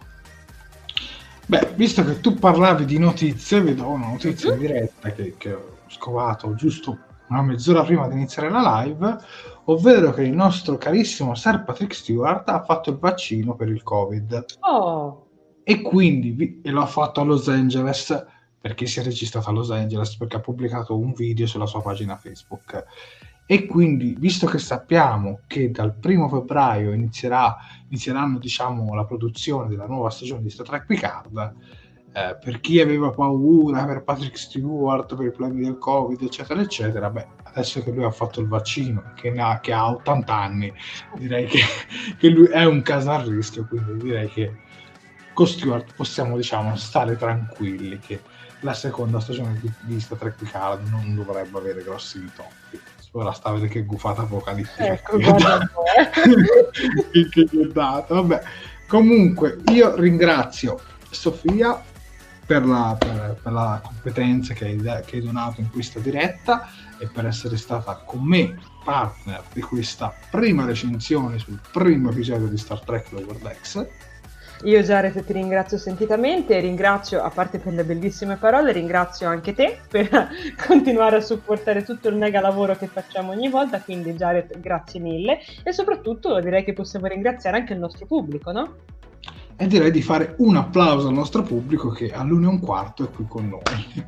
Beh, visto che tu parlavi di notizie, vi do una notizia in diretta che, che ho scovato giusto una mezz'ora prima di iniziare la live, ovvero che il nostro carissimo Sir Patrick Stewart ha fatto il vaccino per il Covid. Oh! E quindi e l'ha fatto a Los Angeles, perché si è registrato a Los Angeles, perché ha pubblicato un video sulla sua pagina Facebook. E quindi, visto che sappiamo che dal primo febbraio inizierà, inizieranno, diciamo, la produzione della nuova stagione di Star Trek Picard, eh, per chi aveva paura per Patrick Stewart, per i problemi del Covid, eccetera, eccetera, beh, adesso che lui ha fatto il vaccino, che, ne ha, che ha ottanta anni, direi che, che lui è un caso a rischio, quindi direi che con Stewart possiamo, diciamo, stare tranquilli che la seconda stagione di, di Star Trek Picard non dovrebbe avere grossi intoppi. Ora sta a vedere che gufata apocalittica ecco, che, che gli ho dato. Vabbè, comunque io ringrazio Sofia per la, per, per la competenza che hai, che hai donato in questa diretta e per essere stata con me partner di questa prima recensione sul primo episodio di Star Trek Lower Decks. Io Jared ti ringrazio sentitamente e ringrazio, a parte per le bellissime parole, ringrazio anche te per continuare a supportare tutto il mega lavoro che facciamo ogni volta, quindi Jared grazie mille e soprattutto direi che possiamo ringraziare anche il nostro pubblico, no? E direi di fare un applauso al nostro pubblico che all'una e un quarto è qui con noi.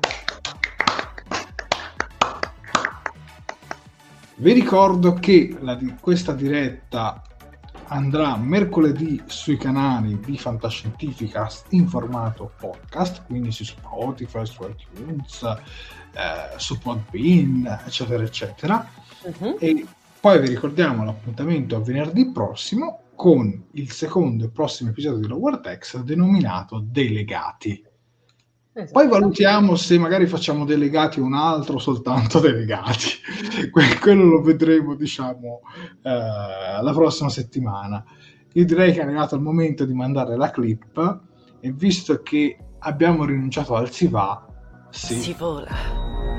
Vi ricordo che la, questa diretta andrà mercoledì sui canali di Fantascientificast in formato podcast, quindi su Spotify, su iTunes, eh, su Podbean, eccetera, eccetera. Uh-huh. E poi vi ricordiamo l'appuntamento a venerdì prossimo con il secondo e prossimo episodio di Lower Decks denominato Delegati. Esatto. Poi valutiamo se magari facciamo delegati un altro o soltanto delegati. Que- quello lo vedremo, diciamo, eh, la prossima settimana. Io direi che è arrivato il momento di mandare la clip e visto che abbiamo rinunciato al si va, sì. Si vola.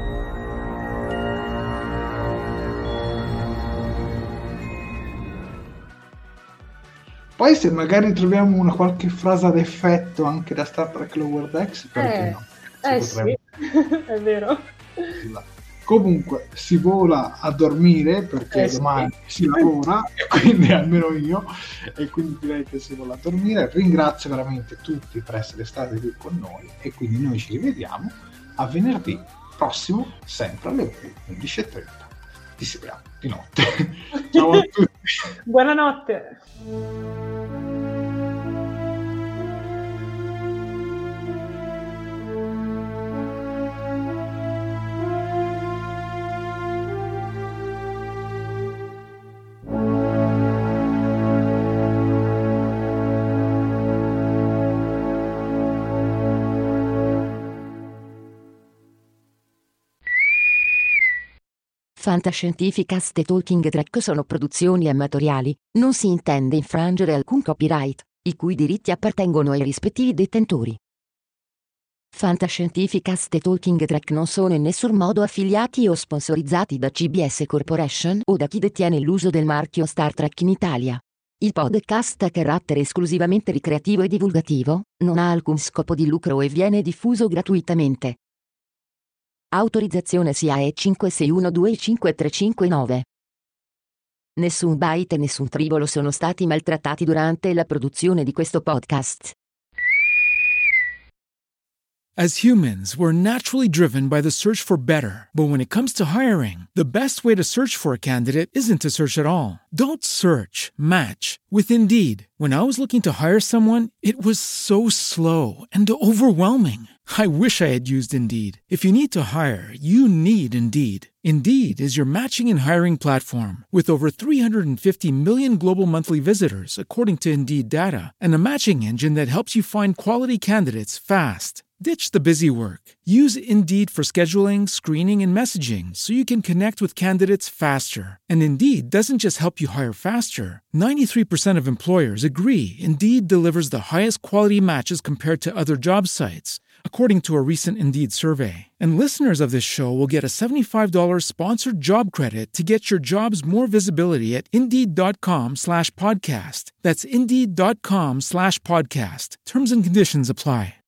Poi se magari troviamo una qualche frase ad effetto anche da Star Trek Lower Decks, perché eh, no? Eh sì, è vero. Comunque si vola a dormire perché eh, domani sì. si lavora e quindi almeno io, e quindi direi che si vola a dormire. Ringrazio veramente tutti per essere stati qui con noi e quindi noi ci rivediamo a venerdì prossimo, sempre alle undici e trenta di sera, di notte. Ciao a tutti. Buonanotte. Fantascientificast e Talking Trek sono produzioni amatoriali, non si intende infrangere alcun copyright, i cui diritti appartengono ai rispettivi detentori. Fantascientificast e Talking Trek non sono in nessun modo affiliati o sponsorizzati da C B S Corporation o da chi detiene l'uso del marchio Star Trek in Italia. Il podcast ha carattere esclusivamente ricreativo e divulgativo, non ha alcun scopo di lucro e viene diffuso gratuitamente. Autorizzazione S I A E cinque sei uno due cinque tre cinque nove. Nessun byte e nessun tribolo sono stati maltrattati durante la produzione di questo podcast. As humans, we're naturally driven by the search for better. But when it comes to hiring, the best way to search for a candidate isn't to search at all. Don't search, match with Indeed. When I was looking to hire someone, it was so slow and overwhelming. I wish I had used Indeed. If you need to hire, you need Indeed. Indeed is your matching and hiring platform with over three hundred fifty million global monthly visitors, according to Indeed data, and a matching engine that helps you find quality candidates fast. Ditch the busy work. Use Indeed for scheduling, screening, and messaging so you can connect with candidates faster. And Indeed doesn't just help you hire faster. ninety-three percent of employers agree Indeed delivers the highest quality matches compared to other job sites, according to a recent Indeed survey. And listeners of this show will get a seventy-five dollars sponsored job credit to get your jobs more visibility at Indeed.com slash podcast. That's Indeed.com slash podcast. Terms and conditions apply.